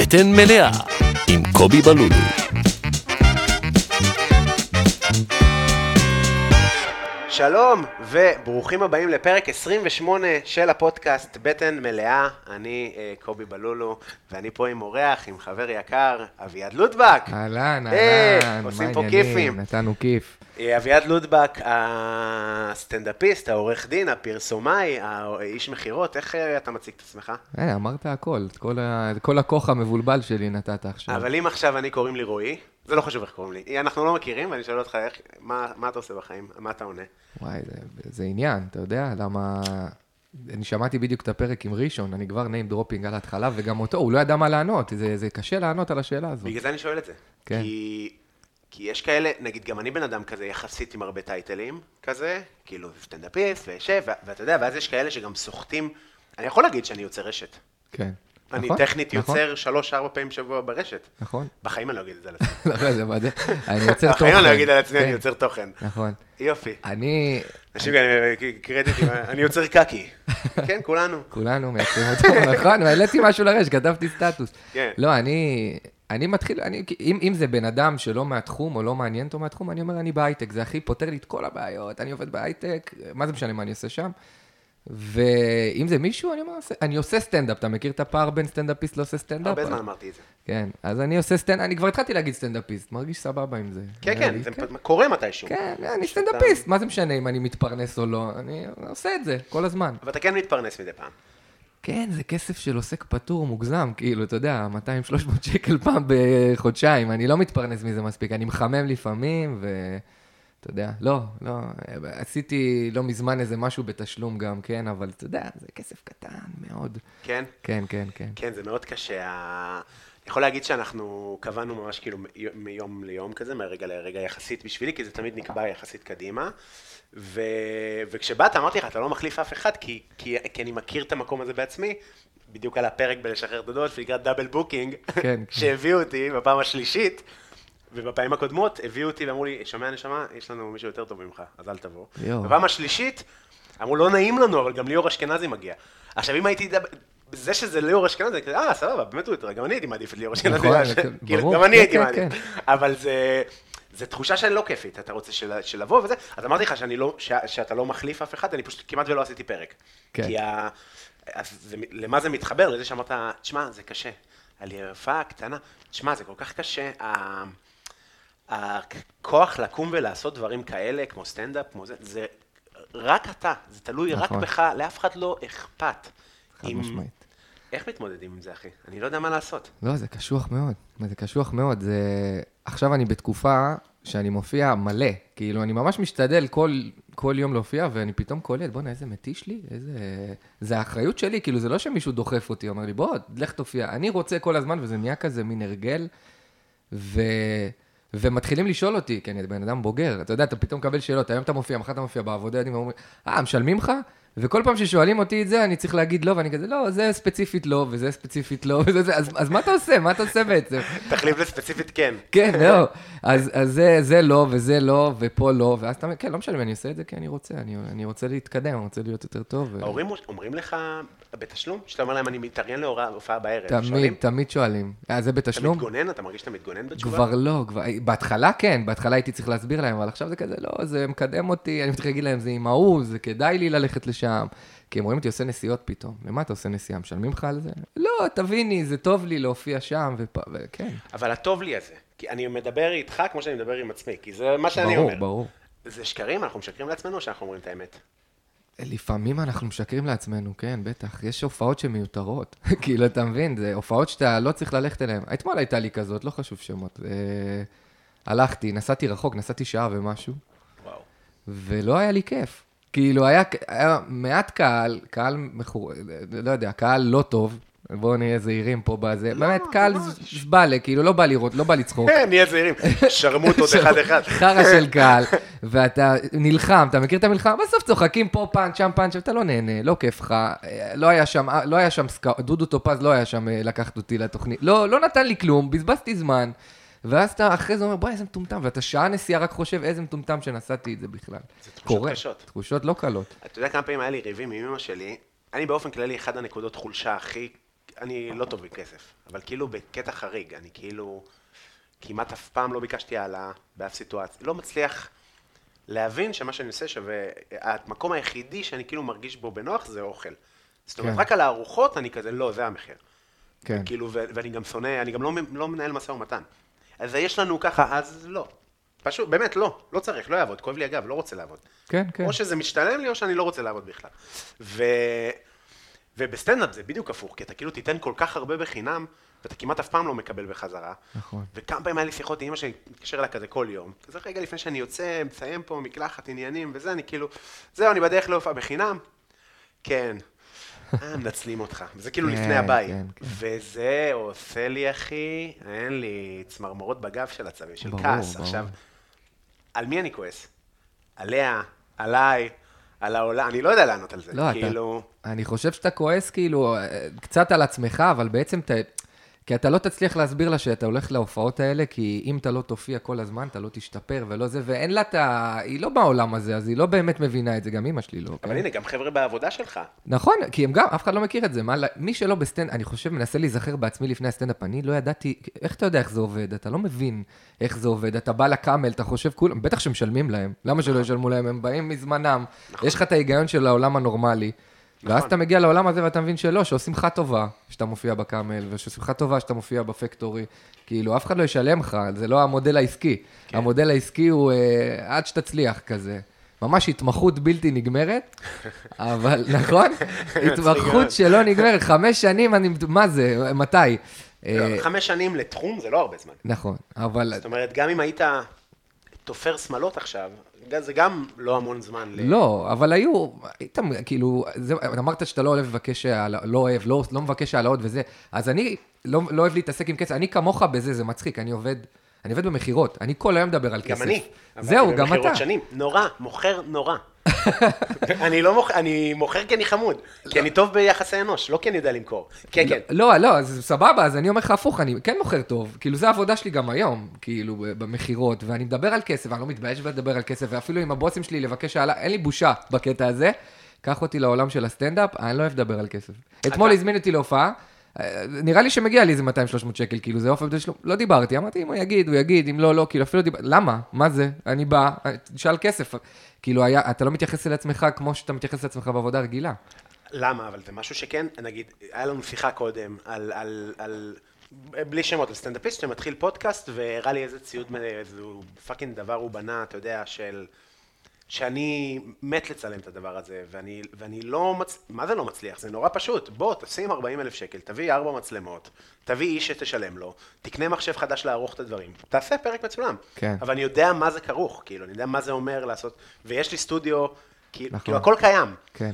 בטן מלאה עם קובי בלולו. שלום וברוכים הבאים לפרק 28 של הפודקאסט בטן מלאה. אני קובי בלולו ואני פה עם אורח, עם חבר יקר, אביעד לוטבק. אהלן, עושים פה כיפים. נתנו כיף. אביעד לוטבק, הסטנדאפיסט, העורך דין, הפרסומאי, האיש מחירות, איך אתה מציג את עצמך? אמרת הכל, את כל הכוח המבולבל שלי נתת עכשיו. אבל אם עכשיו אני קוראים לי רועי, זה לא חשוב איך קוראים לי, אנחנו לא מכירים ואני שואל אותך מה אתה עושה בחיים, מה אתה עונה? וואי, זה עניין, אתה יודע, למה... אני שמעתי בדיוק את הפרק עם ראשון, אני כבר name dropping על ההתחלה, וגם אותו, הוא לא ידע מה לענות, זה קשה לענות על השאלה הזאת. בגלל זה אני שואל את זה. כן. כי יש כאלה, נגיד גם אני בן אדם כזה יחסית עם הרבה טייטלים כזה, כאילו סטנדאפיסט וישב, ואתה יודע, ואז יש כאלה שגם סוחטים, אני יכול להגיד שאני יוצר רשת. כן. אני נכון, טכנית נכון. יוצר 3-4 פעמים בשבוע ברשת. נכון. בחיים אני לא אגיד את זה על עצמי. לא, זה מדהים. אני יוצר תוכן. בחיים אני לא אגיד על עצמי, אני כן. יוצר תוכן. נכון. יופי. אני... אנשים קרדיטים, אני יוצר קקי. כן, כולנו. כולנו מייצרים אותו, נכון? והעליתי משהו לרש, כתבתי סטטוס. כן. לא, אני מתחיל, אם זה בן אדם שלא מהתחום או לא מעניין אותו מהתחום, אני אומר, אני בהייטק, זה הכי פותר לי את כל הבעיות, אני עובד בהייטק, מה זה משנה מה אני עושה שם? ואם זה מישהו, אני עושה סטנדאפ, אתה מכיר את הפער בין סטנדאפיסט לא עושה סטנדאפ? הרבה זמן אמרתי את זה. כן, אז אני עושה סטנדאפ, אני כבר התחלתי להגיד סטנדאפיסט, מרגיש סבבה עם זה. כן, כן, זה קורה מתישהו. כן, אני סטנדאפיסט, מה זה משנה אם אני מתפרנס או לא, אני עושה את זה כל הזמן. אבל אתה כן מתפרנס מדי פעם. כן, זה כסף של עוסק פטור מוגזם, כאילו, אתה יודע, 200-300 שקל פעם בחודשיים, אני לא מתפרנס מזה מספיק, אני מחמם לפעמים, ואתה יודע, לא, עשיתי לא מזמן איזה משהו בתשלום גם, כן, אבל אתה יודע, זה כסף קטן מאוד. כן? כן. כן, זה מאוד קשה. אני יכול להגיד שאנחנו קבענו ממש כאילו מיום ליום כזה, מהרגע לרגע יחסית בשבילי, כי זה תמיד נקבע יחסית קדימה. וכשבאת אמרתי לך, אתה לא מחליף אף אחד, כי אני מכיר את המקום הזה בעצמי, בדיוק על הפרק בלשחרר דודות, שנקרא דאבל בוקינג, שהביאו אותי בפעם השלישית, ובפעמים הקודמות הביאו אותי ואמרו לי, שומע נשמה, יש לנו מישהו יותר טוב ממך, אז אל תבוא. בפעם השלישית, אמרו, לא נעים לנו, אבל גם ליאור אשכנזי מגיע. עכשיו, אם הייתי זה שזה ליאור אשכנזי, סבבה, באמת הוא יותר, גם אני הייתי מעדיף את ליאור אשכנזי, גם אני הייתי מעדיף, אבל זה תחושה שאני לא כיפית, אתה רוצה שלבוא וזה, אז אמרתי לך שאתה לא מחליף אף אחד, אני פשוט כמעט ולא עשיתי פרק. כי למה זה מתחבר? לזה שאמרת, תשמע, זה קשה, על יפה קטנה, תשמע, זה כל כך קשה, הכוח לקום ולעשות דברים כאלה, כמו סטנדאפ, כמו זה רק אתה, זה תלוי רק בך, לאף אחד לא אכפת. חד משמעית. איך מתמודדים עם זה, אחי? אני לא יודע מה לעשות. לא, זה קשוח מאוד. זה קשוח מאוד. עכשיו אני בתקופה שאני מופיע מלא. כאילו, אני ממש משתדל כל יום להופיע, ואני פתאום קולט, בוא'נה, איזה מתיש לי, זה האחריות שלי, כאילו, זה לא שמישהו דוחף אותי, אומר לי, בוא, לך תופיע. אני רוצה כל הזמן, וזה נהיה כזה מין הרגל, ומתחילים לשאול אותי, כי אני בן אדם בוגר, אתה יודע, אתה פתאום מקבל שאלות, היום אתה מופיע, מחר אתה מופיע בעבודה, אני אומר, משלמים לך? וכל פעם ששואלים אותי את זה, אני צריך להגיד לא, ואני כזה, לא, זה ספציפית לא, וזה ספציפית לא, וזה, אז מה אתה עושה? מה אתה עושה בעצם? תחליף לספציפית כן. כן, לא. אז זה לא, וזה לא, ופה לא, ואז אתה אומר, כן, לא משנה, אני עושה את זה כי אני רוצה, אני רוצה להתקדם, אני רוצה להיות יותר טוב. ההורים אומרים לך בתשלום? שאתה אומר להם, אני מתארגן להופעה בערב. תמיד שואלים. זה בתשלום? אתה מתגונן? אתה מרגיש שאתה מתגונן בתשובה? כבר לא, בהתחלה כן, בהתחלה הייתי צריך להסביר להם, אבל עכשיו זה כזה, לא, זה מקדם אותי, אני מתחיל להגיד להם, זה עם ההוא, זה כדאי לי ללכת לשם, כי הם רואים אותי עושה נסיעות פתאום. למה אתה עושה נסיעה? משלמים לך על זה? לא, תביני, זה טוב לי להופיע שם, וכן. אבל הטוב לי הזה, כי אני מדבר איתך כמו שאני מדבר עם עצמי, כי זה מה שאני אומר. ברור. זה שקרים? אנחנו משקרים לעצמנו או שאנחנו אומרים את האמת? לפעמים אנחנו משקרים לעצמנו, כן, בטח. יש הופעות שמיותרות, כאילו, אתה מבין, זה הופעות שאתה לא צריך ללכת אליהן. אתמול הייתה לי כזאת, לא חשוב שמות. הלכתי, נסעתי רחוק, נסעתי שעה ומשהו, ולא היה לי כיף. כאילו, היה מעט קהל לא יודע, קהל לא טוב, בואו נהיה זהירים פה בזה, באמת, קהל שבאלה, כאילו, לא בא לראות, לא בא לצחוק. נהיה זהירים, שרמות עוד אחד. חרה של קהל, ואתה נלחם, אתה מכיר את המלחמה? בסוף צוחקים פה פאנץ', שם פאנץ', ואתה לא נהנה, לא כיף לך, לא היה שם, דודו טופז לא היה שם לקחת אותי לתוכנית, לא נתן לי כלום, בזבזתי זמן, ואז אתה אחרי זה אומר, בואי, איזה מטומטם, ואתה שעה נסיעה רק חושב איזה מטומטם שנסעתי את זה בכלל. זה תחושות קשות. תחושות לא קלות. אתה יודע כמה פעמים היה לי ריבים עם אמא שלי, אני באופן כללי, אחד הנקודות חולשה אני לא טוב בכסף, אבל כאילו בקטע חריג, אני כאילו כמעט אף פעם לא ביקשתי העלאה באף סיטואציה, לא מצליח להבין שמה שאני עושה שווה, המקום היחידי שאני כאילו מרגיש בו בנוח זה אוכל. זאת אומרת, רק על הארוחות אני כזה, לא, זה המחיר. כן. כאילו, ואני גם שונא, אני גם לא מנהל משא ומתן. אז יש לנו ככה, אז לא. פשוט, באמת, לא צריך, לא יעבוד. כואב לי אגב, לא רוצה לעבוד. כן, כן. או שזה משתלם לי, או שאני לא רוצה לעבוד בכלל. ובסטנדאפ זה בדיוק הפוך, כי אתה כאילו תיתן כל כך הרבה בחינם, ואתה כמעט אף פעם לא מקבל בחזרה. נכון. וכמה פעמים היה לי שיחות עם אמא שאני מתקשר לה כזה כל יום. כזה רגע לפני שאני יוצא, מסיים פה מקלחת, עניינים, וזה, אני כאילו, זהו, אני בדרך להופעה בחינם. כן. מנצלים אותך. וזה כאילו לפני הבית. וזה עושה לי, אחי, אין לי צמרמורות בגב של הצווים, של כעס. עכשיו, על מי אני כועס? עליה, עליי, על העולם, אני לא יודע לענות על זה. לא, אני חושב שאתה כועס כאילו קצת על עצמך, אבל בעצם כי אתה לא תצליח להסביר לה שאתה הולך להופעות האלה, כי אם אתה לא תופיע כל הזמן, אתה לא תשתפר ולא זה, ואין לה היא לא בעולם הזה, אז היא לא באמת מבינה את זה, גם אמא שלי לא. אבל הנה, גם חבר'ה בעבודה שלך. נכון, כי הם גם, אף אחד לא מכיר את זה. מי שלא בסטנד, אני חושב, מנסה להיזכר בעצמי לפני הסטנדאפ, אני לא ידעתי, איך אתה יודע איך זה עובד? אתה לא מבין איך זה עובד, אתה בא לקאמל, אתה חושב כולם, בטח שמשלמים להם. למה שלא ישלמו להם? הם באים מזמנם. יש לך את ההיגיון של העולם הנורמלי. ואז אתה מגיע לעולם הזה ואתה מבין שלא, שעושים לך טובה שאתה מופיע בקאמל, ושעושים לך טובה שאתה מופיע בפקטורי. כאילו, אף אחד לא ישלם לך, זה לא המודל העסקי. המודל העסקי הוא עד שתצליח כזה. ממש התמחות בלתי נגמרת, אבל נכון? התמחות שלא נגמרת. 5 שנים, מה זה? מתי? 5 שנים לתחום זה לא הרבה זמן. נכון, אבל... זאת אומרת, גם אם היית תופר שמלות עכשיו, זה גם לא המון זמן. לא, אבל היו, כאילו, אמרת שאתה לא אוהב לבקש, לא מבקש העלאות וזה, אז אני לא אוהב להתעסק עם כסף, אני כמוך בזה, זה מצחיק, אני עובד במחירות, אני כל היום מדבר על כסף. גם אני. זהו, גם אתה. במחירות שנים, נורא, מוכר נורא. אני מוכר כי אני חמוד, כי אני טוב ביחסי אנוש, לא כי אני יודע למכור. כן, כן. לא, אז סבבה, אז אני אומר לך הפוך, אני כן מוכר טוב, כאילו זה העבודה שלי גם היום, כאילו במחירות, ואני מדבר על כסף, אני לא מתבייש לדבר על כסף, ואפילו עם הבוסים שלי לבקש העלה, אין לי בושה בקטע הזה, קח אותי לעולם של הסטנדאפ, אני לא אוהב לדבר על כסף. אתמול הזמין אותי להופעה, נראה לי שמגיע לי איזה 200-300 שקל, כאילו זה אופן, לא דיברתי, אמרתי, אם הוא יגיד, אם לא, כאילו אפילו דיברתי, למה? מה זה? אני בא, תשאל כסף. כאילו, אתה לא מתייחס אל עצמך כמו שאתה מתייחס אל עצמך בעבודה רגילה. למה? אבל זה משהו שכן, נגיד, היה לנו שיחה קודם בלי שמות, על סטנדאפיסט שמתחיל פודקאסט, והראה לי איזה ציוד, איזה פאקינג דבר הוא בנה, אתה יודע, שאני מת לצלם את הדבר הזה, ואני לא מה זה לא מצליח? זה נורא פשוט. בוא, תשים 40,000 שקל, תביא 4 מצלמות, תביא איש שתשלם לו, תקנה מחשב חדש לערוך את הדברים, תעשה פרק מצולם. כן. אבל אני יודע מה זה כרוך, כאילו, אני יודע מה זה אומר לעשות, ויש לי סטודיו, כאילו, הכל קיים. כן.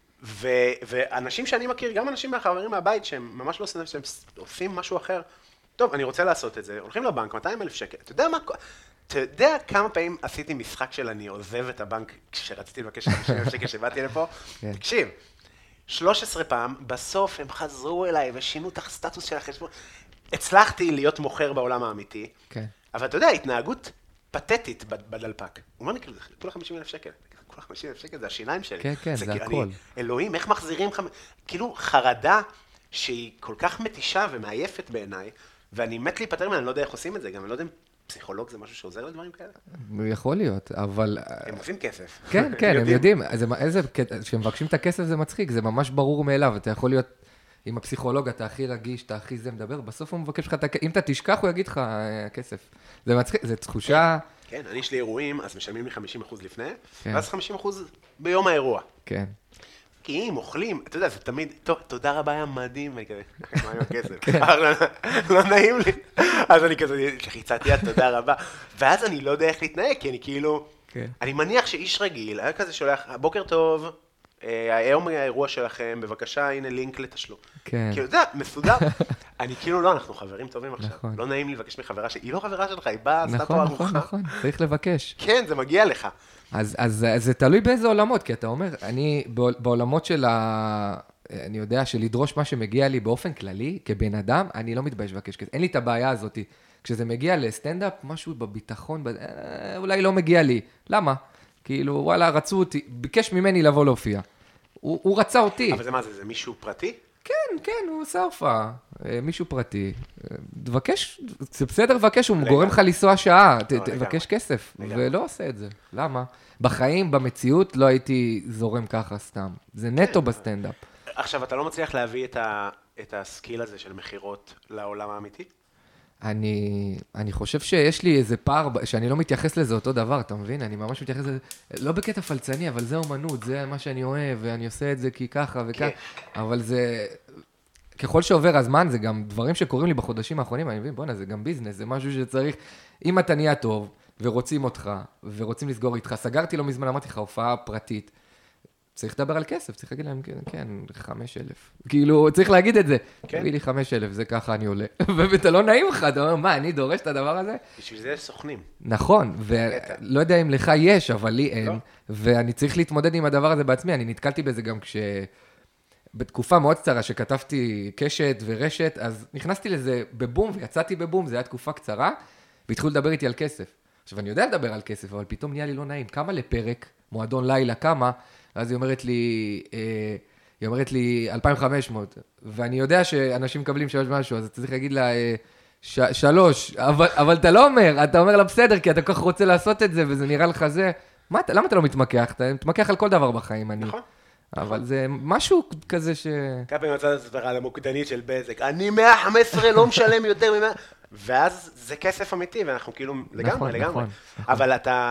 ואנשים שאני מכיר, גם אנשים מהחברים מהבית, שהם ממש לא סטנדאפ, שהם עושים משהו אחר, טוב, אני רוצה לעשות את זה, הולכים לבנק, 200,000 שקל, אתה יודע כמה פעמים עשיתי משחק של אני עוזב את הבנק כשרציתי לבקש 50,000 שקל שבאתי לפה? תקשיב, 13 פעם, בסוף הם חזרו אליי ושינו את הסטטוס של החשבון. הצלחתי להיות מוכר בעולם האמיתי, אבל אתה יודע, התנהגות פתטית בדלפק. הוא אומר לי, כולה 50,000 שקל. כולה 50,000 שקל, זה השיניים שלי. כן, כן, זה הכל. אלוהים, איך מחזירים כאילו חרדה שהיא כל כך מתישה ומעייפת בעיניי, ואני מת להיפטר ממנה, אני לא יודע איך עושים את זה, גם אני לא יודע אם פסיכולוג זה משהו שעוזר לדברים כאלה? יכול להיות, אבל... הם עושים כסף. כן, כן, הם יודעים. כשמבקשים את הכסף זה מצחיק, זה ממש ברור מאליו. אתה יכול להיות עם הפסיכולוג, אתה הכי רגיש, אתה הכי זה מדבר, בסוף הוא מבקש לך את הכסף. אם אתה תשכח, הוא יגיד לך כסף. זה מצחיק, זה תחושה... כן, אני יש לי אירועים, אז משלמים לי 50% לפני, ואז 50% ביום האירוע. כן. כי אם אוכלים, אתה יודע, זה תמיד, טוב, תודה רבה, היה מדהים, ואני כזה, מה עם הכסף? לא נעים לי. אז אני כזה, שחיצתי יד, תודה רבה. ואז אני לא יודע איך להתנהג, כי אני כאילו, אני מניח שאיש רגיל, היה כזה שולח, בוקר טוב, היום האירוע שלכם, בבקשה, הנה לינק לתשלום. כן. כאילו, אתה יודע, מסודר. אני כאילו, לא, אנחנו חברים טובים עכשיו. לא נעים לי לבקש מחברה שהיא לא חברה שלך, היא באה, עשתה פה ארוחה. נכון, צריך לבקש. כן, זה מגיע לך. אז זה תלוי באיזה עולמות, כי אתה אומר, אני בעולמות של אני יודע שלדרוש מה שמגיע לי באופן כללי, כבן אדם, אני לא מתבייש לבקש כסף. אין לי את הבעיה הזאת. כשזה מגיע לסטנדאפ, משהו בביטחון, אולי לא מגיע לי. למה? כאילו, וואלה, רצו אותי, ביקש ממני לבוא להופיע. הוא רצה אותי. אבל זה מה זה? זה מישהו פרטי? כן, הוא עושה הופעה. מישהו פרטי. תבקש, זה בסדר לבקש, הוא גורם לך לנסוע שעה, תבקש כסף, ולא עושה את זה. למה? בחיים, במציאות, לא הייתי זורם ככה סתם. זה נטו בסטנדאפ. עכשיו, אתה לא מצליח להביא את הסקיל הזה של מחירות לעולם האמיתי? אני חושב שיש לי איזה פער, שאני לא מתייחס לזה אותו דבר, אתה מבין? אני ממש מתייחס לזה, לא בקטע פלצני, אבל זה אומנות, זה מה שאני אוהב, ואני עושה את זה כי ככה וככה, אבל זה, ככל שעובר הזמן, זה גם דברים שקורים לי בחודשים האחרונים, אני מבין, בוא'נה, זה גם ביזנס, זה משהו שצריך, אם אתה נהיה טוב, ורוצים אותך, ורוצים לסגור איתך, סגרתי לא מזמן, אמרתי לך, הופעה פרטית, צריך לדבר על כסף, צריך להגיד להם, כן, 5,000. כאילו, צריך להגיד את זה. תביא לי 5,000, זה ככה אני עולה. ואתה לא נעים לך, אתה אומר, מה, אני דורש את הדבר הזה? בשביל זה יש סוכנים. נכון, ולא יודע אם לך יש, אבל לי אין, ואני צריך להתמודד עם הדבר הזה בעצמי. אני נתקלתי בזה גם בתקופה מאוד קצרה, שכתבתי קשת ורשת, אז נכנסתי לזה בבום, ויצאתי בבום, זה היה תקופה קצרה, והתחילו לדבר איתי על כסף. עכשיו, אני יודע לדבר על כסף, אבל פתאום נהיה לי לא נעים. כמה לפרק, מועדון לילה, כמה? אז היא אומרת לי 2,500, ואני יודע שאנשים מקבלים 3 משהו, אז אתה צריך להגיד לה 3, אבל אתה לא אומר, אתה אומר לה בסדר, כי אתה כל כך רוצה לעשות את זה, וזה נראה לך זה, למה אתה לא מתמקח? אתה מתמקח על כל דבר בחיים, נכון. אבל זה משהו כזה ש... כמה פעמים מצאת את זה על המוקדנית של בזק, אני 115 לא משלם יותר מ-100, ואז זה כסף אמיתי, ואנחנו כאילו לגמרי. אבל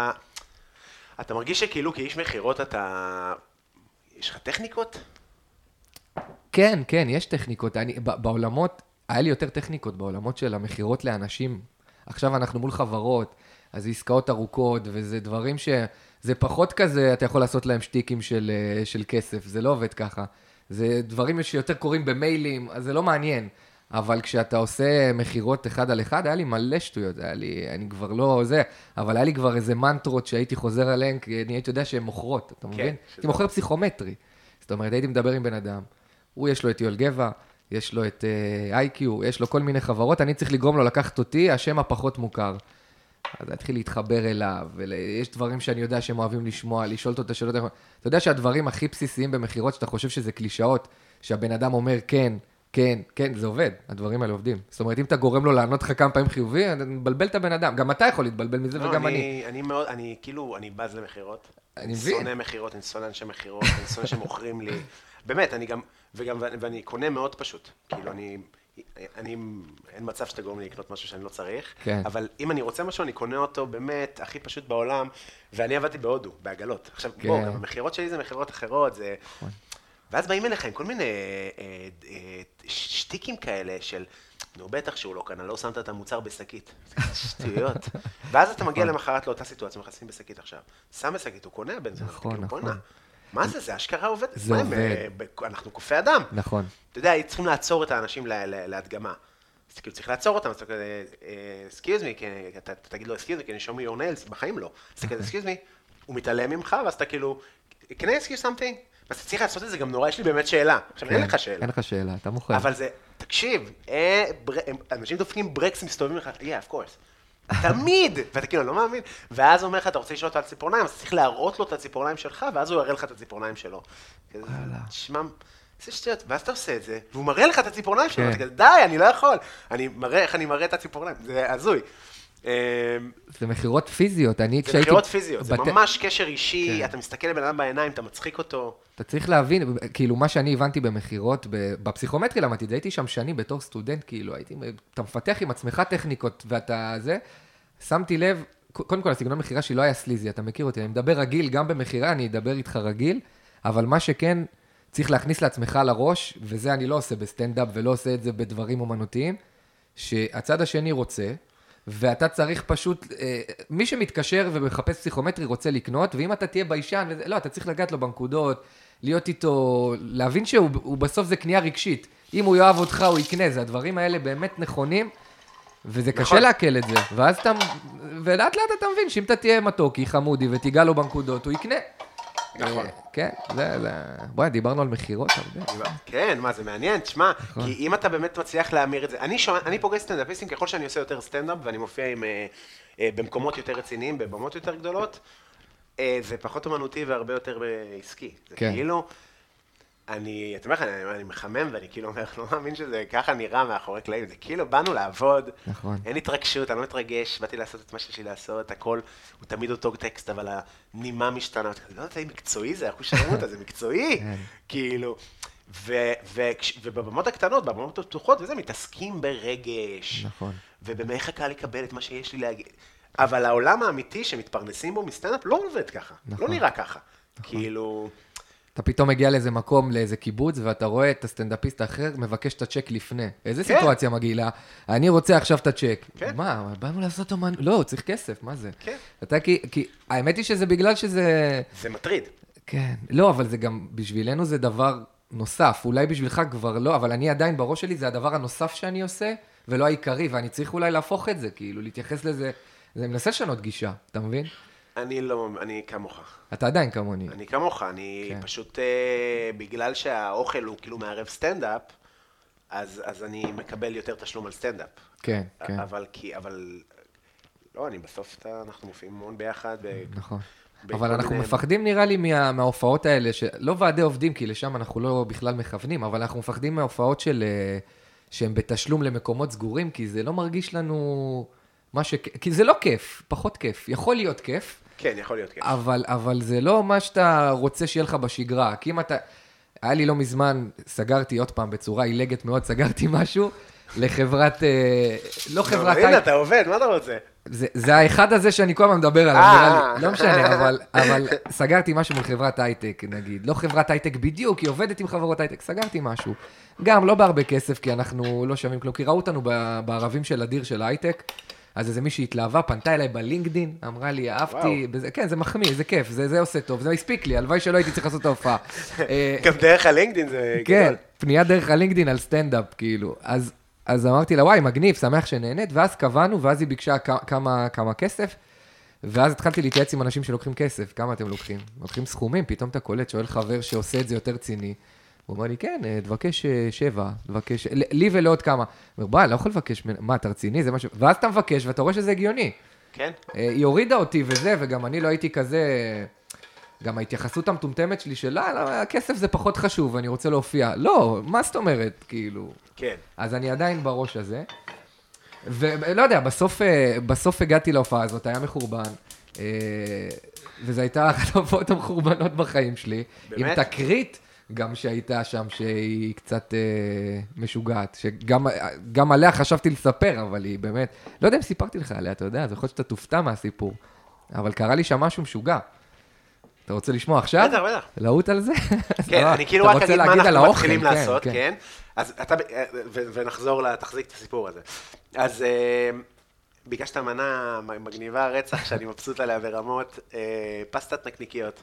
אתה מרגיש שכאילו כאיש מחירות יש לך טכניקות? כן, יש טכניקות. בעולמות, היה לי יותר טכניקות בעולמות של המחירות לאנשים. עכשיו אנחנו מול חברות, אז זה עסקאות ארוכות, וזה דברים זה פחות כזה, אתה יכול לעשות להם שטיקים של כסף, זה לא עובד ככה. זה דברים שיותר קורים במיילים, אז זה לא מעניין. אבל כשאתה עושה מחירות 1 על 1, היה לי מלא שטויות, אני כבר לא זה, אבל היה לי כבר איזה מנטרות שהייתי חוזר עליהן, כי אני הייתי יודע שהן מוכרות, אתה מבין? הייתי מוכר פסיכומטרי. זאת אומרת, הייתי מדבר עם בן אדם, הוא יש לו את יואל גבע, יש לו את איי-קיו, יש לו כל מיני חברות, אני צריך לגרום לו לקחת אותי, השם הפחות מוכר. אז התחיל להתחבר אליו, ויש דברים שאני יודע שהם אוהבים לשמוע, לשאול אותו את השאלות. אתה יודע שהדברים הכי בסיסיים במחירות, שאתה חושב שזה קלישאות, שהבן אדם אומר כן, זה עובד, הדברים האלה עובדים. זאת אומרת, אם אתה גורם לו לענות לך כמה פעמים חיובי, אתה מבלבל את הבן אדם. גם אתה יכול להתבלבל מזה וגם אני. אני בז למחירות. אני מבין. שונא מחירות, אני שונא אנשי מחירות, אני שונא שמוכרים לי. באמת, ואני קונה מאוד פשוט. כאילו, אין מצב שאתה גורם לי לקנות משהו שאני לא צריך. כן. אבל אם אני רוצה משהו, אני קונה אותו באמת הכי פשוט בעולם. ואני עבדתי בהודו, בעגלות. עכשיו, בואו, גם המחירות שלי זה מחירות אחרות, זה... ואז באים אליך עם כל מיני שטיקים כאלה של, נו בטח שהוא לא קנה, לא שמת את המוצר בשקית. שטויות. ואז אתה מגיע למחרת לאותה סיטואציה, מכנסים בשקית עכשיו. שם בשקית, הוא קונה בן זה. נכון. מה זה? זה אשכרה עובד. זה עובד. אנחנו קופי אדם. נכון. אתה יודע, צריכים לעצור את האנשים להדגמה. אז כאילו צריך לעצור אותם, אז אתה כזה, excuse me, אתה תגיד לו excuse me, כי אני show me your nails, בחיים לא. אז אתה כזה, excuse me, הוא מתעלם ממך, ואז אתה כאילו, can I ask you something? אז צריך לעשות את זה גם נורא, יש לי באמת שאלה. עכשיו, אין לך שאלה. אין לך שאלה, אתה מוכר. אבל זה, תקשיב, אנשים דופקים ברקס, מסתובבים לך, yeah, of course. תמיד! ואתה כאילו, לא מאמין. ואז הוא אומר לך, אתה רוצה לשאול אותו על ציפורניים, אז צריך להראות לו את הציפורניים שלך, ואז הוא יראה לך את הציפורניים שלו. תשמע, זה שטויות, ואז אתה עושה את זה, והוא מראה לך את הציפורניים שלו, ואתה כזה, די, אני לא יכול. אני מראה איך אני מראה את הציפורניים, זה הזוי. זה מחירות פיזיות, זה מחירות פיזיות, זה ממש קשר אישי, אתה מסתכל לבן אדם בעיניים, אתה מצחיק אותו. אתה צריך להבין, כאילו מה שאני הבנתי במחירות, בפסיכומטרי למדתי, הייתי שם שנים בתור סטודנט, כאילו, אתה מפתח עם עצמך טכניקות, ואתה זה, שמתי לב, קודם כל הסגנון מחירה שלי לא היה סליזי, אתה מכיר אותי, אני מדבר רגיל, גם במחירה אני אדבר איתך רגיל, אבל מה שכן, צריך להכניס לעצמך לראש, וזה אני לא עושה בסטנדאפ, ולא עושה את זה בדברים אומנותיים, שהצד השני רוצה, ואתה צריך פשוט, מי שמתקשר ומחפש פסיכומטרי רוצה לקנות, ואם אתה תהיה ביישן, לא, אתה צריך לגעת לו בנקודות, להיות איתו, להבין שהוא בסוף זה קנייה רגשית. אם הוא יאהב אותך, הוא יקנה, זה הדברים האלה באמת נכונים, וזה קשה להקל את זה. ואז אתה, ולאט לאט אתה מבין, שאם אתה תהיה מתוקי, חמודי, ותיגע לו בנקודות, הוא יקנה. נכון. כן, בואי, דיברנו על מחירות הרבה. כן, מה, זה מעניין, תשמע, כי אם אתה באמת מצליח להמיר את זה, אני פוגש סטנדאפיסטים ככל שאני עושה יותר סטנדאפ, ואני מופיע במקומות יותר רציניים, בבמות יותר גדולות, זה פחות אומנותי והרבה יותר עסקי. זה כאילו, אתה אומר, אני מחמם ואני כאילו אומר, לא מאמין שזה ככה נראה מאחורי קלעים, זה כאילו באנו לעבוד, נכון. אין התרגשות, אני לא מתרגש, באתי לעשות את מה שיש לי לעשות, הכל, הוא תמיד אותו טקסט, אבל הנימה משתנה, לא יודע, זה מקצועי זה, איך הוא שרמו אותה, זה מקצועי, כאילו, ובבמות הקטנות, בבמות הפתוחות וזה, מתעסקים ברגש, נכון. ובאיך הקהל יקבל את מה שיש לי להגיד, אבל העולם האמיתי שמתפרנסים בו מסטנדאפ לא עובד ככה, לא נראה ככה, כאילו... אתה פתאום מגיע לאיזה מקום, לאיזה קיבוץ, ואתה רואה את הסטנדאפיסט האחר, מבקש את הצ'ק לפני. איזה סיטואציה מגעילה? אני רוצה עכשיו את הצ'ק. מה, באנו לעשות אומן... לא, צריך כסף, מה זה? כן. כי האמת היא שזה בגלל שזה... זה מטריד. כן. לא, אבל זה גם, בשבילנו זה דבר נוסף. אולי בשבילך כבר לא, אבל אני עדיין בראש שלי, זה הדבר הנוסף שאני עושה, ולא העיקרי, ואני צריך אולי להפוך את זה, כאילו, להתייחס לזה. זה מנסה לשנות גישה, אתה מבין? אני כמוך. אתה עדיין כמוני. אני כמוך, אני פשוט, בגלל שהאוכל הוא כאילו מערב סטנדאפ, אז אני מקבל יותר תשלום על סטנדאפ. כן, כן. אבל, לא, בסוף אנחנו מופיעים המון ביחד. נכון. אבל אנחנו מפחדים נראה לי מההופעות האלה, לא ועדי עובדים, כי לשם אנחנו לא בכלל מכוונים, אבל אנחנו מפחדים מההופעות שהם בתשלום למקומות סגורים, כי זה לא מרגיש לנו כי זה לא כיף, פחות כיף. יכול להיות כיף. כן, יכול להיות כיף. אבל זה לא מה שאתה רוצה שיהיה לך בשגרה. כי אם אתה... היה לי לא מזמן, סגרתי עוד פעם בצורה עילגת מאוד, סגרתי משהו לחברת... לא חברת... הנה, אתה עובד, מה אתה רוצה? זה האחד הזה שאני כל הזמן מדבר עליו, לא משנה, אבל סגרתי משהו מול חברת הייטק, נגיד. לא חברת הייטק בדיוק, היא עובדת עם חברות הייטק, סגרתי משהו. גם לא בהרבה כסף, כי אנחנו לא שווים כלום, כי ראו אותנו בערבים של אדיר של הייטק, אז איזה מישהי התלהבה, פנתה אליי בלינקדין, אמרה לי, אהבתי, כן, זה מחמיא, זה כיף, זה עושה טוב, זה הספיק לי, הלוואי שלא הייתי צריך לעשות את ההופעה. גם דרך הלינקדין זה... כן, פנייה דרך הלינקדין על סטנדאפ, כאילו. אז אמרתי לה, וואי, מגניב, שמח שנהנית, ואז קבענו, ואז היא ביקשה כמה כסף, ואז התחלתי להתייעץ עם אנשים שלוקחים כסף, כמה אתם לוקחים? לוקחים סכומים, פתאום אתה קולט, שואל חבר שעושה את זה יותר ציני, הוא אומר לי, כן, תבקש 7, תבקש, לי ולעוד כמה. הוא אומר, אני לא יכול לבקש, מה, אתה רציני? זה משהו, ואז אתה מבקש, ואתה רואה שזה הגיוני. כן. היא הורידה אותי וזה, וגם אני לא הייתי כזה, גם ההתייחסות המטומטמת שלי שלה, הכסף זה פחות חשוב, אני רוצה להופיע. לא, מה זאת אומרת, כאילו? כן. אז אני עדיין בראש הזה, ולא יודע, בסוף הגעתי להופעה הזאת, היה מחורבן, וזו הייתה אחת ההופעות המחורבנות בחיים שלי. באמת? עם תקרית, גם שהייתה שם, שהיא קצת משוגעת, שגם עליה חשבתי לספר, אבל היא באמת, לא יודע אם סיפרתי לך עליה, אתה יודע, זה יכול להיות שאתה תופתע מהסיפור, אבל קרה לי שם משהו משוגע. אתה רוצה לשמוע עכשיו? בטח, בטח. להוט על זה? כן, אני כאילו רק אגיד מה אנחנו מתחילים לעשות, כן? אז אתה, ונחזור תחזיק את הסיפור הזה. אז ביקשת מנה מגניבה רצח, שאני מבסוט עליה ברמות, פסטת נקניקיות.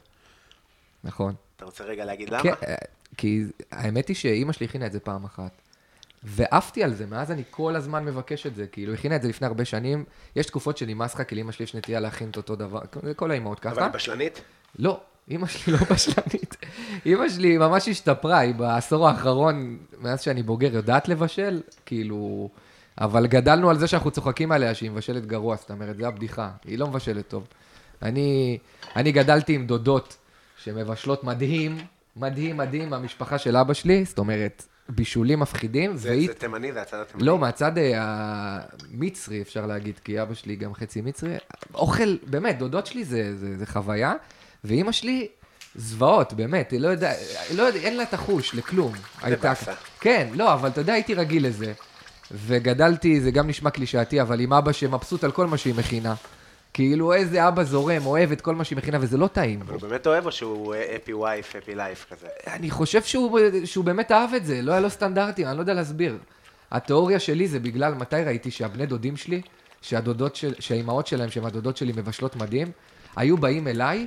נכון. אתה רוצה רגע להגיד למה? כן, כי האמת היא שאמא שלי הכינה את זה פעם אחת. ועפתי על זה, מאז אני כל הזמן מבקש את זה, כאילו, הכינה את זה לפני הרבה שנים, יש תקופות שנמאס לך, כי לאמא שלי יש נטייה להכין את אותו דבר, כל האמאות ככה. אבל היא בשלנית? לא, אמא שלי לא בשלנית. אמא שלי ממש השתפרה, היא בעשור האחרון, מאז שאני בוגר, יודעת לבשל, כאילו, אבל גדלנו על זה שאנחנו צוחקים עליה, שהיא מבשלת גרוע, זאת אומרת, זה הבדיחה, היא לא מבשלת טוב. אני גדלתי עם דודות שמבשלות מדהים, מדהים, מדהים, מהמשפחה של אבא שלי, זאת אומרת, בישולים מפחידים. זה תימני, זה הצד התימני? לא, מהצד המצרי, אפשר להגיד, כי אבא שלי גם חצי מצרי. אוכל, באמת, דודות שלי זה חוויה, ואמא שלי זוועות, באמת, היא לא יודע, אין לה את החוש לכלום. זה באסה. כן, לא, אבל אתה יודע, הייתי רגיל לזה. וגדלתי, זה גם נשמע קלישאתי, אבל עם אבא שמבסוט על כל מה שהיא מכינה. כאילו איזה אבא זורם, אוהב את כל מה שהיא מכינה, וזה לא טעים. אבל הוא באמת אוהב או שהוא happy wife, happy life כזה? אני חושב שהוא באמת אהב את זה, לא היה לו סטנדרטים, אני לא יודע להסביר. התיאוריה שלי זה בגלל מתי ראיתי שהבני דודים שלי, שהאימהות שלהם, שהן הדודות שלי מבשלות מדהים, היו באים אליי,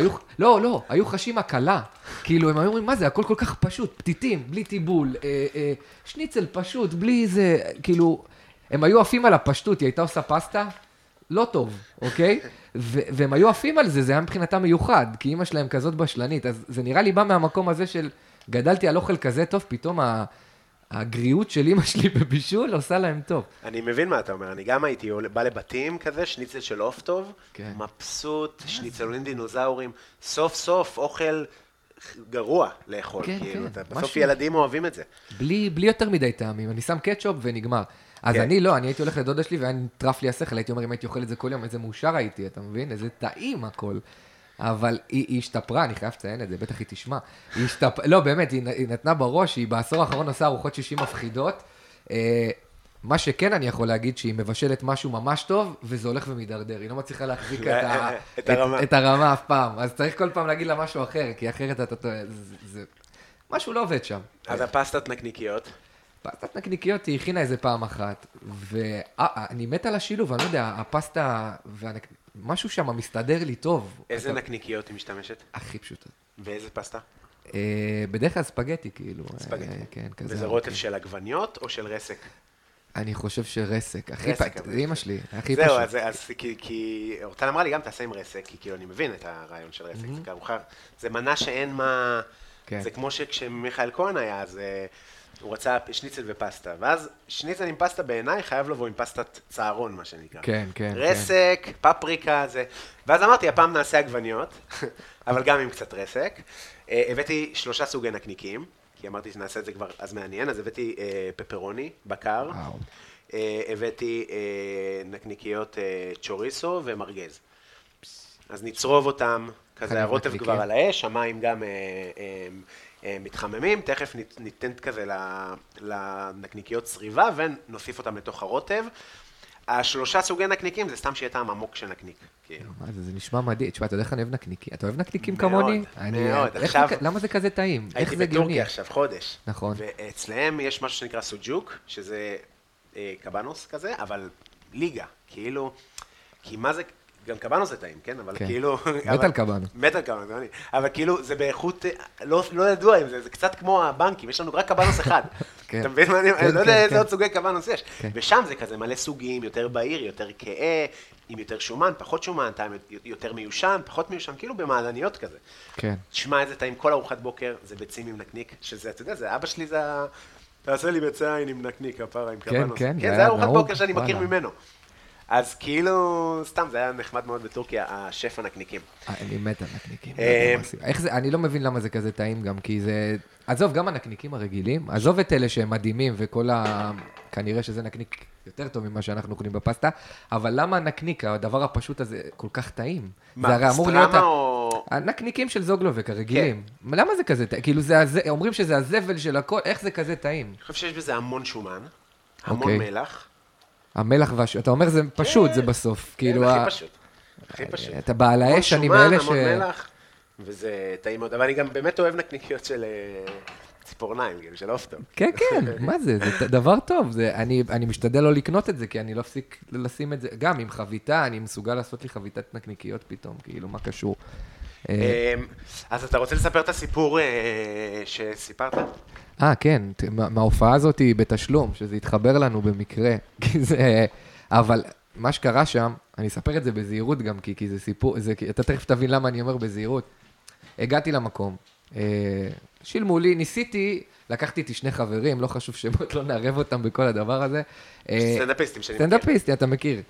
היו חשים הקלה. כאילו, הם היו אומרים, מה זה, הכל כל כך פשוט, פתיתים, בלי טיבול, שניצל פשוט, בלי זה, כאילו, הם היו עפים על הפשטות, היא הייתה עושה פסטה, לא טוב, אוקיי? והם היו עפים על זה, זה היה מבחינתם מיוחד, כי אמא שלהם כזאת בשלנית, אז זה נראה לי בא מהמקום הזה של גדלתי על אוכל כזה טוב, פתאום הגריעות של אמא שלי בבישול עושה להם טוב. אני מבין מה אתה אומר, אני גם הייתי בא לבתים כזה, שניצל של אוף טוב, מבסוט, שניצלונים דינוזאורים, סוף סוף אוכל גרוע לאכול, כאילו, בסוף ילדים אוהבים את זה. בלי יותר מדי טעמים, אני שם קטשופ ונגמר. אז אני לא, אני הייתי הולך לדודה שלי והיה נטרף לי השכל, הייתי אומר, אם הייתי אוכל את זה כל יום, איזה מאושר הייתי, אתה מבין? איזה טעים הכל. אבל היא השתפרה, אני חייב לציין את זה, בטח היא תשמע. לא, באמת, היא נתנה בראש, היא בעשור האחרון עושה ארוחות 60 מפחידות. מה שכן אני יכול להגיד, שהיא מבשלת משהו ממש טוב, וזה הולך ומדרדר. היא לא מצליחה להחזיק את הרמה אף פעם. אז צריך כל פעם להגיד לה משהו אחר, כי אחרת משהו לא עובד שם. אז הפסטת נקניקיות? פסטת נקניקיות היא הכינה איזה פעם אחת, ואני מת על השילוב, אני לא יודע, הפסטה, משהו שם מסתדר לי טוב. איזה נקניקיות היא משתמשת? הכי פשוטות. ואיזה פסטה? בדרך כלל ספגטי, כאילו. ספגטי. כן, כזה. וזה רוטב של עגבניות או של רסק? אני חושב שרסק, זה אמא שלי, הכי פשוט. זהו, אז כי אורטל אמרה לי גם תעשה עם רסק, כי כאילו אני מבין את הרעיון של רסק, זה כארוחה, זה מנה שאין מה, זה כמו שכשמיכאל כהן היה, אז הוא רצה שניצל ופסטה, ואז שניצל עם פסטה בעיניי חייב לבוא עם פסטת צהרון, מה שנקרא. כן, כן. רסק, פפריקה, זה, ואז אמרתי, הפעם נעשה עגבניות, אבל גם עם קצת רסק. הבאתי 3 סוגי נקניקים, כי אמרתי שנעשה את זה כבר אז מעניין, אז הבאתי פפרוני, בקר, הבאתי נקניקיות צ'וריסו ומרגז. אז נצרוב אותם, כזה הרוטב כבר על האש, המים גם מתחממים, תכף ניתן כזה לנקניקיות צריבה ונוסיף אותם לתוך הרוטב. 3 סוגי נקניקים זה סתם שיהיה טעם עמוק של נקניק. מה זה נשמע מדהים. תשמע, אתה יודע איך אני אוהב נקניקים? אתה אוהב נקניקים כמוני? מאוד. למה זה כזה טעים? הייתי בטורקיה עכשיו חודש. נכון. ואצלהם יש משהו שנקרא סוג'וק, שזה קבנוס כזה, אבל ליגה. כאילו, כי מה זה... גם קבנוס זה טעים, כן? אבל כאילו... מת על קבנוס. מת על קבנוס, אבל כאילו זה באיכות, לא ידוע אם זה קצת כמו הבנקים, יש לנו רק קבנוס אחד. אתה מבין מה אני לא יודע איזה עוד סוגי קבנוס יש. ושם זה כזה מלא סוגים, יותר בהיר, יותר כהה, עם יותר שומן, פחות שומן, טעם יותר מיושן, פחות מיושן, כאילו במעדניות כזה. כן. תשמע איזה טעים, כל ארוחת בוקר זה ביצים עם נקניק, שזה, אתה יודע, זה אבא שלי זה... תעשה לי ביצי עין עם נקניק, הפרה עם קבנוס. כן, זה ארוחת בוקר שאני מכיר ממנו. אז כאילו, סתם, זה היה נחמד מאוד בטורקיה, השף הנקניקים. אני מת על נקניקים. אני לא מבין למה זה כזה טעים גם, כי זה... עזוב, גם הנקניקים הרגילים, עזוב את אלה שהם מדהימים, וכל ה... כנראה שזה נקניק יותר טוב ממה שאנחנו קונים בפסטה, אבל למה הנקניק, הדבר הפשוט הזה, כל כך טעים? מה, סטרמה או... הנקניקים של זוגלובק הרגילים. למה זה כזה טעים? כאילו, אומרים שזה הזבל של הכל, איך זה כזה טעים? אני חושב שיש בזה המון שומן, המון מלח. המלח אתה אומר זה פשוט, זה בסוף. כן, הכי פשוט. הכי פשוט. אתה בעל האש, אני מאלה ש... המון מלח, וזה טעים מאוד. אבל אני גם באמת אוהב נקניקיות של ציפורניים, של אופטום. כן, כן, מה זה? זה דבר טוב. אני משתדל לא לקנות את זה, כי אני לא אפסיק לשים את זה. גם עם חביתה, אני מסוגל לעשות לי חביתת נקניקיות פתאום, כאילו, מה קשור? אז אתה רוצה לספר את הסיפור שסיפרת? כן, מההופעה הזאת היא בתשלום, שזה התחבר לנו במקרה, אבל מה שקרה שם, אני אספר את זה בזהירות גם, כי זה סיפור, אתה תכף תבין למה אני אומר בזהירות. הגעתי למקום, שילמו לי, ניסיתי, לקחתי איתי 2 חברים, לא חשוב שמות, לא נערב אותם בכל הדבר הזה. סטנדאפיסטים שאני מכיר. סטנדאפיסטים, אתה מכיר.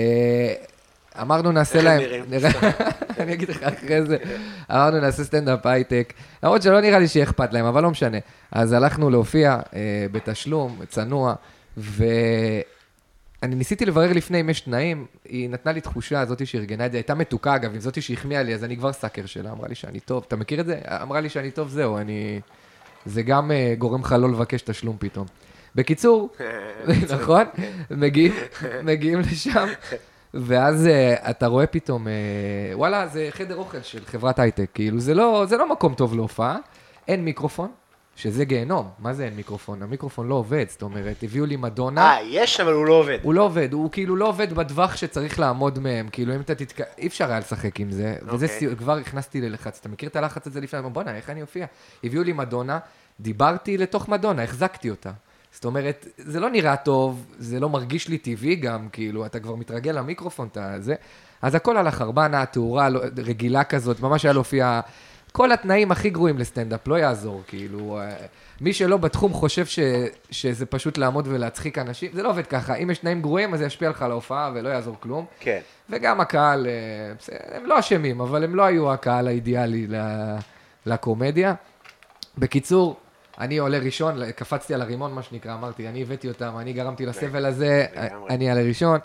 אמרנו נעשה להם, אני אגיד לך אחרי זה, אמרנו נעשה סטנדאפ הייטק, למרות שלא נראה לי שיהיה אכפת להם, אבל לא משנה. אז הלכנו להופיע בתשלום, צנוע, ואני ניסיתי לברר לפני אם יש תנאים, היא נתנה לי תחושה, זאתי שארגנה את זה, הייתה מתוקה אגב, אם זאתי שהחמיאה לי, אז אני כבר סאקר שלה, אמרה לי שאני טוב, אתה מכיר את זה? אמרה לי שאני טוב, זהו, זה גם גורם לך לא לבקש תשלום פתאום. בקיצור, נכון? מגיעים לשם. ואז אתה רואה פתאום, וואלה, זה חדר אוכל של חברת הייטק, כאילו, זה לא מקום טוב להופעה, אין מיקרופון, שזה גיהנום, מה זה אין מיקרופון? המיקרופון לא עובד, זאת אומרת, הביאו לי מדונה. יש, אבל הוא לא עובד. הוא לא עובד, הוא כאילו לא עובד בדווח שצריך לעמוד מהם, כאילו, אם אתה אי אפשר היה לשחק עם זה, וזה כבר הכנסתי ללחץ, אתה מכיר את הלחץ הזה לפני, בוא'נה, איך אני אופיע? הביאו לי מדונה, דיברתי לתוך מדונה, החזקתי אותה. זאת אומרת, זה לא נראה טוב, זה לא מרגיש לי טבעי גם, כאילו, אתה כבר מתרגל למיקרופון, אז הכל על החרבנה, תאורה רגילה כזאת, ממש היה להופיע, כל התנאים הכי גרועים לסטנדאפ, לא יעזור, כאילו, מי שלא בתחום חושב שזה פשוט לעמוד ולהצחיק אנשים, זה לא עובד ככה, אם יש תנאים גרועים, אז זה ישפיע לך על ההופעה ולא יעזור כלום. כן. וגם הקהל, הם לא אשמים, אבל הם לא היו הקהל האידיאלי לקומדיה. בקיצור, אני עולה ראשון, קפצתי על הרימון, מה שנקרא, אמרתי, אני הבאתי אותם, אני גרמתי לסבל הזה, אני עלה ראשון.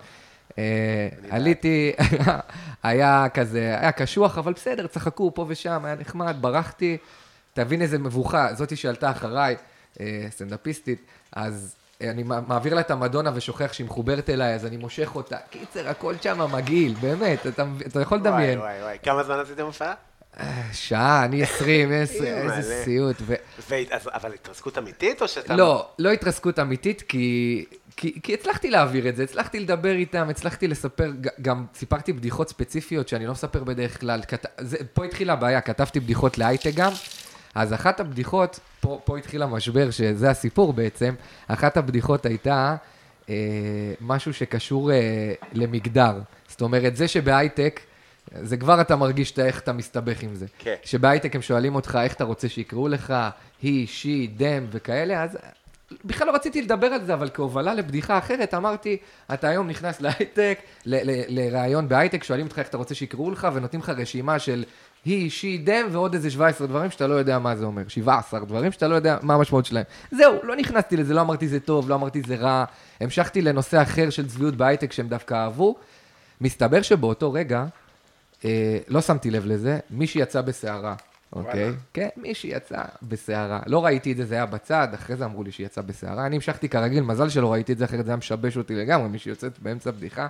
עליתי, היה כזה, היה קשוח, אבל בסדר, צחקו פה ושם, היה נחמד, ברחתי, תבין איזה מבוכה, זאתי שעלתה אחריי, סטנדאפיסטית, אז אני מעביר לה את המדונה ושוכח שהיא מחוברת אליי, אז אני מושך אותה. קיצר, הכל שם מגעיל, באמת, אתה יכול לדמיין. וואי, כמה זמן עשיתם הופעה? שעה, אני 20, איזה סיוט. אבל התרסקות אמיתית או שאתה... לא התרסקות אמיתית, כי הצלחתי להעביר את זה, הצלחתי לדבר איתם, הצלחתי לספר, גם סיפרתי בדיחות ספציפיות שאני לא מספר בדרך כלל. פה התחילה הבעיה, כתבתי בדיחות להייטק גם, אז אחת הבדיחות, פה התחיל המשבר, שזה הסיפור בעצם, אחת הבדיחות הייתה משהו שקשור למגדר. זאת אומרת, זה שבהייטק, זה כבר אתה מרגיש איך אתה מסתבך עם זה. כן. שבהייטק הם שואלים אותך איך אתה רוצה שיקראו לך, היא, שי, דם וכאלה, אז בכלל לא רציתי לדבר על זה, אבל כהובלה לבדיחה אחרת, אמרתי, אתה היום נכנס להייטק, לרעיון בהייטק, שואלים אותך איך אתה רוצה שיקראו לך, ונותנים לך רשימה של היא, שי, דם, ועוד איזה 17 דברים שאתה לא יודע מה זה אומר, 17 דברים שאתה לא יודע מה המשמעות שלהם. זהו, לא נכנסתי לזה, לא אמרתי זה טוב, לא אמרתי זה רע, המשכתי לנושא אחר של צביעות בהייטק שהם דווקא אהבו. מסתבר שבאותו רגע, לא שמתי לב לזה, מישהי יצא בסערה, אוקיי? כן, מישהי יצא בסערה. לא ראיתי את זה, זה היה בצד, אחרי זה אמרו לי שהיא יצאה בסערה. אני המשכתי כרגיל, מזל שלא ראיתי את זה, אחרת זה היה משבש אותי לגמרי, מישהי יוצאת באמצע בדיחה.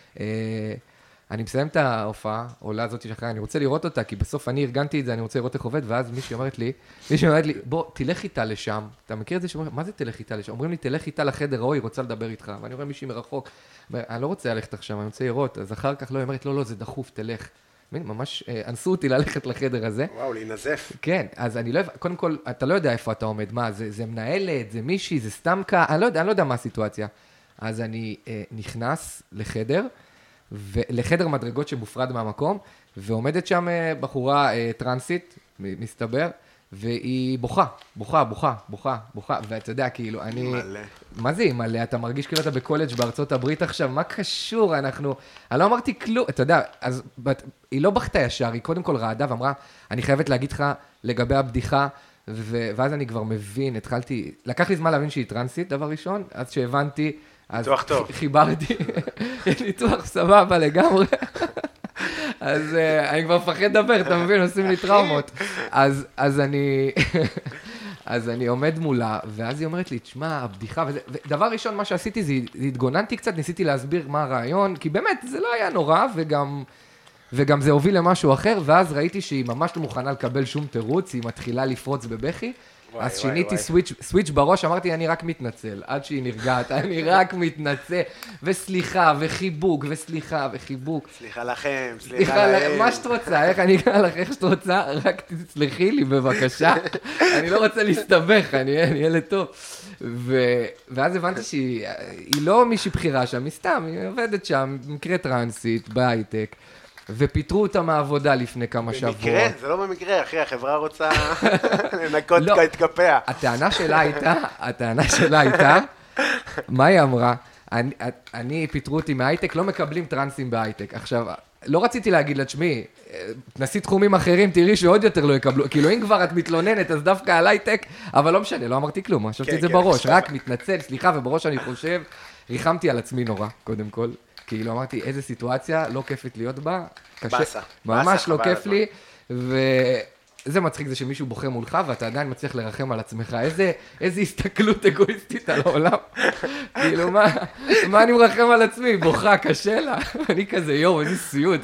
אני מסיים את ההופעה, עולה הזאת שאחרי, אני רוצה לראות אותה, כי בסוף אני ארגנתי את זה, אני רוצה לראות איך עובד, ואז מישהי אומרת לי, בוא, תלך איתה לשם. אתה מכיר את זה שאומרים, מה זה תלך איתה לשם? אומרים לי, תלך איתה לחדר, היא רוצה לדבר איתך. ואני רואה מישהי מרחוק, אני לא רוצה ללכת עכשיו, אני רוצה לראות. אז אחר כך לא, היא אומרת, לא, זה דחוף, תלך. ממש אנסו אותי ללכת לחדר הזה. וואו, להינזף. כן, אז אני לא, קודם כל, אתה לא יודע איפה אתה עומד, מה, זה מנהלת, זה מישהי, זה סתם אני לא יודע מה הסיטואציה. אז אני נכנס לחדר, לחדר מדרגות שמופרד מהמקום, ועומדת שם בחורה טרנסית, מסתבר, והיא בוכה, ואתה יודע, כאילו, אני... מלא. מה זה היא מלא? אתה מרגיש כאילו אתה בקולג' בארצות הברית עכשיו, מה קשור? אני לא אמרתי כלום, אתה יודע, אז היא לא בכתה ישר, היא קודם כל רעדה ואמרה, אני חייבת להגיד לך לגבי הבדיחה, ואז אני כבר מבין, לקח לי זמן להבין שהיא טרנסית, דבר ראשון, אז שהבנתי, אז חיברתי, ניתוח סבבה לגמרי. אז אני כבר מפחד לדבר, אתה מבין, עושים לי טראומות. אז אני עומד מולה, ואז היא אומרת לי, תשמע, הבדיחה וזה, ודבר ראשון, מה שעשיתי זה, התגוננתי קצת, ניסיתי להסביר מה הרעיון, כי באמת, זה לא היה נורא, וגם זה הוביל למשהו אחר, ואז ראיתי שהיא ממש לא מוכנה לקבל שום תירוץ, היא מתחילה לפרוץ בבכי, אז שיניתי סוויץ' בראש, אמרתי, אני רק מתנצל, עד שהיא נרגעת, אני רק מתנצל, וסליחה, וחיבוק, וסליחה, וחיבוק. סליחה לכם, סליחה להם. מה שאת רוצה, איך אני אקרא לך, איך שאת רוצה, רק תסלחי לי, בבקשה. אני לא רוצה להסתבך, אני ילד טוב. ואז הבנתי שהיא לא מישהי בחירה שם, היא סתם, היא עובדת שם, מקרה טרנסית, בהייטק. ופיטרו אותה מהעבודה לפני כמה שבועות. במקרה? זה לא במקרה, אחי, החברה רוצה לנקות את כפיה. הטענה שלה הייתה, מה היא אמרה? אני פיטרו אותי מההייטק, לא מקבלים טרנסים בהייטק. עכשיו, לא רציתי להגיד לה, תשמעי, תנסי תחומים אחרים, תראי שעוד יותר לא יקבלו. כאילו, אם כבר את מתלוננת, אז דווקא על הייטק, אבל לא משנה, לא אמרתי כלום, חשבתי את זה בראש, רק מתנצל, סליחה, ובראש אני חושב, ריחמתי על עצמי נורא, קודם כל. כאילו אמרתי, איזה סיטואציה, לא כיפית להיות בה, קשה, ממש לא כיף לי, וזה מצחיק זה שמישהו בוחר מולך, ואתה עדיין מצליח לרחם על עצמך, איזה הסתכלות אגואיסטית על העולם, כאילו מה אני מרחם על עצמי, בוכה, קשה לה, אני כזה, יואו, איזה סיוט,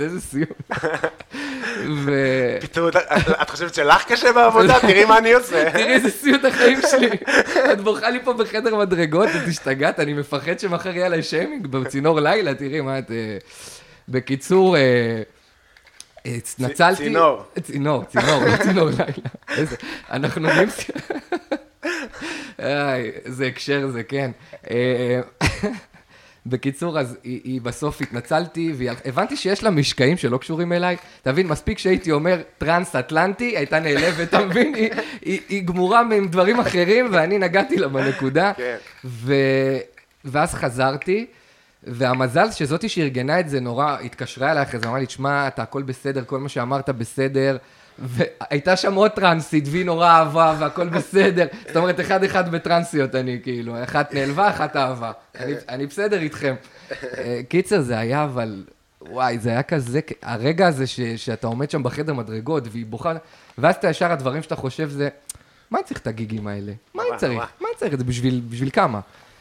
את חושבת שלך קשה בעבודה? תראי מה אני עושה. תראי איזה סיוט החיים שלי. את בוכה לי פה בחדר מדרגות, את השתגעת, אני מפחד שמחר יהיה עליי שיימינג בצינור לילה, תראי מה את... בקיצור, התנצלתי... צינור, לא צינור לילה. אנחנו נוגעים... זה הקשר, זה כן. בקיצור, אז היא בסוף התנצלתי, והבנתי שיש לה משקעים שלא קשורים אליי. תבין, מספיק שהייתי אומר טרנס-אטלנטי, הייתה נעלבת, אתה מבין? היא גמורה עם דברים אחרים, ואני נגעתי לה בנקודה. ואז חזרתי, והמזל שזאתי שארגנה את זה נורא, התקשרה אליי אחרי זה, אמרה לי, תשמע, אתה הכל בסדר, כל מה שאמרת בסדר, והייתה שם עוד טרנסית, והיא נורא אהבה, והכל בסדר. זאת אומרת, אחד בטרנסיות אני, כאילו, אחת נעלבה, אחת אהבה. אני בסדר איתכם. קיצר, זה היה, אבל, וואי, זה היה כזה, הרגע הזה שאתה עומד שם בחדר מדרגות, והיא בוכה, ואז אתה ישר הדברים שאתה חושב זה, מה צריך את הגיגים האלה? מה אני צריך? מה אני צריך את זה? בשביל כמה?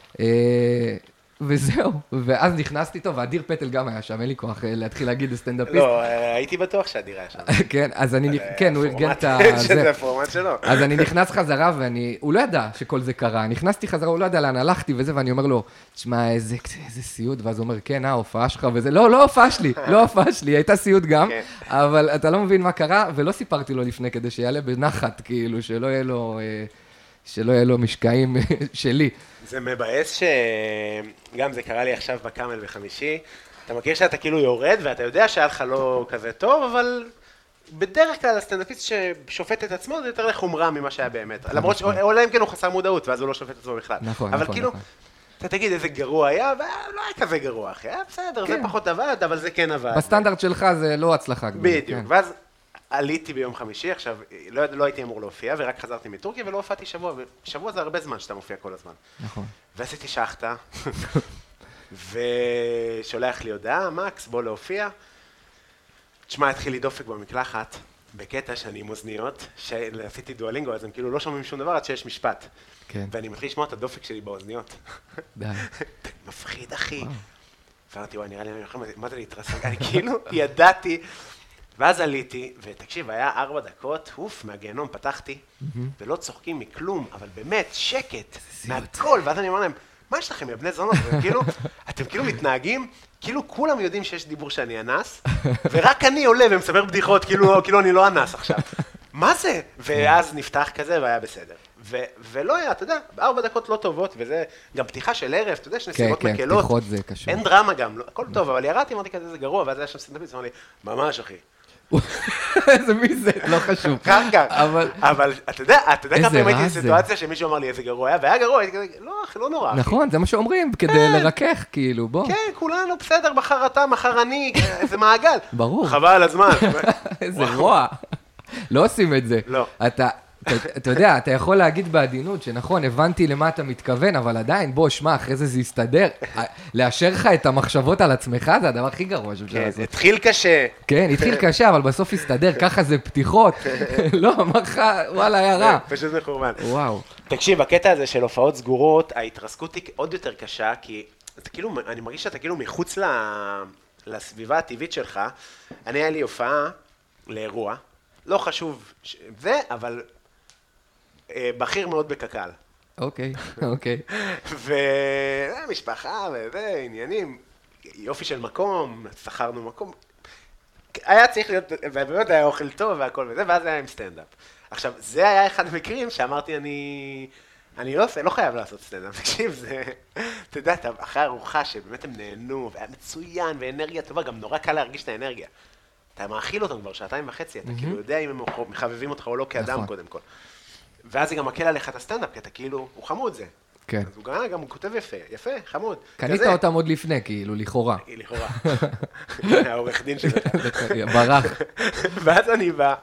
וזהו, ואז נכנסתי טוב, ואדיר פטל גם היה שם, אין לי כוח להתחיל להגיד הסטנדאפיסט. לא, הייתי בטוח שאדיר היה שם. כן, אז כן, הוא ארגן את שזה הפורמט שלו. אז אני נכנס חזרה, הוא לא ידע שכל זה קרה, נכנסתי חזרה, הוא לא ידע לאן הלכתי וזה, ואני אומר לו, תשמע, איזה סיוט, ואז הוא אומר, כן, ההופעה שלך וזה, לא הופעה שלי, הייתה סיוט גם, אבל אתה לא מבין מה קרה, ולא סיפרתי לו לפני, כדי שיעלה בנחת, כאילו, שלא יהיה לו משקעים שלי. זה מבאס שגם זה קרה לי עכשיו בקאמל בחמישי, אתה מכיר שאתה כאילו יורד ואתה יודע שהיה לך לא כזה טוב, אבל בדרך כלל הסטנדאפיסט ששופט את עצמו זה יותר לחומרה ממה שהיה באמת. למרות שאולי אם כן הוא חסר מודעות ואז הוא לא שופט את עצמו בכלל. נכון. אבל כאילו, אתה תגיד איזה גרוע היה, ולא היה כזה גרוע אחי, היה בסדר, זה פחות עבד, אבל זה כן עבד. בסטנדרט שלך זה לא הצלחה גדולה. בדיוק, ואז עליתי ביום חמישי, עכשיו לא הייתי אמור להופיע ורק חזרתי מטורקיה ולא הופעתי שבוע, ושבוע זה הרבה זמן שאתה מופיע כל הזמן. נכון. ועשיתי שחטה, ושולח לי הודעה, מקס, בוא להופיע. תשמע, התחיל לי דופק במקלחת, בקטע שאני עם אוזניות, שעשיתי דואלינגו, אז הם כאילו לא שומעים שום דבר עד שיש משפט. כן. ואני מתחיל לשמוע את הדופק שלי באוזניות. די. מפחיד, אחי. ואמרתי, וואי, נראה לי, מה זה להתרסק? אני כאילו ידעתי. ואז עליתי, ותקשיב, היה 4 דקות, מהגיהנום פתחתי, ולא צוחקים מכלום, אבל באמת, שקט, מהכל, ואז אני אומר להם, מה יש לכם, יא בני זונות? אתם כאילו מתנהגים, כאילו כולם יודעים שיש דיבור שאני אנס, ורק אני עולה ומספר בדיחות, כאילו אני לא אנס עכשיו. מה זה? ואז נפתח כזה והיה בסדר. ולא היה, אתה יודע, 4 דקות לא טובות, וזה גם פתיחה של ערב, אתה יודע, יש נסיבות מקלות. כן, פתיחות זה קשור. אין דרמה גם, הכל טוב, אבל ירדתי, אמרתי כזה, זה גרוע, ואז היה שם סטנדאפיסט, אמר לי, ממש אחי. איזה מי זה, לא חשוב. קרקע, אבל אתה יודע כמה פעמים הייתי בסיטואציה שמישהו אמר לי איזה גרוע היה, והיה גרוע, הייתי כזה, לא אחי, לא נורא. נכון, זה מה שאומרים, כדי לרכך, כאילו, בוא. כן, כולנו בסדר, מחר אתה, מחר אני, איזה מעגל. ברור. חבל על הזמן. איזה רוע. לא עושים את זה. לא. אתה יודע, אתה יכול להגיד בעדינות שנכון, הבנתי למה אתה מתכוון, אבל עדיין, בוא, שמע, אחרי זה יסתדר. לאשר לך את המחשבות על עצמך, זה הדבר הכי גרוע שאפשר לעשות. כן, התחיל קשה. כן, התחיל קשה, אבל בסוף יסתדר, ככה זה פתיחות. לא, אמר לך, וואלה, היה רע. פשוט מחורבן. וואו. תקשיב, הקטע הזה של הופעות סגורות, ההתרסקות היא עוד יותר קשה, כי אני מרגיש שאתה כאילו מחוץ לסביבה הטבעית שלך. היה לי הופעה לאירוע, לא חשוב זה, אבל בכיר מאוד בקק"ל. אוקיי. ומשפחה וזה, עניינים, יופי של מקום, שכרנו מקום. היה צריך להיות, ובאמת היה אוכל טוב והכל וזה, ואז היה עם סטנדאפ. עכשיו, זה היה אחד המקרים שאמרתי, אני לא חייב לעשות סטנדאפ. תקשיב, זה, אתה יודע, אחרי ארוחה שבאמת הם נהנו, והיה מצוין, ואנרגיה טובה, גם נורא קל להרגיש את האנרגיה. אתה מאכיל אותם כבר 2.5 שעות, אתה כאילו יודע אם הם מחבבים אותך או לא כאדם קודם כל. ואז זה גם מקל עליך את הסטנדאפ, כי אתה כאילו, הוא חמוד זה. כן. אז הוא גם הוא כותב יפה, חמוד. קנית אותם עוד לפני, כאילו, לכאורה. לכאורה. העורך דין שלך. ברח. ואז אני בא,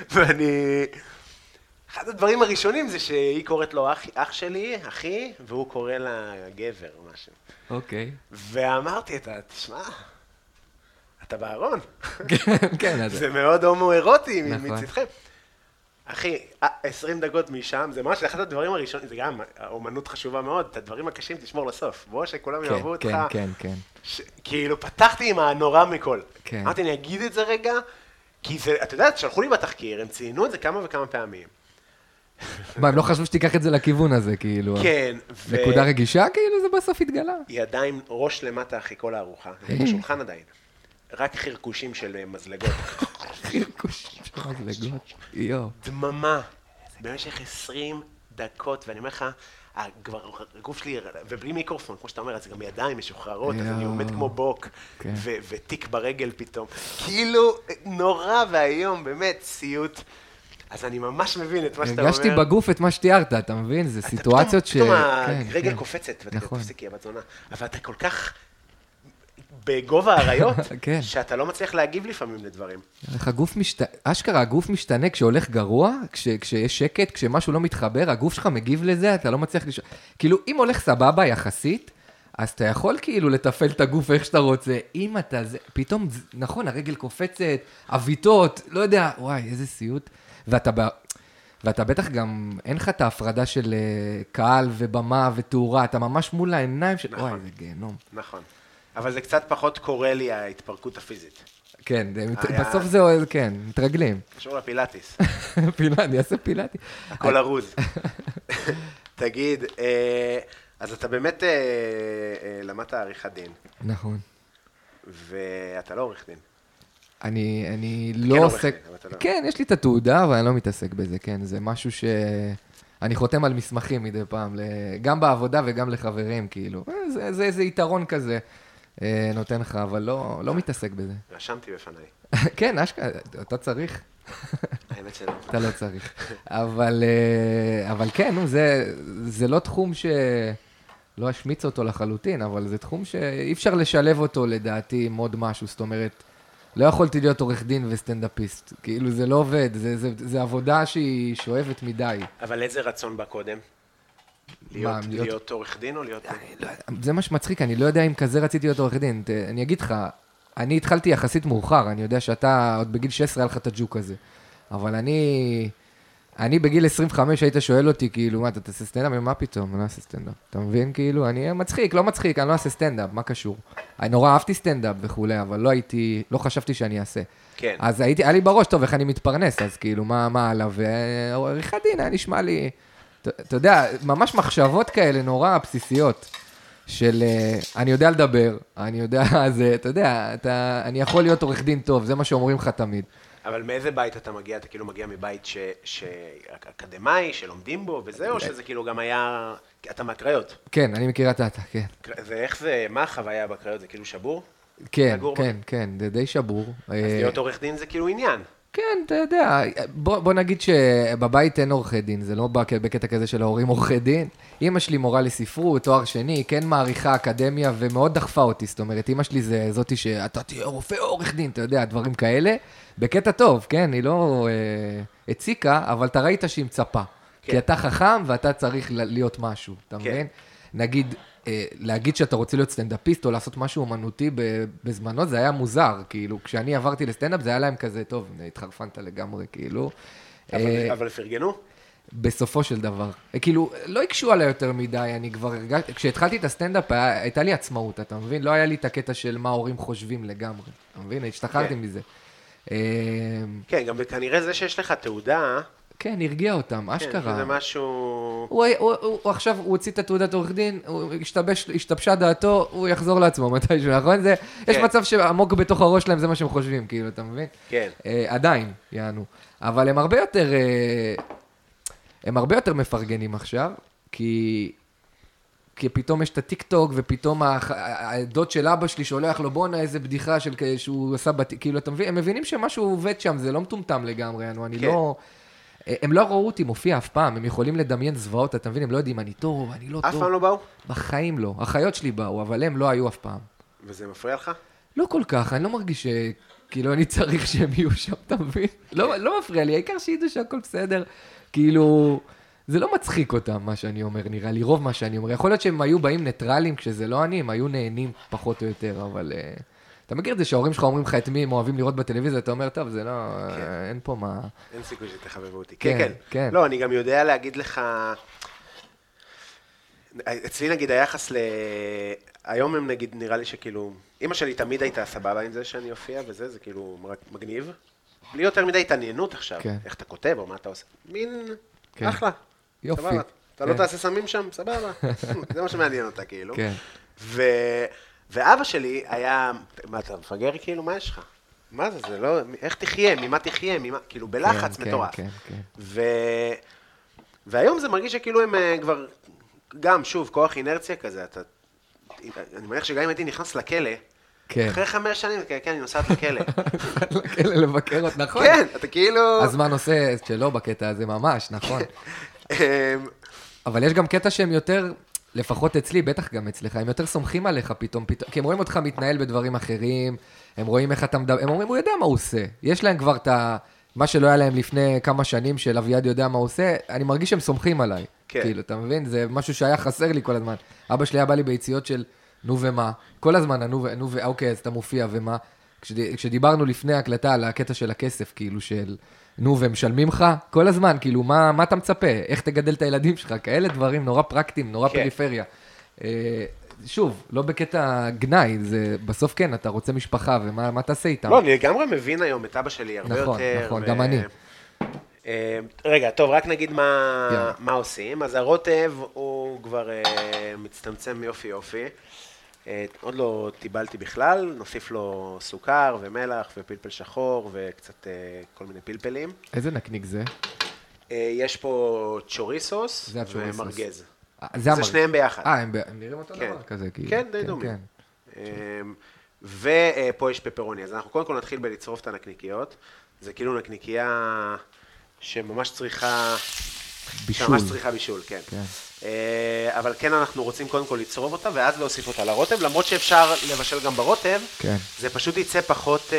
אחד הדברים הראשונים זה שהיא קוראת לו אח שלי, אחי, והוא קורא לה גבר או משהו. אוקיי. ואמרתי, תשמע, אתה בארון. כן. זה מאוד הומואירוטי מצדכם. אחי, 20 דקות משם, זה ממש אחד הדברים הראשונים, זה גם אומנות חשובה מאוד, את הדברים הקשים תשמור לסוף. בוא שכולם יאהבו אותך. כן. כאילו, פתחתי עם הנורא מכל. כן. אמרתי, אני אגיד את זה רגע, כי זה, אתה יודע, שלחו לי בתחקיר, הם ציינו את זה כמה וכמה פעמים. מה, הם לא חשבו שתיקח את זה לכיוון הזה, כאילו. כן. נקודה רגישה, כאילו, זה בסוף התגלה. היא עדיין ראש למטה אחי כל הארוחה, זה בשולחן עדיין. רק חרקושים של מזלגות. חרקושים של מזלגות, יו. דממה, במשך 20 דקות, ואני אומר לך, כבר הגוף שלי, ובלי מיקרופון, כמו שאתה אומר, אז גם ידיים משוחררות, אז אני עומד כמו בוק, ותיק ברגל פתאום. כאילו, נורא והיום, באמת, סיוט. אז אני ממש מבין את מה שאתה אומר. הרגשתי בגוף את מה שתיארת, אתה מבין? זה סיטואציות ש... פתאום הרגל קופצת, ואתה תפסיקי, הבת זונה. אבל אתה כל כך... בגובה האריות, כן. שאתה לא מצליח להגיב לפעמים לדברים. אשכרה, הגוף משתנה כשהולך גרוע, כשיש שקט, כשמשהו לא מתחבר, הגוף שלך מגיב לזה, אתה לא מצליח כאילו, אם הולך סבבה יחסית, אז אתה יכול כאילו לתפעל את הגוף איך שאתה רוצה. אם אתה זה, פתאום, נכון, הרגל קופצת, אביתות, לא יודע, וואי, איזה סיוט. ואתה בטח גם, אין לך את ההפרדה של קהל ובמה ותאורה, אתה ממש מול העיניים של, וואי, זה גיהנום. נכון. אבל זה קצת פחות קורה לי ההתפרקות הפיזית. כן, בסוף זה, כן, מתרגלים. קשור לפילאטיס. אני אעשה פילאטיס. הכל ארוז. תגיד, אז אתה באמת למדת עריכת דין. נכון. ואתה לא עורך דין. אני לא עוסק... כן, יש לי את התעודה, אבל אני לא מתעסק בזה, כן. זה משהו אני חותם על מסמכים מדי פעם, גם בעבודה וגם לחברים, כאילו. זה איזה יתרון כזה נותן לך, אבל לא מתעסק בזה. רשמתי בפניי. כן, אתה צריך. האמת שלא. אתה לא צריך. אבל כן, זה לא תחום לא אשמיץ אותו לחלוטין, אבל זה תחום שאי אפשר לשלב אותו לדעתי עם עוד משהו, זאת אומרת, לא יכולתי להיות עורך דין וסטנדאפיסט, כאילו זה לא עובד, זה עבודה שהיא שואבת מדי. אבל איזה רצון בא קודם? להיות עורך דין או להיות... זה מה שמצחיק, אני לא יודע אם כזה רציתי להיות עורך דין, אני אגיד לך, אני התחלתי יחסית מאוחר, אני יודע שאתה עוד בגיל 16 היה לך את הג'וק הזה, אבל אני בגיל 25 היית שואל אותי, כאילו, מה, אתה תעשה סטנדאפ? מה פתאום? אני לא אעשה סטנדאפ. אתה מבין? כאילו, אני מצחיק, לא מצחיק, אני לא אעשה סטנדאפ, מה קשור? אני נורא אהבתי סטנדאפ וכולי, אבל לא חשבתי שאני אעשה. כן. אז היה לי בראש, טוב, איך אני מתפרנס, אז כאילו, מה עליו? ועריכת דין, היה נשמע לי, אתה יודע, ממש מחשבות כאלה נורא בסיסיות, של אני יודע לדבר, אני יודע, אתה יודע, אני יכול להיות עורך דין טוב, זה מה שאומרים לך תמיד. אבל מאיזה בית אתה מגיע? אתה כאילו מגיע מבית אקדמאי, שלומדים בו וזה, או שזה כאילו גם היה... אתה מהקריות? כן, אני מכיר את אתה, כן. ואיך זה, מה החוויה בקריות? זה כאילו שבור? כן, זה די שבור. אז להיות עורך דין זה כאילו עניין. כן, אתה יודע, בוא נגיד שבבית אין עורכי דין, זה לא בקטע כזה של ההורים עורכי דין. אמא שלי מורה לספרות, תואר שני, כן מעריכה אקדמיה ומאוד דחפה אותי, זאת אומרת, אמא שלי זה זאתי שאתה תהיה רופא עורך דין, אתה יודע, דברים כאלה, בקטע טוב, כן, היא לא הציקה, אבל אתה ראית שהיא מצפה, כי אתה חכם ואתה צריך להיות משהו, אתה מבין? נגיד, להגיד שאתה רוצה להיות סטנדאפיסט או לעשות משהו אומנותי בזמנו, זה היה מוזר, כאילו, כשאני עברתי לסטנדאפ זה היה להם כזה, טוב, התחרפנת לגמרי, כאילו. אבל פרגנו? בסופו של דבר. כאילו, לא הקשו עליי יותר מדי, אני כבר הרגשתי, כשהתחלתי את הסטנדאפ, הייתה לי עצמאות, אתה מבין? לא היה לי את הקטע של מה ההורים חושבים לגמרי, אתה מבין? השתחררתי מזה. כן, גם כנראה זה שיש לך תעודה... כן, הרגיע אותם, אשכרה. כן, שזה משהו... הוא עכשיו, הוא הוציא את התעודת עורך דין, הוא השתבשה דעתו, הוא יחזור לעצמו מתישהו, נכון? יש מצב שעמוק בתוך הראש שלהם, זה מה שהם חושבים, כאילו, אתה מבין? כן. עדיין, יענו. אבל הם הרבה יותר מפרגנים עכשיו, כי פתאום יש את הטיק טוק, ופתאום הדוד של אבא שלי שולח לו, בונה איזה בדיחה שהוא עשה, כאילו, אתה מבין? הם מבינים שמשהו עובד שם, זה לא מטומטם לגמרי, אני לא... הם לא ראו אותי מופיע אף פעם, הם יכולים לדמיין זוועות, אתה מבין? הם לא יודעים, אני טוב, אני לא טוב. אף פעם לא באו? בחיים לא. החיות שלי באו, אבל הם לא היו אף פעם. וזה מפריע לך? לא כל כך, אני לא מרגיש כאילו אני צריך שהם יהיו שם, אתה מבין? לא מפריע לי, העיקר שידעו שהכל בסדר. כאילו, זה לא מצחיק אותם, מה שאני אומר, נראה לי, רוב מה שאני אומר. יכול להיות שהם היו באים ניטרלים כשזה לא אני, הם היו נהנים פחות או יותר, אבל... אתה מכיר את זה שההורים שלך אומרים לך את מי הם אוהבים לראות בטלוויזיה, אתה אומר, טוב, זה לא, אין פה מה... אין סיכוי שתחבבו אותי. כן, כן. לא, אני גם יודע להגיד לך... אצלי נגיד היחס ל... היום הם נגיד, נראה לי שכאילו... אמא שלי תמיד הייתה סבבה עם זה שאני אופיע וזה, זה כאילו מגניב. בלי יותר מדי התעניינות עכשיו, איך אתה כותב או מה אתה עושה. מין אחלה. יופי. אתה לא תעשה סמים שם, סבבה. זה מה שמעניין אותה כאילו. ואבא שלי היה, מה אתה מפגר כאילו, מה יש לך? מה זה, זה לא, איך תחיה, ממה תחיה, כאילו בלחץ מטורף. והיום זה מרגיש שכאילו הם כבר, גם שוב, כוח אינרציה כזה, אני מניח שגם אם הייתי נכנס לכלא, אחרי 5 שנים, כן, אני נוסעת לכלא. לכלא לבקר אותה, נכון? כן, אתה כאילו... הזמן עושה שלא בקטע הזה ממש, נכון. אבל יש גם קטע שהם יותר... לפחות אצלי, בטח גם אצלך, הם יותר סומכים עליך פתאום, כי הם רואים אותך מתנהל בדברים אחרים, הם רואים איך אתה מדבר, הם אומרים, הוא יודע מה הוא עושה. יש להם כבר את מה שלא היה להם לפני כמה שנים, של אביעד יודע מה הוא עושה, אני מרגיש שהם סומכים עליי. כן. כאילו, אתה מבין? זה משהו שהיה חסר לי כל הזמן. אבא שלי היה בא לי ביציאות של נו ומה, כל הזמן, אוקיי, אז אתה מופיע ומה. כשדיברנו לפני ההקלטה על הקטע של הכסף, כאילו של נו ומשלמים לך, כל הזמן, כאילו, מה אתה מצפה? איך תגדל את הילדים שלך? כאלה דברים נורא פרקטיים, נורא פריפריה. שוב, לא בקטע גנאי, זה בסוף כן, אתה רוצה משפחה, ומה תעשה איתם? לא, אני לגמרי מבין היום את אבא שלי הרבה יותר. נכון, גם אני. רגע, טוב, רק נגיד מה עושים. אז הרוטב הוא כבר מצטמצם יופי. עוד לא טיבלתי בכלל, נוסיף לו סוכר ומלח ופלפל שחור וקצת כל מיני פלפלים. איזה נקניק זה? יש פה צ'וריסוס ומרגז. זה שניהם ביחד. הם נראים אותו דבר כזה. כן, די דומים. ופה יש פפרוני. אז אנחנו קודם כל נתחיל בלצרוף את הנקניקיות. זה כאילו נקניקייה שממש צריכה בישול, כן. אבל כן אנחנו רוצים קודם כל לצרוב אותה, ואז להוסיף אותה לרוטב, למרות שאפשר לבשל גם ברוטב, זה פשוט יצא פחות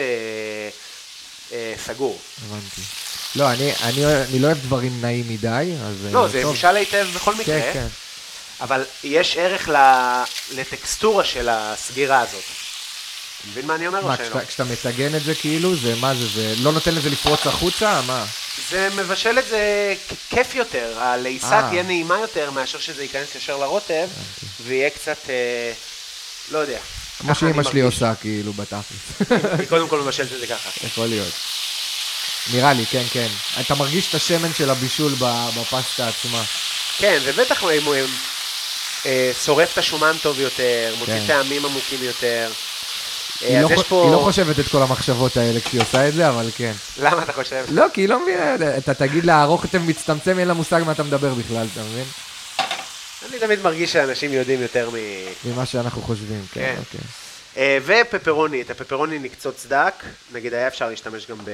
סגור. הבנתי. לא, אני לא אוהב דברים נעים מדי, אז... לא, זה מבושל היטב בכל מקרה, אבל יש ערך לטקסטורה של הסגירה הזאת. אתה מבין מה אני אומר? מה, כשאתה מטגן את זה כאילו, זה מה זה? זה לא נותן לזה לפרוץ החוצה? מה? זה מבשל את זה כיף יותר, הלעיסה תהיה נעימה יותר מאשר שזה ייכנס ישר לרוטב, ויהיה קצת, לא יודע. כמו שאמא שלי עושה כאילו בתכלס. היא קודם כל מבשלת את זה ככה. יכול להיות. נראה לי, כן, כן. אתה מרגיש את השמן של הבישול בפסטה עצמה. כן, ובטח אם הוא שורף את השומן טוב יותר, מוציא טעמים עמוקים יותר. היא לא חושבת את כל המחשבות האלה כשהיא עושה את זה, אבל כן. למה אתה חושב? לא, כי היא לא מבינה, אתה תגיד לה, ארוך אתם מצטמצם, אין לה מושג מה אתה מדבר בכלל, אתה מבין? אני תמיד מרגיש שאנשים יודעים יותר ממה שאנחנו חושבים, כן, אוקיי. ופפרוני, את הפפרוני נקצוץ דק, נגיד היה אפשר להשתמש גם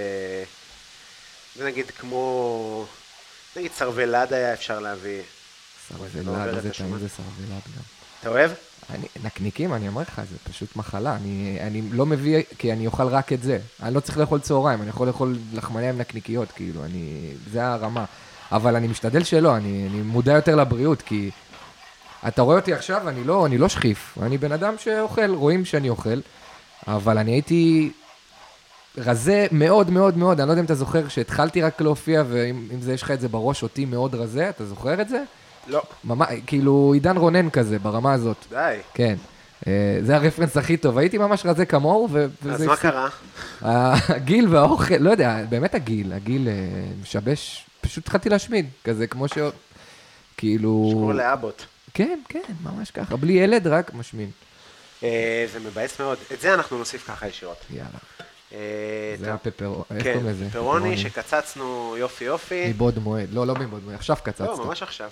זה נגיד כמו, נגיד סרבלד היה אפשר להביא. סרבלד, איזה טעים זה סרבלד גם. אתה אוהב? נקניקים, אני אומר לך, זה פשוט מחלה. אני לא מביא, כי אני אוכל רק את זה. אני לא צריך לאכול צהריים, אני יכול לאכול לחמניה עם נקניקיות, כאילו, זה הרמה. אבל אני משתדל שלא, אני מודע יותר לבריאות, כי אתה רואה אותי עכשיו, אני לא שחיף. אני בן אדם שאוכל, רואים שאני אוכל, אבל אני הייתי רזה מאוד מאוד מאוד, אני לא יודע אם אתה זוכר, שהתחלתי רק להופיע, ואם זה יש לך את זה בראש, אותי מאוד רזה, אתה זוכר את זה? לא. כאילו עידן רונן כזה, ברמה הזאת. די. כן. זה הרפרנס הכי טוב. הייתי ממש רזה כמוהו, אז מה קרה? הגיל והאוכל, לא יודע, באמת הגיל משבש, פשוט התחלתי להשמיד, כזה כמו כאילו... שקור לאבות. כן, כן, ממש ככה. בלי ילד, רק משמין. זה מבאס מאוד. את זה אנחנו נוסיף ככה ישירות. יאללה. זה הפפרוני. כן, פפרוני שקצצנו יופי. מבעוד מועד, לא מבעוד מועד, עכשיו קצצת. לא, ממש עכשיו.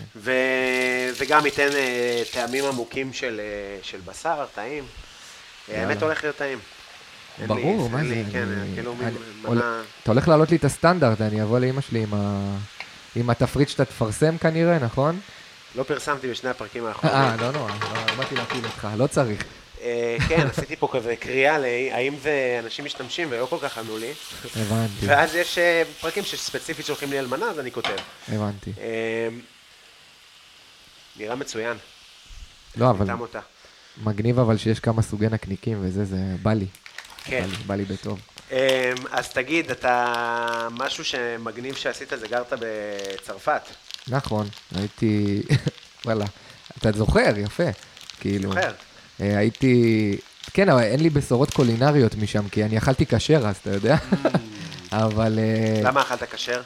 וזה גם ייתן טעמים עמוקים של בשר, טעים. האמת הולך להיות טעים. ברור, מה זה? כן, כאילו מנה... אתה הולך להעלות לי את הסטנדרט, אני אבוא לאמא שלי עם התפריט שאתה תפרסם כנראה, נכון? לא פרסמתי בשני הפרקים האחרונים. לא, באתי להפיל אותך, לא צריך. כן, עשיתי פה כזה קריאה האם זה אנשים משתמשים ולא כל כך ענו לי. הבנתי. ואז יש פרקים שספציפית שולחים לי על מנה, אז אני כותב. הבנתי. נראה מצוין. לא, אבל מגניב אבל שיש כמה סוגי נקניקים וזה, זה בא לי. כן. בא לי בטוב. אז תגיד, אתה משהו שמגניב שעשית זה גרת בצרפת. נכון, הייתי, וואלה, אתה זוכר, יפה. זוכר. הייתי, כן, אבל אין לי בשורות קולינריות משם, כי אני אכלתי כשר אז, אתה יודע? אבל... למה אכלת כשר?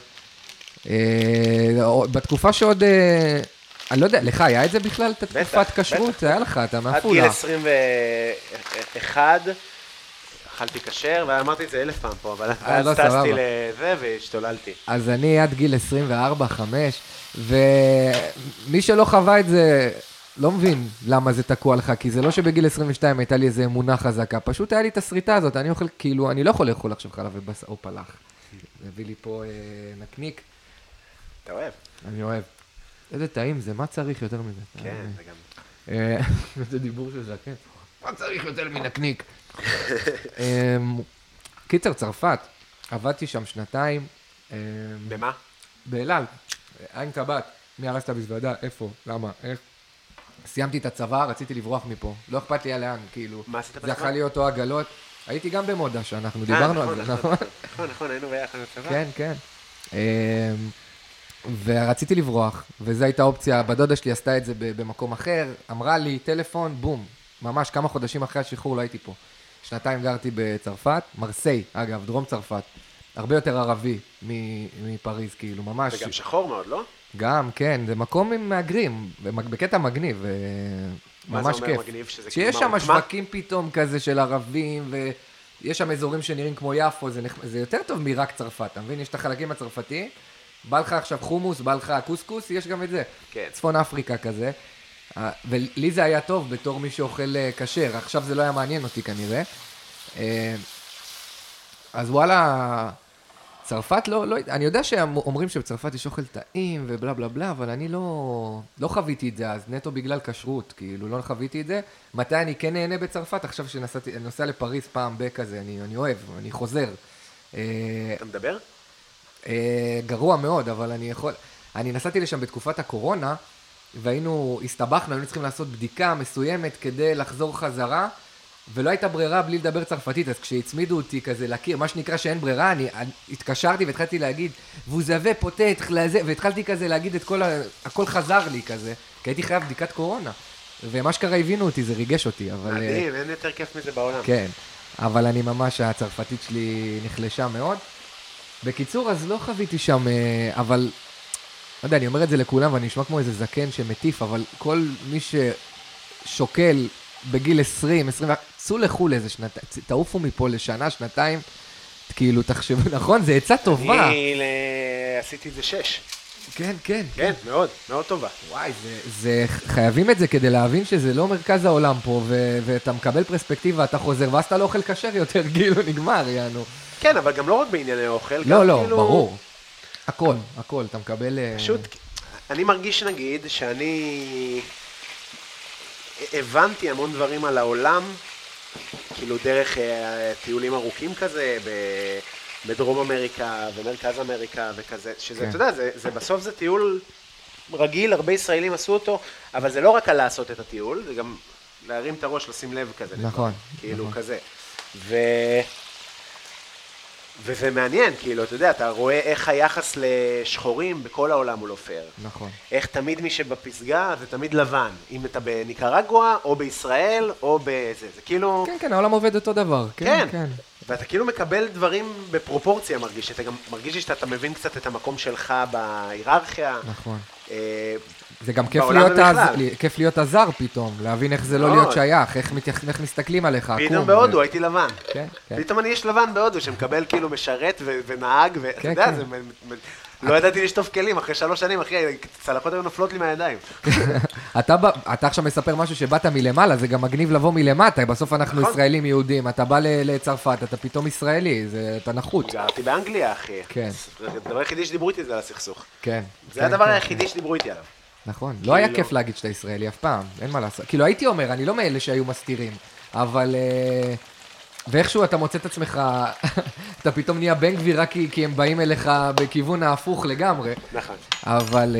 בתקופה שעוד, אני לא יודע, לך היה את זה בכלל, את תקופת כשרות? היה לך, אתה מעפולה. עד גיל 21, אכלתי כשר, ואמרתי את זה 1000 פעם פה, אבל אז טסתי לזה והשתוללתי. אז אני עד גיל 24-5, ומי שלא חווה את זה... לא מבין למה זה תקוע לך, כי זה לא שבגיל 22 הייתה לי איזו אמונה חזקה, פשוט היה לי את הסריטה הזאת, אני אוכל, כאילו, אני לא יכול לאכול עכשיו חלב ובשר או פלח. הביא לי פה נקניק. אתה אוהב? אני אוהב. איזה טעים זה, מה צריך יותר מזה? כן, זה גם... זה דיבור של זקן. מה צריך יותר מנקניק? קיצר, צרפת, עבדתי שם 2 במה? באלעל, עין קבת. מי הרס את המזוודה? איפה? למה? איך? סיימתי את הצבא, רציתי לברוח מפה. לא אכפת לי לאן, כאילו. מה עשית בצבא? זה יכול להיות או עגלות. הייתי גם במודה שאנחנו דיברנו על זה, נכון? נכון, היינו ביחד בצבא. כן, כן. ורציתי לברוח, וזו הייתה אופציה, בדודה שלי עשתה את זה במקום אחר, אמרה לי, טלפון, בום. ממש כמה חודשים אחרי השחרור לא הייתי פה. 2 גרתי בצרפת, מרסיי, אגב, דרום צרפת. הרבה יותר ערבי מפריז, כאילו, ממש. וגם שחור מאוד, לא? גם, כן, זה מקום עם מהגרים, בקטע מגניב, ממש כיף. מה זה אומר מגניב? שזה שיש שם שווקים פתאום כזה של ערבים, ויש שם אזורים שנראים כמו יפו, זה יותר טוב מרק צרפת, אתה מבין? יש את החלקים הצרפתיים, בא לך עכשיו חומוס, בא לך קוסקוס, יש גם את זה. כן. צפון אפריקה כזה. ולי זה היה טוב בתור מי שאוכל כשר, עכשיו זה לא היה מעניין אותי כנראה. אז וואלה, צרפת לא, אני יודע שאומרים שבצרפת יש אוכל טעים ובלה בלה בלה, אבל אני לא חוויתי את זה אז, נטו בגלל כשרות, כאילו לא חוויתי את זה. מתי אני כן נהנה בצרפת? עכשיו שאני נוסע לפריז פעם בכזה, אני אוהב, אני חוזר. אתה מדבר? גרוע מאוד, אבל אני נסעתי לשם בתקופת הקורונה, הסתבכנו, היינו צריכים לעשות בדיקה מסוימת כדי לחזור חזרה, ולא הייתה ברירה בלי לדבר צרפתית, אז כשהצמידו אותי כזה להכיר, מה שנקרא שאין ברירה, אני התקשרתי והתחלתי להגיד, ווזווה פוטט, והתחלתי כזה להגיד את הכל חזר לי כזה, כי הייתי חייב בדיקת קורונה, ומה שקרה הבינו אותי, זה ריגש אותי, אבל... מדהים, אין יותר כיף מזה בעולם. כן, אבל אני ממש, הצרפתית שלי נחלשה מאוד. בקיצור, אז לא חוויתי שם, אבל, לא יודע, אני אומר את זה לכולם, ואני אשמע כמו איזה זקן שמטיף, אבל כל מי ששוקל בגיל 20, 21, צאו לחול איזה שנתיים, תעופו מפה לשנה, שנתיים, כאילו, תחשבו, נכון? זה עצה טובה. אני עשיתי את זה 6. כן, כן. כן, מאוד, מאוד טובה. וואי, חייבים את זה כדי להבין שזה לא מרכז העולם פה, ואתה מקבל פרספקטיבה, אתה חוזר, ואז אתה לא אוכל כשר יותר, כאילו, נגמר, יענו. כן, אבל גם לא רק בענייני אוכל. לא, ברור. הכל, אתה מקבל... פשוט, אני מרגיש נגיד שאני הבנתי המון דברים על העולם, כאילו דרך טיולים ארוכים כזה, בדרום אמריקה ומרכז אמריקה וכזה, שזה, אתה יודע, בסוף זה טיול רגיל, הרבה ישראלים עשו אותו, אבל זה לא רק על לעשות את הטיול, זה גם להרים את הראש, לשים לב כזה. נכון. כאילו כזה. וזה מעניין, כאילו, אתה יודע, אתה רואה איך היחס לשחורים בכל העולם הוא לא פייר. נכון. איך תמיד מי שבפסגה זה תמיד לבן, אם אתה בניקרגואה או בישראל או בזה, זה כאילו... כן, העולם עובד אותו דבר. כן. ואתה כאילו מקבל דברים בפרופורציה מרגיש, אתה גם מרגיש שאתה מבין קצת את המקום שלך בהיררכיה. נכון. זה גם כיף להיות הזר פתאום, להבין איך זה לא להיות שייך, איך מסתכלים עליך. פתאום בהודו הייתי לבן. כן. פתאום אני יש לבן בהודו שמקבל כאילו משרת ונהג, ואתה יודע, לא ידעתי לשטוף כלים, אחרי 3 שנים, אחי, צלחות היו נופלות לי מהידיים. אתה עכשיו מספר משהו שבאת מלמעלה, זה גם מגניב לבוא מלמטה, בסוף אנחנו ישראלים יהודים, אתה בא לצרפת, אתה פתאום ישראלי, אתה נחוץ. גרתי באנגליה, אחי. כן. הדבר היחידי שדיברו איתי זה על הסכסוך. כן. זה הדבר היחידי שדיברו איתי עליו. נכון, לא היה כיף להגיד שאתה ישראלי אף פעם, אין מה לעשות. כאילו הייתי אומר, אני לא מאלה שהיו מסתירים, אבל... ואיכשהו אתה מוצא את עצמך, אתה פתאום נהיה בן גביר רק כי הם באים אליך בכיוון ההפוך לגמרי. נכון. אבל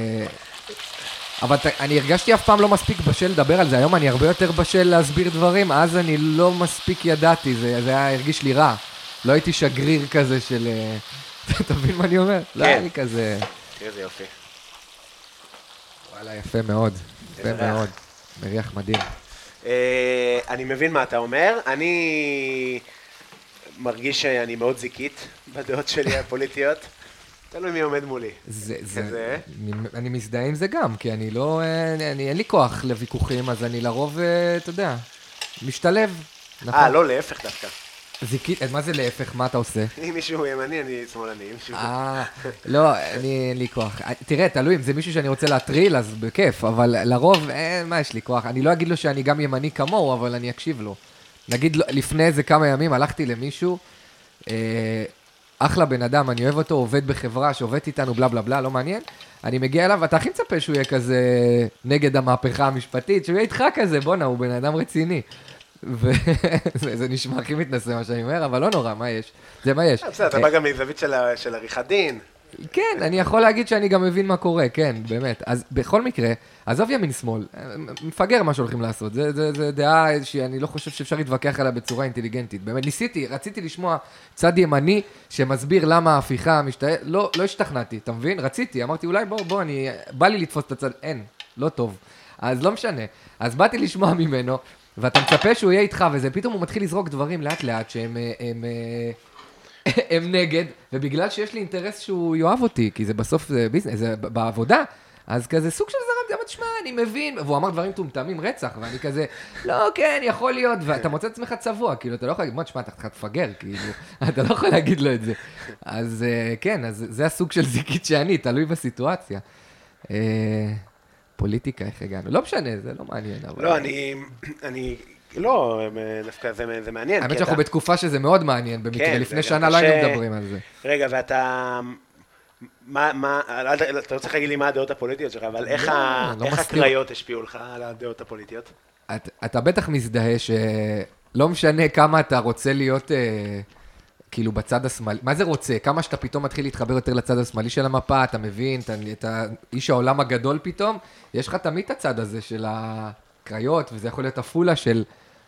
אני הרגשתי אף פעם לא מספיק בשל לדבר על זה, היום אני הרבה יותר בשל להסביר דברים, אז אני לא מספיק ידעתי, זה היה הרגיש לי רע. לא הייתי שגריר כזה של... אתה מבין מה אני אומר? לא היה לי כזה... תראה זה יופי. וואלה, יפה מאוד. יפה מאוד. מריח מדהים. אני מבין מה אתה אומר, אני מרגיש שאני מאוד זיקית בדעות שלי הפוליטיות, תלוי מי עומד מולי. אני מזדהה עם זה גם, כי אני לא, אין לי כוח לוויכוחים, אז אני לרוב, אתה יודע, משתלב. לא, להפך דווקא. זיקית, מה זה להפך? מה אתה עושה? אם מישהו ימני, אני שמאלני. לא, אין לי כוח. תראה, תלוי, אם זה מישהו שאני רוצה להטריל, אז בכיף, אבל לרוב, מה יש לי כוח? אני לא אגיד לו שאני גם ימני כמוהו, אבל אני אקשיב לו. נגיד, לפני איזה כמה ימים הלכתי למישהו, אחלה בן אדם, אני אוהב אותו, עובד בחברה, שעובד איתנו, בלה בלה בלה, לא מעניין. אני מגיע אליו, ואתה הכי מצפה שהוא יהיה כזה נגד המהפכה המשפטית, שהוא יהיה איתך כזה, בונה, הוא בן אדם רציני. וזה נשמע הכי מתנשא מה שאני אומר, אבל לא נורא, מה יש? זה מה יש. בסדר, אתה בא גם מזווית של עריכת דין. כן, אני יכול להגיד שאני גם מבין מה קורה, כן, באמת. אז בכל מקרה, עזוב ימין שמאל, מפגר מה שהולכים לעשות, זה דעה שאני לא חושב שאפשר להתווכח עליה בצורה אינטליגנטית. באמת, רציתי לשמוע צד ימני שמסביר למה ההפיכה לא השתכנעתי, אתה מבין? רציתי, אמרתי אולי בוא, בא לי לתפוס את הצד, אין, לא טוב. אז לא משנה. אז באתי לשמוע ממנו, ואתה מצפה שהוא יהיה איתך, וזה פתאום הוא מתחיל לזרוק דברים לאט לאט שהם הם נגד, ובגלל שיש לי אינטרס שהוא יאהב אותי, כי זה בסוף זה ביזנס, זה בעבודה, אז כזה סוג של זרם, גם תשמע, אני מבין, והוא אמר דברים טומטמים רצח, ואני כזה, לא, כן, יכול להיות, ואתה מוצא את עצמך צבוע, כאילו, אתה לא יכול להגיד, מה, תשמע, אתה תפגר, כאילו, אתה לא יכול להגיד לו את זה. אז כן, אז זה הסוג של זיקית שאני, תלוי בסיטואציה. פוליטיקה, איך הגענו? לא משנה, זה לא מעניין, אבל... לא, אני... לא, דווקא זה מעניין. האמת שאנחנו בתקופה שזה מאוד מעניין, במקרה, לפני שנה לא היינו מדברים על זה. רגע, ואתה... אתה לא צריך להגיד לי מה הדעות הפוליטיות שלך, אבל איך הקריות השפיעו לך על הדעות הפוליטיות? אתה בטח מזדהה שלא משנה כמה אתה רוצה להיות כאילו בצד השמאלי, מה זה רוצה? כמה שאתה פתאום מתחיל להתחבר יותר לצד השמאלי של המפה, אתה מבין, אתה איש העולם הגדול פתאום, יש לך תמיד את הצד הזה של הקריות, וזה יכול להיות אפולה של...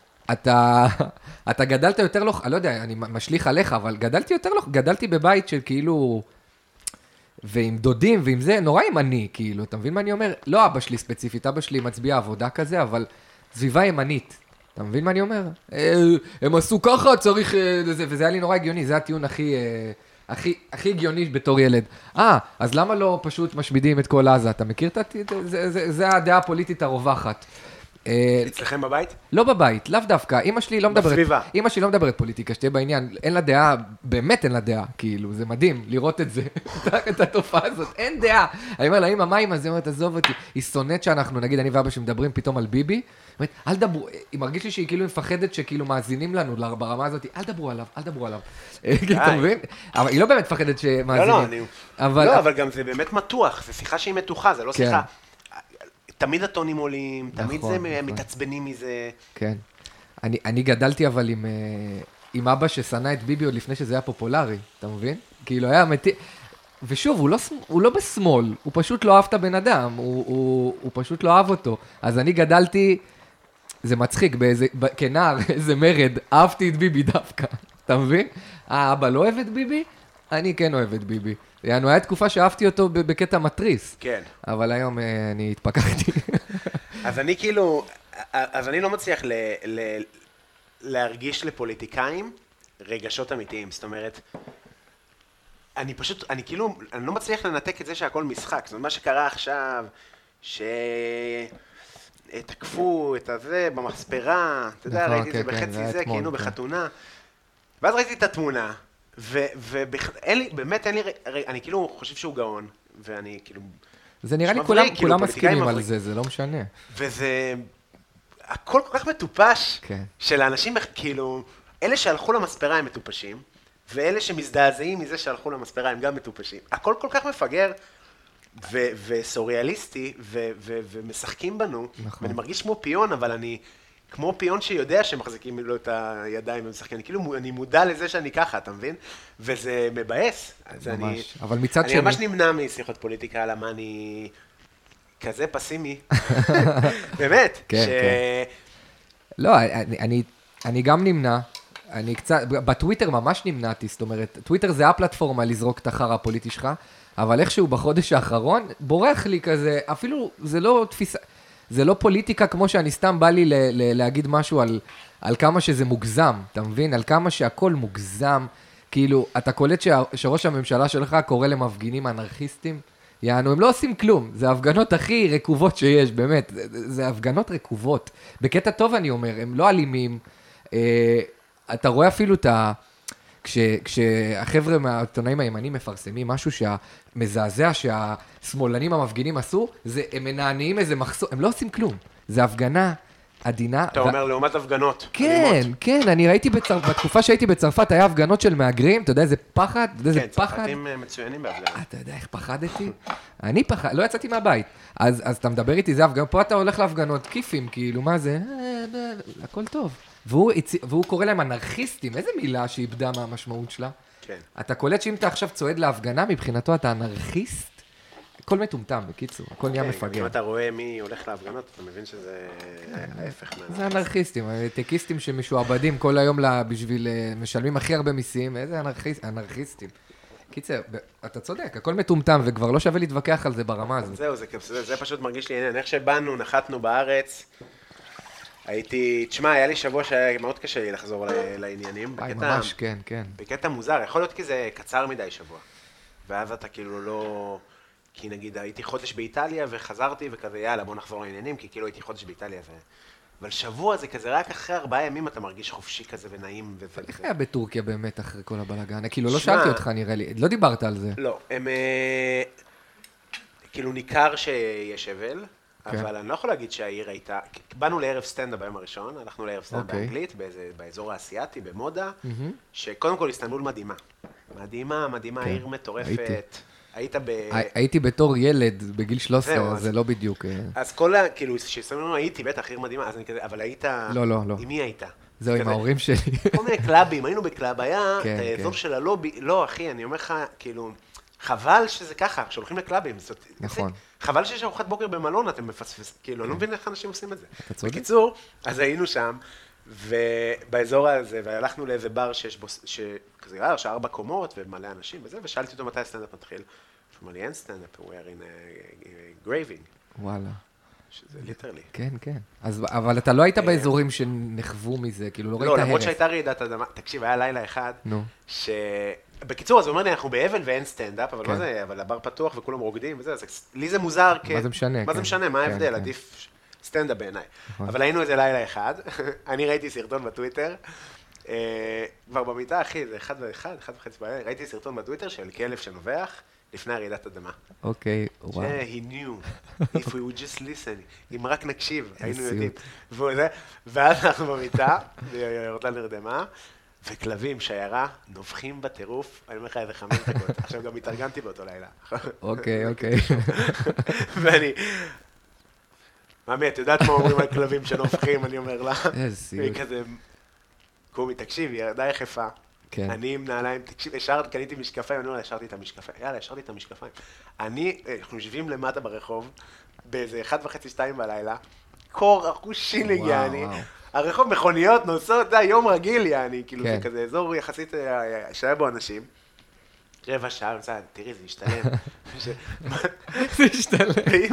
אתה גדלת יותר לא, אני לא יודע, אני משליך עליך, אבל גדלתי בבית של כאילו, ועם דודים ועם זה, נורא ימני, כאילו, אתה מבין מה אני אומר? לא אבא שלי ספציפית, אבא שלי מצביע עבודה כזה, אבל סביבה ימנית, אתה מבין מה אני אומר? הם עשו ככה, צריך, וזה היה לי נורא הגיוני, זה הטיעון הכי הגיוני בתור ילד. אז למה לא פשוט משמידים את כל עזה? אתה מכיר זה הדעה הפוליטית הרווחת. אצלכם בבית? לא בבית, לאו דווקא. אמא שלי לא מדברת פוליטיקה, שתהיה בעניין. אין לה דעה, באמת אין לה דעה. כאילו, זה מדהים לראות את זה, את התופעה הזאת. אין דעה. אני אומר לה, אמא, מה אמא? זה אומרת, עזוב אותי. היא שונאת שאנחנו, נגיד, אני ואבא שמדברים פתאום על ביבי. אומרת, אל דברו, היא מרגיש לי שהיא כאילו מפחדת שכאילו מאזינים לנו ברמה הזאת. אל דברו עליו. אתה מבין? אבל היא לא באמת מפחדת שמאזינים. לא, אבל גם זה באמת מתוח. זה שיחה שהיא מתוחה, זה לא שיחה. תמיד הטונים עולים, תמיד זה מתעצבנים מזה. כן. אני גדלתי אבל עם אבא ששנא את ביבי עוד לפני שזה היה פופולרי, אתה מבין? כאילו היה ושוב, הוא לא בשמאל, הוא פשוט לא אהב את הבן אדם, הוא פשוט לא אהב אותו. אז אני גדלתי, זה מצחיק, כנער, איזה מרד, אהבתי את ביבי דווקא, אתה מבין? אבא לא אוהב את ביבי? אני כן אוהב את ביבי. היה תקופה שאהבתי אותו בקטע מטריס. כן. אבל היום אני התפקחתי. אז אני כאילו, אני לא מצליח להרגיש לפוליטיקאים רגשות אמיתיים. זאת אומרת, אני לא מצליח לנתק את זה שהכל משחק. זאת אומרת, מה שקרה עכשיו, שתקפו את הזה במספרה, אתה יודע, ראיתי את זה בחצי זה, כאילו בחתונה. ואז ראיתי את התמונה. באמת אין לי, אני כאילו חושב שהוא גאון, ואני כאילו... זה נראה לי כולם מסכימים על זה, זה לא משנה. וזה... הכל כל כך מטופש, של האנשים, כאילו, אלה שהלכו למספרה הם מטופשים, ואלה שמזדעזעים מזה שהלכו למספרה הם גם מטופשים. הכל כל כך מפגר, וסוריאליסטי, ומשחקים בנו, ואני מרגיש כמו פיון, אבל אני... כמו פיון שיודע שמחזיקים לו את הידיים ומשחקים, אני מודע לזה שאני ככה, אתה מבין? וזה מבאס. ממש, אבל מצד שני... אני ממש נמנע משיחות פוליטיקה, למה אני כזה פסימי. באמת. כן, כן. לא, אני גם נמנע, אני קצת, בטוויטר ממש נמנעתי, זאת אומרת, טוויטר זה הפלטפורמה לזרוק את החרא הפוליטי שלך, אבל איכשהו בחודש האחרון, בורח לי כזה, אפילו זה לא תפיסה... זה לא פוליטיקה כמו שאני סתם בא לי להגיד משהו על כמה שזה מוגזם, אתה מבין? על כמה שהכל מוגזם, כאילו, אתה קולט שראש הממשלה שלך קורא למפגינים אנרכיסטים, יענו, הם לא עושים כלום, זה ההפגנות הכי רקובות שיש, באמת, זה הפגנות רקובות, בקטע טוב אני אומר, הם לא אלימים, אתה רואה אפילו את ה... כשהחבר'ה מהעיתונאים הימנים מפרסמים משהו שהמזעזע שהשמאלנים המפגינים עשו, הם מנענעים איזה מחסום, הם לא עושים כלום. זה הפגנה עדינה. אתה אומר, לעומת הפגנות. כן, כן, אני ראיתי בתקופה שהייתי בצרפת, היה הפגנות של מהגרים, אתה יודע איזה פחד, אתה יודע איזה פחד. כן, צרפתים מצוינים בהפגנות. אתה יודע איך פחדתי? אני לא יצאתי מהבית. אז אתה מדבר איתי, זה הפגנות, פה אתה הולך להפגנות, כיפים, כאילו, מה זה? הכל טוב. והוא קורא להם אנרכיסטים, איזה מילה שאיבדה מהמשמעות שלה? כן. אתה קולט שאם אתה עכשיו צועד להפגנה, מבחינתו אתה אנרכיסט? הכל מטומטם, בקיצור, הכל נהיה מפגר. אם אתה רואה מי הולך להפגנות, אתה מבין שזה ההפך מהאנרכיסטים. זה אנרכיסטים, טקיסטים שמשועבדים כל היום בשביל, משלמים הכי הרבה מיסים, איזה אנרכיסטים. קיצר, אתה צודק, הכל מטומטם, וכבר לא שווה להתווכח על זה ברמה הזאת. זהו, זה פשוט מרגיש לי עניין. איך שבאנו, נחתנו בארץ, תשמע, היה לי שבוע שהיה מאוד קשה לי לחזור לעניינים. ממש, כן, כן. בקטע מוזר, יכול להיות כי זה קצר מדי שבוע. ואז אתה כאילו לא... כי נגיד הייתי חודש באיטליה וחזרתי וכזה, יאללה, בוא נחזור לעניינים, כי כאילו הייתי חודש באיטליה אבל שבוע זה כזה, רק אחרי 4 ימים אתה מרגיש חופשי כזה ונעים איך היה בטורקיה באמת אחרי כל הבלגן? כאילו לא שאלתי אותך נראה לי, לא דיברת על זה. לא, הם... כאילו ניכר שיש אבל, אבל אני לא יכול להגיד שהעיר הייתה... באנו לערב סטנדאפ ביום הראשון, הלכנו לערב סטנדאפ באנגלית, באזור האסייתי, במודה, שקודם כל הסתנבול מדהימה. מדהימה, עיר מטורפת. הייתי בתור ילד בגיל 13, זה לא בדיוק... אז כל כאילו, כשסתנו הייתי בטח עיר מדהימה, אז אני כזה, אבל היית... לא. עם מי היית? זהו, עם ההורים שלי. כל מיני קלאבים, היינו בקלאב, היה את האזור של הלובי, לא אחי, אני אומר לך, כאילו, חבל שזה ככה, כשהולכים לקלאבים, נכון. חבל שיש ארוחת בוקר במלון, אתם מפספסים, כאילו, אני לא מבין איך אנשים עושים את זה. אתה צודק. בקיצור, אז היינו שם, ובאזור הזה, והלכנו לאיזה בר שיש בו, שכזה רער, 4 קומות ומלא אנשים וזה, ושאלתי אותו מתי הסטנדאפ מתחיל. הוא אמר לי, אין סטנדאפ, we are in graving. וואלה. שזה ליטרלי. כן, כן. אבל אתה לא היית באזורים שנחוו מזה, כאילו לא ראית הרס. לא, למרות שהייתה רעידת אדמה, תקשיב, היה לילה אחד, בקיצור, אז הוא אומר לי, אנחנו באבל ואין סטנדאפ, אבל מה זה, אבל הבר פתוח וכולם רוקדים וזה, אז לי זה מוזר, מה זה משנה? מה זה משנה, מה ההבדל? עדיף סטנדאפ בעיניי. אבל היינו איזה לילה אחד, אני ראיתי סרטון בטוויטר, כבר במיטה, אחי, זה 1:30 בלילה, ראיתי סרטון בטוויטר של כלב שנובח לפני הרעידת אדמה. אוקיי, וואו. He knew, if we would just listen, אם רק נקשיב, היינו יודעים. ואז אנחנו במיטה, ויורדלה נרדמה, וכלבים, שיירה, נובחים בטירוף, אני אומר לך איזה 5 דקות. עכשיו גם התארגנתי באותו לילה. אוקיי. ואני... מאמי, את יודעת מה אומרים על כלבים שנובחים, אני אומר לה? איזה סיוט. והיא כזה... קומי, תקשיב, היא ירדה יחפה. אני עם נעליים, תקשיב, קניתי משקפיים, אני אומר לה, השארתי את המשקפיים. יאללה, השארתי את המשקפיים. אנחנו יושבים למטה ברחוב, באיזה 1:30-2 בלילה, קור אחושין יעני. הרחוב מכוניות נוסעות, זה יום רגיל יעני, כאילו זה כזה אזור יחסית שהיה בו אנשים. 15 שעה, תראי, זה השתלם. זה השתלם.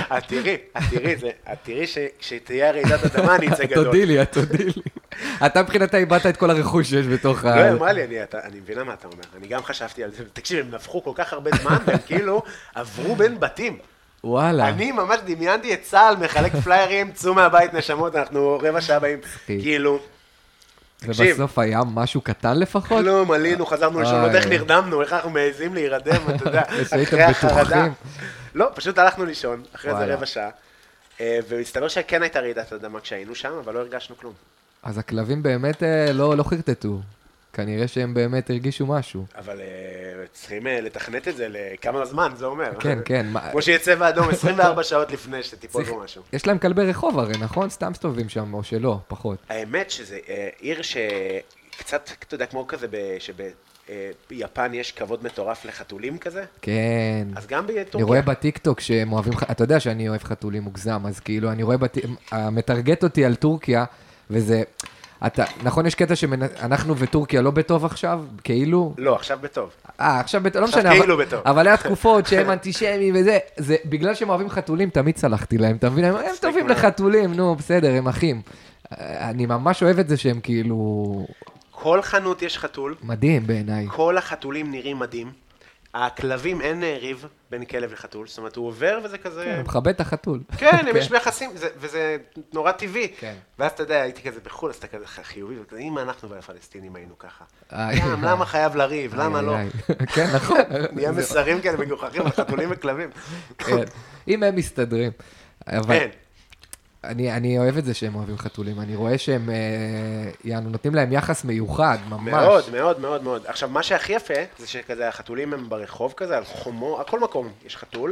תראי שתהיה רעידת אדמה, אני אצא גדול. תודי לי. אתה מבחינתה איבדת את כל הרכוש שיש בתוך ה... לא, אמרה לי, אני מבינה מה אתה אומר. אני גם חשבתי על זה. תקשיב, הם נפחו כל כך הרבה זמן, והם כאילו עברו בין בתים. וואלה. אני ממש דמיינתי את צה"ל, מחלק פליירים, צאו מהבית נשמות, אנחנו 15 שעה באים, כאילו... ובסוף היה משהו קטן לפחות? כלום, עלינו, חזרנו לשאול, לא יודע איך נרדמנו, איך אנחנו מעזים להירדם, אתה יודע, אחרי החרדה. לא, פשוט הלכנו לישון, אחרי איזה 15 שעה, והסתבר שכן הייתה רעידת אדמה כשהיינו שם, אבל לא הרגשנו כלום. אז הכלבים באמת לא חרטטו. כנראה שהם באמת הרגישו משהו. אבל צריכים לתכנת את זה לכמה זמן, זה אומר. כן, כן. כמו שיהיה צבע אדום 24 שעות לפני שתיפול בו משהו. יש להם כלבי רחוב הרי, נכון? סתם סתובבים שם, או שלא, פחות. האמת שזה עיר שקצת, אתה יודע, כמו כזה, שביפן יש כבוד מטורף לחתולים כזה. כן. אז גם בטורקיה. אני רואה בטיקטוק שהם אוהבים, אתה יודע שאני אוהב חתולים מוגזם, אז כאילו, אני רואה מטרגט אותי על טורקיה, וזה... נכון, יש קטע שאנחנו וטורקיה לא בטוב עכשיו, כאילו? לא, עכשיו בטוב. עכשיו בטוב, לא משנה. עכשיו כאילו בטוב. אבל היה תקופות שהם אנטישמיים וזה, זה בגלל שהם אוהבים חתולים, תמיד סלחתי להם, אתה מבין? הם טובים לחתולים, נו, בסדר, הם אחים. אני ממש אוהב את זה שהם כאילו... כל חנות יש חתול. מדהים בעיניי. כל החתולים נראים מדהים. הכלבים אין ריב בין כלב לחתול, זאת אומרת, הוא עובר וזה כזה... כן, הוא מכבד את החתול. כן, הם יש ביחסים, וזה נורא טבעי. ואז אתה יודע, הייתי כזה בחול, אז אתה כזה חיובי, אם אנחנו והפלסטינים היינו ככה. למה חייב לריב, למה לא? כן, נכון. נהיה מסרים כאלה מגוחכים על חתולים וכלבים. אם הם מסתדרים. כן. אני אוהב את זה שהם אוהבים חתולים, אני רואה שהם נותנים להם יחס מיוחד, ממש. מאוד, מאוד, מאוד, מאוד. עכשיו, מה שהכי יפה, זה שכזה, החתולים הם ברחוב כזה, על חומו, על כל מקום יש חתול,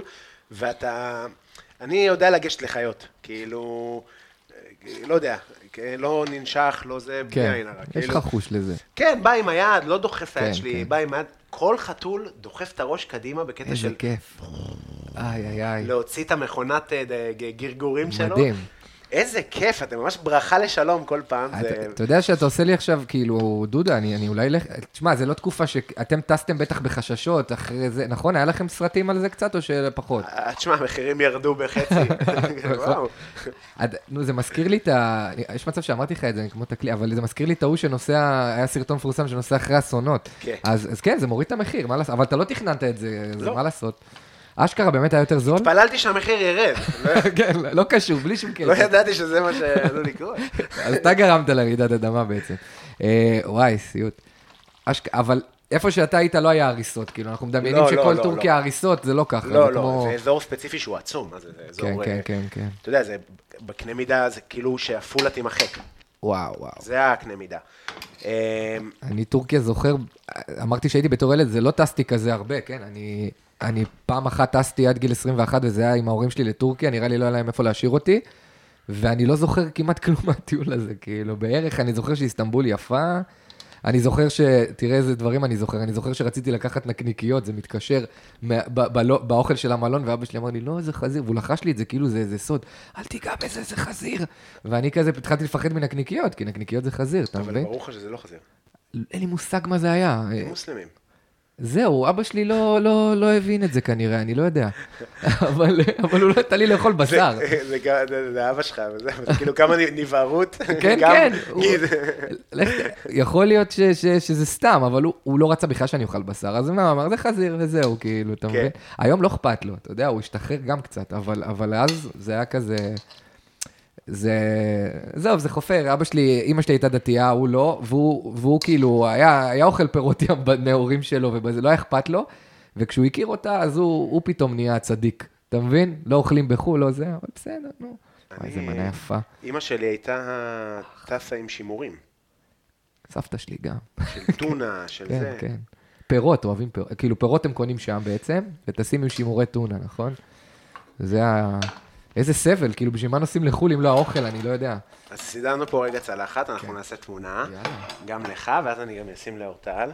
אני יודע לגשת לחיות, כאילו, לא יודע, לא ננשך, לא זה, בלי עין הרע. יש לך חוש לזה. כן, בא עם היד, לא דוחף היד שלי, בא עם היד, כל חתול דוחף את הראש קדימה בקטע של... איזה כיף. איי. להוציא את המכונת גרגורים שלו. מדהים. איזה כיף, אתם ממש ברכה לשלום כל פעם. אתה יודע שאתה עושה לי עכשיו, כאילו, דודה, אני אולי... תשמע, זה לא תקופה שאתם טסתם בטח בחששות אחרי זה, נכון? היה לכם סרטים על זה קצת או שפחות? תשמע, המחירים ירדו בחצי. וואו. נו, זה מזכיר לי יש מצב שאמרתי לך את זה, אני כמו תקלי, אבל זה מזכיר לי את ההוא שנוסע, היה סרטון מפורסם שנוסע אחרי אסונות. אז כן, זה מוריד את המחיר, מה לעשות? אבל אתה לא תכננת את זה, מה לעשות? אשכרה באמת היה יותר זול? התפללתי שהמחיר ירד. כן, לא קשור, בלי שום קשר. לא ידעתי שזה מה שעלול לקרות. אז אתה גרמת לרעידת אדמה בעצם. וואי, סיוט. אבל איפה שאתה היית לא היה הריסות, כאילו, אנחנו מדמיינים שכל טורקיה הריסות, זה לא ככה. לא, זה אזור ספציפי שהוא עצום, מה זה אזור... כן. אתה יודע, זה בקנה מידה, זה כאילו שעפולה תימחק. וואו. זה הקנה מידה. אני טורקיה זוכר, אמרתי שהייתי בתור ילד, זה לא טסתי כזה הרבה, כן? אני פעם אחת טסתי עד גיל 21, וזה היה עם ההורים שלי לטורקיה, נראה לי לא היה להם איפה להשאיר אותי, ואני לא זוכר כמעט כלום מהטיול הזה, כאילו, בערך אני זוכר שאיסטנבול יפה, אני זוכר תראה איזה דברים אני זוכר שרציתי לקחת נקניקיות, זה מתקשר באוכל של המלון, ואבא שלי אמר לי, לא, זה חזיר, והוא לחש לי את זה, כאילו זה סוד, אל תיגע בזה, זה חזיר, ואני כזה התחלתי לפחד מנקניקיות, כי נקניקיות זה חזיר, אתה מבין? אבל ברור לך שזה לא חזיר. אין לי מושג מה זה היה. הם מוסלמים. זהו, אבא שלי לא הבין את זה כנראה, אני לא יודע. אבל הוא לא נתן לי לאכול בשר. זה אבא שלך, זה כאילו כמה נבערות. כן. יכול להיות שזה סתם, אבל הוא לא רצה בכלל שאני אוכל בשר, אז הוא אמר, זה חזיר וזהו, כאילו, אתה מבין? היום לא אכפת לו, אתה יודע, הוא השתחרר גם קצת, אבל אז זה היה כזה... זהו, זה חופר, אבא שלי, אמא שלי הייתה דתייה, הוא לא, והוא כאילו, היה אוכל פירות ים בנאורים שלו, וזה לא היה אכפת לו, וכשהוא הכיר אותה, אז הוא פתאום נהיה צדיק, אתה מבין? לא אוכלים בחול, לא זה, אבל בסדר, נו. איזה מנה יפה. אמא שלי הייתה טסה עם שימורים. סבתא שלי גם. של טונה, של זה. כן. פירות, אוהבים פירות, כאילו פירות הם קונים שם בעצם, וטסים עם שימורי טונה, נכון? זה איזה סבל, כאילו בשביל מה נוסעים לחול אם לא האוכל, אני לא יודע. אז סידרנו פה רגע צלחת, אנחנו נעשה תמונה, גם לך, ואז אני גם אשים לאורטל.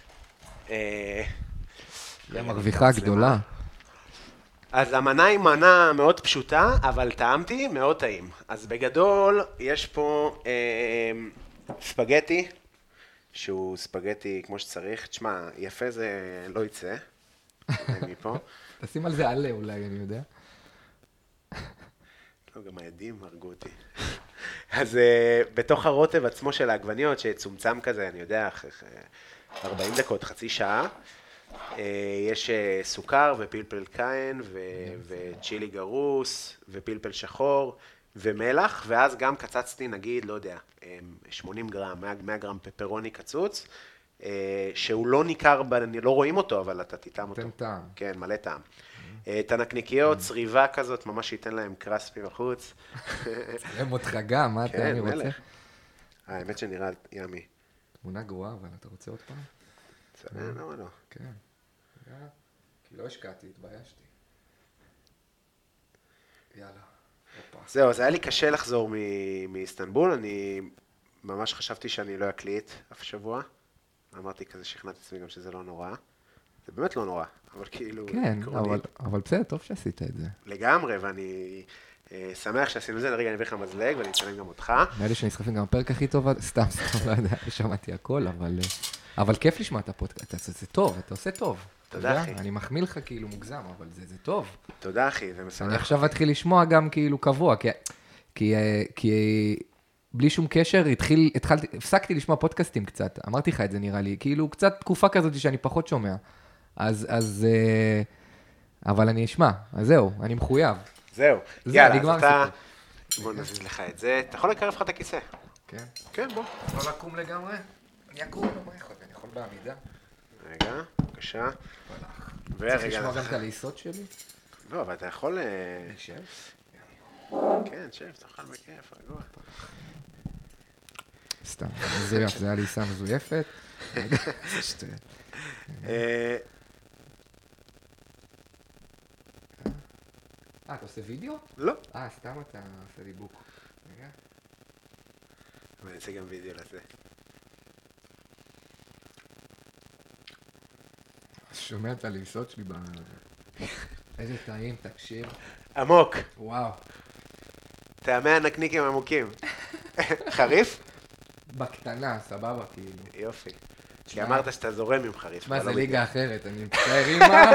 זה מרוויחה גדולה. אז המנה היא מנה מאוד פשוטה, אבל טעמתי מאוד טעים. אז בגדול, יש פה ספגטי, שהוא ספגטי כמו שצריך. תשמע, יפה זה לא יצא. מפה. תשים על זה עלה אולי, אני יודע. לא, גם הידים הרגו אותי. אז בתוך הרוטב עצמו של העגבניות, שצומצם כזה, אני יודע, 40 דקות, חצי שעה, יש סוכר ופלפל קיין וצ'ילי גרוס ופלפל שחור ומלח, ואז גם קצצתי, נגיד, לא יודע, 80 גרם, 100 גרם פפרוני קצוץ, שהוא לא ניכר, לא רואים אותו, אבל אתה תטעם אותו. תן טעם. כן, מלא טעם. את הנקניקיות, צריבה כזאת, ממש ייתן להם קרספי בחוץ. צלם אותך גם, מה אתה אני רוצה? כן, מלך. האמת שנראה ימי. תמונה גרועה, אבל אתה רוצה עוד פעם? צלם, למה לא? כן. כי לא השקעתי, התביישתי. יאללה. זהו, אז היה לי קשה לחזור מאיסטנבול, אני ממש חשבתי שאני לא אקליט אף שבוע. אמרתי כזה, שכנעתי עצמי גם שזה לא נורא. זה באמת לא נורא, אבל כאילו... כן, אבל בסדר, טוב שעשית את זה. לגמרי, ואני שמח שעשינו את זה. רגע, אני אביא לך מזלג ואני אצלם גם אותך. נראה לי שנסחפים גם הפרק הכי טוב, סתם, לא יודע, שמעתי הכל, אבל כיף לשמוע את הפודקאסט, זה טוב, אתה עושה טוב. תודה, אחי. אני מחמיא לך כאילו מוגזם, אבל זה טוב. תודה, אחי, זה משמח. אני עכשיו אתחיל לשמוע גם כאילו קבוע, כי בלי שום קשר, הפסקתי לשמוע פודקאסטים קצת, אמרתי לך את זה נראה לי, כאילו קצת תקופה כזאת שאני פחות שומע. אבל אני אשמע, אז זהו, אני מחויב. זהו, יאללה, אז אתה... בוא נזיז לך את זה, אתה יכול לקרב לך את הכיסא. כן? כן, בוא. לא לקום לגמרי? אני אקום, מה יכול? אני יכול בעמידה. רגע, בבקשה. צריך לשמוע גם את הלעיסות שלי? לא, אבל אתה יכול... נשב. כן, שב, תאכל בכיף, רגוע. סתם, זה היה לי עיסה מזויפת. אתה עושה וידאו? לא. סתם אתה עושה לי בוק. רגע. אבל אני אעשה גם וידאו לזה. שומע את הליסות שלי איזה טעים, תקשיב. עמוק. וואו. טעמי הנקניקים עמוקים. חריף? בקטנה, סבבה, כאילו. יופי. כי אמרת שאתה זורם עם חריף. מה, זה ליגה אחרת, אני מצטער,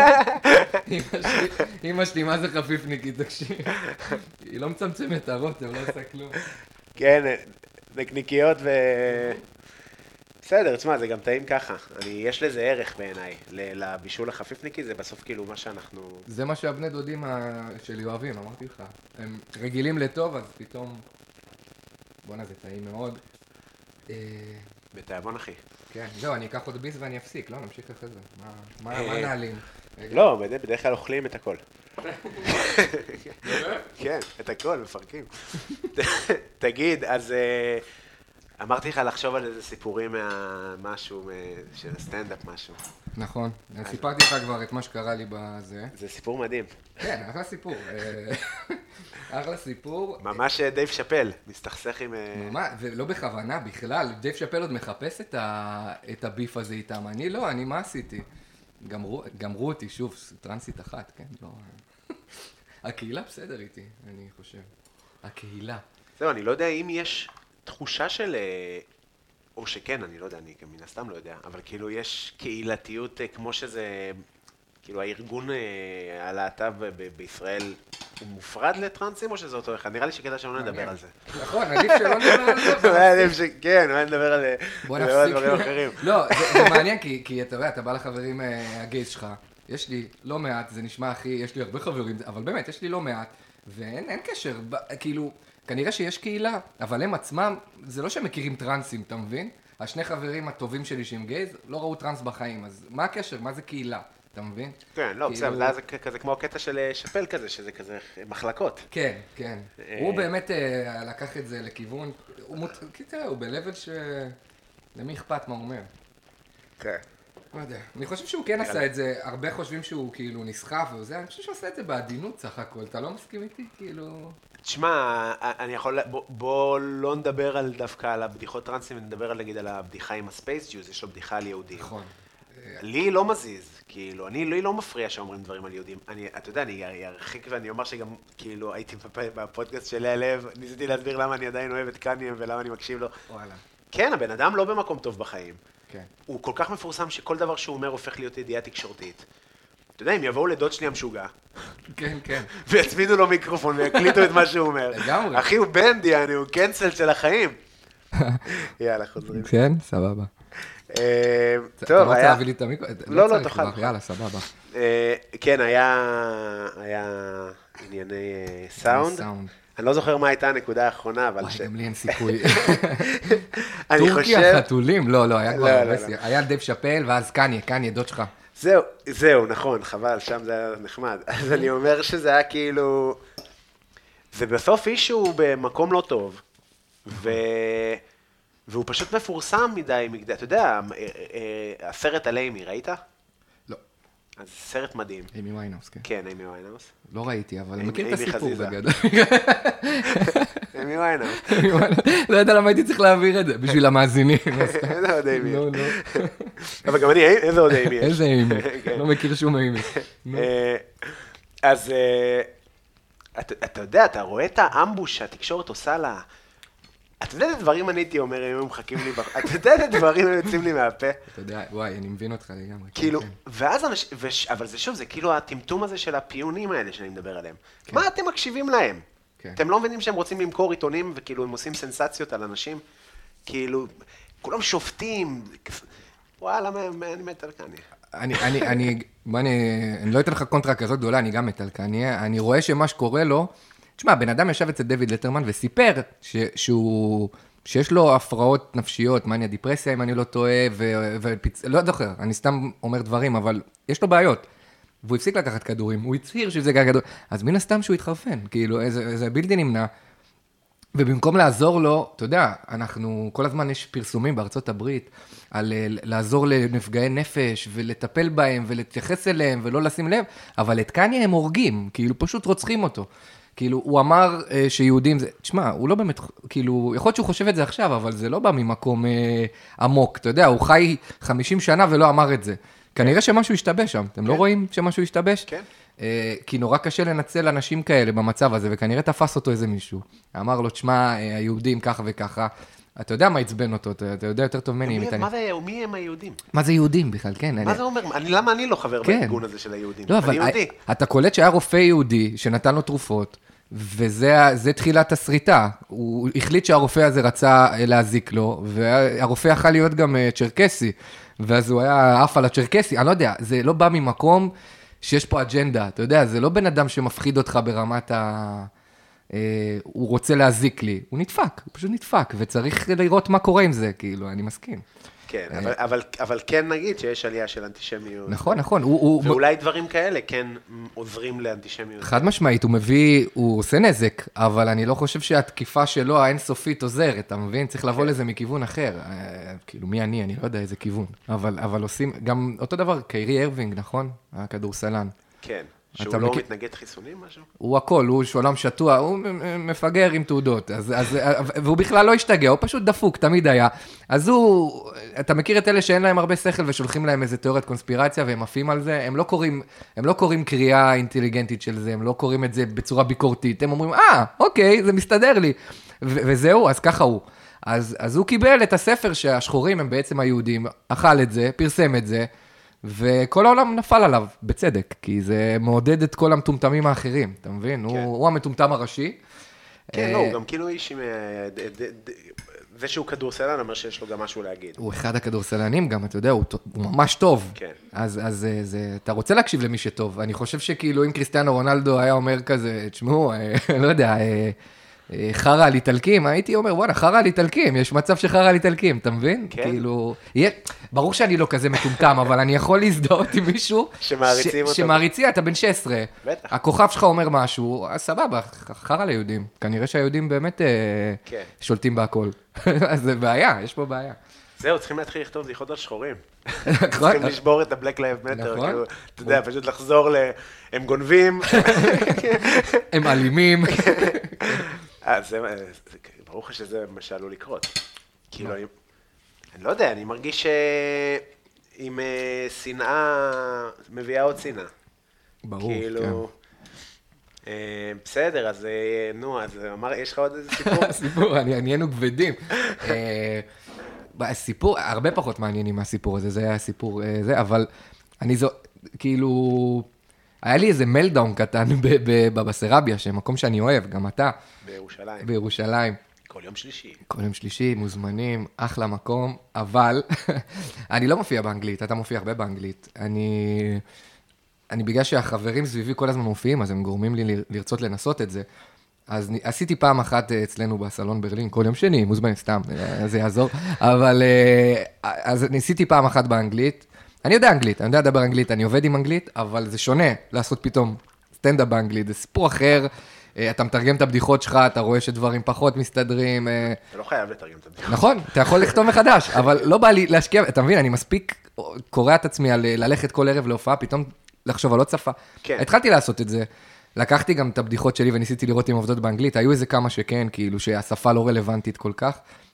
אמא שלי, מה זה חפיפניקי, תקשיב. היא לא מצמצמת את הרוטב, לא עושה כלום. כן, נקניקיות בסדר, תשמע, זה גם טעים ככה. יש לזה ערך בעיניי. לבישול החפיפניקי זה בסוף כאילו מה שאנחנו... זה מה שהבני דודים שלי אוהבים, אמרתי לך. הם רגילים לטוב, אז פתאום... בוא'נה, זה טעים מאוד. בתיאבון, אחי. כן, זהו, אני אקח עוד ביס ואני אפסיק, לא, נמשיך אחרי זה. מה נעלים? לא, בדרך כלל אוכלים את הכל. כן, את הכל, מפרקים. תגיד, אז אמרתי לך לחשוב על איזה סיפורים משהו, של הסטנדאפ משהו. נכון, סיפרתי לך כבר את מה שקרה לי בזה. זה סיפור מדהים. כן, אחלה סיפור. אחלה סיפור. ממש דייב שאפל, מסתכסך עם... ממש, ולא בכוונה בכלל, דייב שאפל עוד מחפש את הביף הזה איתם. אני לא, אני מה עשיתי? גמרו אותי, שוב, טרנסית אחת, כן? לא... הקהילה בסדר איתי, אני חושב. הקהילה. זהו, אני לא יודע אם יש תחושה של... או שכן, אני לא יודע, אני מן הסתם לא יודע, אבל כאילו יש קהילתיות כמו שזה... כאילו הארגון הלהט"ב בישראל הוא מופרד לטרנסים או שזה אותו אחד? נראה לי שכדאי שלא נדבר על זה. נכון, עדיף שלא נדבר על זה. כן, אולי נדבר על דברים אחרים. לא, זה מעניין כי אתה יודע, אתה בא לחברים הגייז שלך, יש לי לא מעט, זה נשמע הכי, יש לי הרבה חברים, אבל באמת, יש לי לא מעט, ואין קשר, כאילו, כנראה שיש קהילה, אבל הם עצמם, זה לא שהם מכירים טרנסים, אתה מבין? השני חברים הטובים שלי שהם גייז, לא ראו טרנס בחיים, אז מה הקשר? מה זה קהילה? אתה מבין? כן, לא, בסדר, זה כזה כמו הקטע של שאפל כזה, שזה כזה מחלקות. כן, כן. הוא באמת לקח את זה לכיוון, הוא בלבל למי אכפת מה הוא אומר. כן. לא יודע, אני חושב שהוא כן עשה את זה, הרבה חושבים שהוא כאילו נסחף וזה, אני חושב שהוא עושה את זה בעדינות סך הכל, אתה לא מסכים איתי? כאילו... תשמע, אני יכול, בוא לא נדבר על דווקא על הבדיחות טרנסים, נדבר נגיד על הבדיחה עם הספייס ג'וז, יש לו בדיחה על יהודים. נכון. לי לא מזיז, כאילו, לי לא מפריע שאומרים דברים על יהודים. אתה יודע, אני ארחיק ואני אומר שגם, כאילו, הייתי בפודקאסט של הלב, ניסיתי להסביר למה אני עדיין אוהב את קניה ולמה אני מקשיב לו. וואלה. כן, הבן אדם לא במקום טוב בחיים. כן. הוא כל כך מפורסם שכל דבר שהוא אומר הופך להיות ידיעה תקשורתית. אתה יודע, אם יבואו לדוד שלי המשוגע. כן, כן. ויצמידו לו מיקרופון ויקליטו את מה שהוא אומר. לגמרי. אחי, הוא בנדי, הוא קנסל של החיים. יאללה, חוזרים. כן, סבבה. טוב, אתה לא רוצה להביא לי את המיקרופון? לא, תוכל. יאללה, סבבה. כן, היה ענייני סאונד. אני לא זוכר מה הייתה הנקודה האחרונה, אבל... וואי, גם לי אין סיכוי. אני חושב... טורקיה, חתולים? לא, היה כבר הרסיה. היה דייב שאפל, ואז קניה, דוד שלך. זהו, נכון, חבל, שם זה היה נחמד. אז אני אומר שזה היה כאילו... זה בסוף אישו במקום לא טוב, והוא פשוט מפורסם מדי, אתה יודע, הסרט על אימי, ראית? לא. אז סרט מדהים. אימי ויינאוס, כן. כן, אימי ויינאוס. לא ראיתי, אבל אני מכיר את הסיפור בגדול. אימי ויינאוס. לא יודע למה הייתי צריך להעביר את זה, בשביל המאזינים. איזה עוד אימי. לא. אבל גם אני, איזה עוד אימי יש. איזה אימי, לא מכיר שום אימי. אז אתה יודע, אתה רואה את האמבוש שהתקשורת עושה לה, אתה יודע את הדברים אני הייתי אומר, אם הם מחכים לי, אתה יודע את הדברים הם יוצאים לי מהפה. אתה יודע, וואי, אני מבין אותך לגמרי. כאילו, ואז אנשים, אבל זה שוב, זה כאילו הטמטום הזה של הפיונים האלה שאני מדבר עליהם. מה אתם מקשיבים להם? אתם לא מבינים שהם רוצים למכור עיתונים, וכאילו הם עושים סנסציות על אנשים? כאילו, כולם שופטים, וואלה, אני מת על קניה. אני לא אתן לך קונטרה כזאת גדולה, אני גם מת על קניה. אני רואה שמה שקורה לו, תשמע, בן אדם ישב אצל דויד לטרמן וסיפר שיש לו הפרעות נפשיות, מניה דיפרסיה אם אני לא טועה, לא זוכר, אני סתם אומר דברים, אבל יש לו בעיות. והוא הפסיק לקחת כדורים, הוא הצהיר שזה כדורים, אז מן הסתם שהוא התחרפן, כאילו, זה בלתי נמנע. ובמקום לעזור לו, אתה יודע, כל הזמן יש פרסומים בארצות הברית, על לעזור לנפגעי נפש, ולטפל בהם, ולהתייחס אליהם, ולא לשים לב, אבל את קניה הם הורגים, כאילו, פשוט רוצחים אותו. כאילו, הוא אמר שיהודים זה, תשמע, הוא לא באמת, כאילו, יכול להיות שהוא חושב את זה עכשיו, אבל זה לא בא ממקום עמוק, אתה יודע, הוא חי 50 שנה ולא אמר את זה. כנראה שמשהו השתבש שם, אתם לא רואים שמשהו השתבש? כן. כי נורא קשה לנצל אנשים כאלה במצב הזה, וכנראה תפס אותו איזה מישהו. אמר לו, תשמע, היהודים ככה וככה, אתה יודע מה עצבן אותו, אתה יודע יותר טוב ממני. מי הם היהודים? מה זה יהודים בכלל, כן. מה זה אומר? למה אני לא חבר בארגון הזה של היהודים? לא, אבל אתה קולט שהיה רופא יהודי שנתן לו תרופות, וזה תחילת הסריטה. הוא החליט שהרופא הזה רצה להזיק לו, והרופא יכול להיות גם צ'רקסי, ואז הוא היה עף על הצ'רקסי, אני לא יודע, זה לא בא ממקום שיש פה אג'נדה, אתה יודע, זה לא בן אדם שמפחיד אותך ברמת הוא רוצה להזיק לי, הוא נדפק, הוא פשוט נדפק, וצריך לראות מה קורה עם זה, כאילו, אני מסכים. כן, אבל כן נגיד שיש עלייה של אנטישמיות. נכון, נכון. ואולי דברים כאלה כן עוזרים לאנטישמיות. חד משמעית, הוא עושה נזק, אבל אני לא חושב שהתקיפה שלו האינסופית עוזרת, אתה מבין? צריך לבוא לזה מכיוון אחר. כאילו, מי אני לא יודע איזה כיוון. אבל עושים, גם אותו דבר, קיירי ארווינג, נכון? הכדורסלן. כן. שהוא לא מתנגד חיסונים, משהו? הוא הכל, הוא עולם שטוע, הוא מפגר עם תעודות, והוא בכלל לא השתגע, הוא פשוט דפוק, תמיד היה. אז אתה מכיר את אלה שאין להם הרבה שכל ושולחים להם איזה תיאוריית קונספירציה והם עפים על זה, הם לא קוראים קריאה אינטליגנטית של זה, הם לא קוראים את זה בצורה ביקורתית, הם אומרים, אוקיי, זה מסתדר לי. וזהו, אז ככה הוא. אז הוא קיבל את הספר שהשחורים הם בעצם היהודים, אכל את זה, פרסם את זה, וכל העולם נפל עליו, בצדק, כי זה מעודד את כל המטומטמים האחרים, אתה מבין? הוא המטומטם הראשי. כן, לא, הוא גם כאילו איש עם... זה שהוא כדורסלן, אומר שיש לו גם משהו להגיד. הוא אחד הכדורסלנים גם, אתה יודע, הוא ממש טוב. כן. אז אתה רוצה להקשיב למי שטוב. אני חושב שכאילו אם קריסטיאנו רונלדו היה אומר כזה, תשמעו, לא יודע, חרה על איטלקים, הייתי אומר, וואלה, חרה על איטלקים, יש מצב שחרה על איטלקים, אתה מבין? כן. כאילו, ברור שאני לא כזה מטומטם, אבל אני יכול להזדהות עם מישהו שמעריצים אותו. שמעריצי, אתה בן 16. בטח. הכוכב שלך אומר משהו, סבבה, חרה ליהודים. כנראה שהיהודים באמת שולטים בהכל. אז זה בעיה, יש פה בעיה. זהו, צריכים להתחיל לכתוב בדיחות על שחורים. צריכים לשבור את ה-Black Lives Matter, כאילו, אתה יודע, פשוט לחזור הם גונבים. הם אלימים. ברור לך שזה מה שעלול לקרות. כאילו, אני לא יודע, אני מרגיש שעם שנאה מביאה עוד שנאה. ברור, כן. בסדר, אז נו, אז יש לך עוד איזה סיפור? סיפור, נהיינו כבדים. הסיפור, הרבה פחות מעניינים מהסיפור הזה, זה היה סיפור, אבל כאילו, היה לי איזה מלדאון קטן בבסרביה, שמקום שאני אוהב, גם אתה. בירושלים. בירושלים. כל יום שלישי. כל יום שלישי, מוזמנים, אחלה מקום, אבל אני לא מופיע באנגלית, אתה מופיע הרבה באנגלית. אני בגלל שהחברים סביבי כל הזמן מופיעים, אז הם גורמים לי לרצות לנסות את זה. אז עשיתי פעם אחת אצלנו בסלון ברלין, כל יום שני, מוזמן, סתם, זה יעזור, אבל אז ניסיתי פעם אחת באנגלית, אני יודע אנגלית, אני יודע לדבר אנגלית, אני עובד עם אנגלית, אבל זה שונה לעשות פתאום סטנדאפ באנגלית, זה סיפור אחר, אתה מתרגם את הבדיחות שלך, אתה רואה שדברים פחות מסתדרים. אתה לא חייב לתרגם את הבדיחות. נכון, אתה יכול לכתוב מחדש, אבל לא בא לי להשקיע, אתה מבין, אני מספיק קורא את עצמי על ללכת כל ערב להופעה, פתאום לחשוב על עוד שפה. התחלתי לעשות את זה. לקחתי גם את הבדיחות שלי וניסיתי לראות אם עובדות באנגלית, היו איזה כמה שכן, כאילו שהשפה לא רלוונטית כל כך.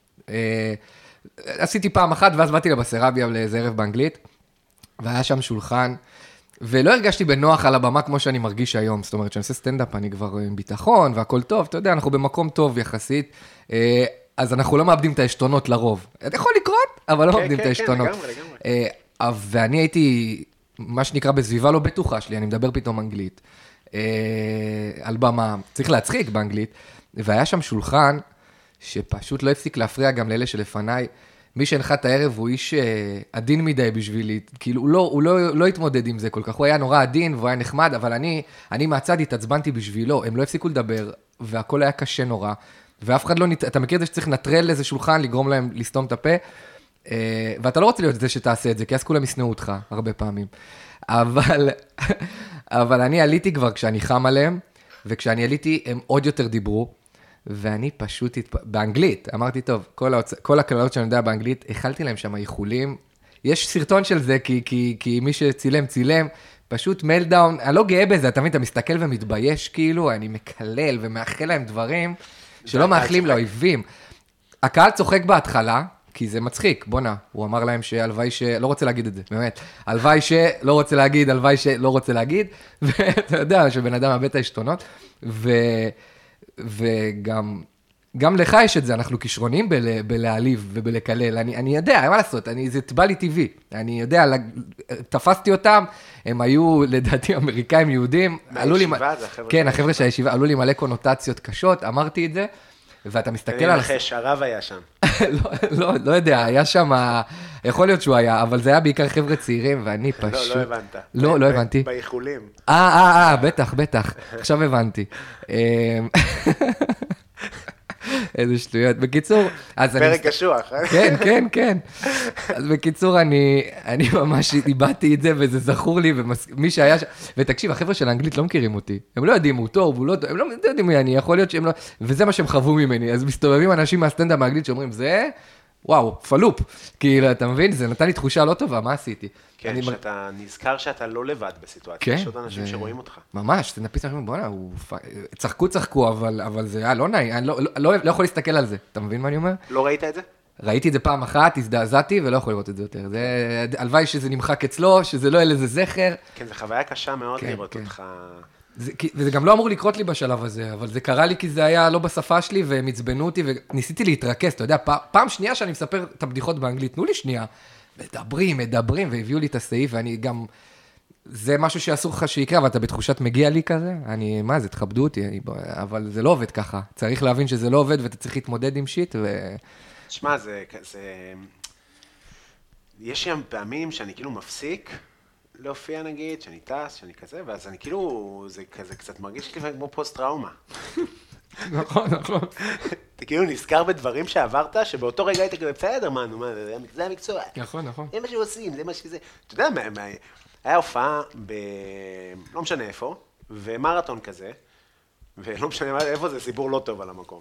עשיתי פעם אחת ואז באתי לבסרביה לאיזה ערב באנגלית, והיה שם שולחן, ולא הרגשתי בנוח על הבמה כמו שאני מרגיש היום, זאת אומרת שאני עושה סטנדאפ, אני כבר עם ביטחון והכל טוב, אתה יודע, אנחנו במקום טוב יחסית, אז אנחנו לא מאבדים את העשתונות לרוב. זה יכול לקרות, אבל לא מאבדים את העשתונות. ואני הייתי, מה שנקרא בסביבה לא בטוחה שלי, אני מדבר פתאום אנגלית. על במה, צריך להצחיק באנגלית, והיה שם שולחן שפשוט לא הפסיק להפריע גם לאלה שלפניי, מי שהנחת הערב הוא איש עדין מדי בשבילי, כאילו הוא לא התמודד עם זה כל כך, הוא היה נורא עדין והוא היה נחמד, אבל אני מהצד התעצבנתי בשבילו, הם לא הפסיקו לדבר, והכל היה קשה נורא, ואף אחד לא, אתה מכיר את זה שצריך לנטרל איזה שולחן, לגרום להם לסתום את הפה, ואתה לא רוצה להיות זה שתעשה את זה, כי אז כולם ישנאו אותך הרבה פעמים. אבל אני עליתי כבר כשאני חם עליהם, וכשאני עליתי הם עוד יותר דיברו, ואני פשוט, באנגלית, אמרתי, טוב, כל הקללות שאני יודע באנגלית, החלתי להם שם איחולים, יש סרטון של זה, כי מי שצילם, צילם, פשוט מלדאון, אני לא גאה בזה, אתה מבין, אתה מסתכל ומתבייש כאילו, אני מקלל ומאחל להם דברים, שלא מאחלים לאויבים. הקהל צוחק בהתחלה, כי זה מצחיק, בונה, הוא אמר להם שהלוואי לא רוצה להגיד את זה, באמת, הלוואי שלא רוצה להגיד, הלוואי שלא רוצה להגיד, ואתה יודע שבן אדם מאבד את העשתונות, וגם לך יש את זה, אנחנו כישרונים בלהעליב ובלקלל, אני יודע, מה לעשות, זה בא לי טבעי, אני יודע, תפסתי אותם, הם היו לדעתי אמריקאים יהודים, בישיבה זה החבר'ה. כן, החבר'ה של הישיבה, עלו לי מלא קונוטציות קשות, אמרתי את זה, ואתה מסתכל על... אני מנחש, הרב היה שם. לא יודע, היה שם, יכול להיות שהוא היה, אבל זה היה בעיקר חבר'ה צעירים, ואני פשוט... לא הבנת. לא הבנתי. באיחולים. בטח, עכשיו הבנתי. איזה שטויות. בקיצור, אז אני... פרק קשוח, כן. אז בקיצור, אני ממש איבדתי את זה, וזה זכור לי, ומי שהיה... ותקשיב, החבר'ה של האנגלית לא מכירים אותי. הם לא יודעים, הוא טוב, הם לא יודעים מי אני, יכול להיות שהם לא... וזה מה שהם חוו ממני. אז מסתובבים אנשים מהסטנדאפ באנגלית שאומרים, זה... וואו, פלופ. כאילו, אתה מבין? זה נתן לי תחושה לא טובה, מה עשיתי? כן, שאתה נזכר שאתה לא לבד בסיטואציה. יש עוד אנשים שרואים אותך. ממש, סטנדאפיסט אומרים, בוא'נה, צחקו, אבל זה היה לא נעים, אני לא יכול להסתכל על זה. אתה מבין מה אני אומר? לא ראית את זה? ראיתי את זה פעם אחת, הזדעזעתי, ולא יכול לראות את זה יותר. הלוואי שזה נמחק אצלו, שזה לא יהיה לזה זכר. כן, זו חוויה קשה מאוד לראות אותך. וזה גם לא אמור לקרות לי בשלב הזה, אבל זה קרה לי כי זה היה לא בשפה שלי, והם עצבנו אותי, וניסיתי להתרכז, אתה יודע, פעם שנייה שאני מספר את הבדיחות באנגלית, תנו לי שנייה, מדברים, והביאו לי את הסעיף, ואני גם, זה משהו שאסור לך שיקרה, אבל אתה בתחושת מגיע לי כזה, מה זה, תכבדו אותי, אבל זה לא עובד ככה, צריך להבין שזה לא עובד, ואתה צריך להתמודד עם שיט, תשמע, יש שם פעמים שאני כאילו מפסיק, להופיע נגיד, שאני טס, שאני כזה, ואז אני כאילו, זה כזה קצת מרגיש לי כמו פוסט-טראומה. נכון. אתה כאילו נזכר בדברים שעברת, שבאותו רגע היית כזה, בסדר, מה, זה המקצוע. נכון. זה מה שעושים, זה מה שזה. אתה יודע, היה הופעה לא משנה איפה, ומרתון כזה, ולא משנה איפה זה סיפור לא טוב על המקום.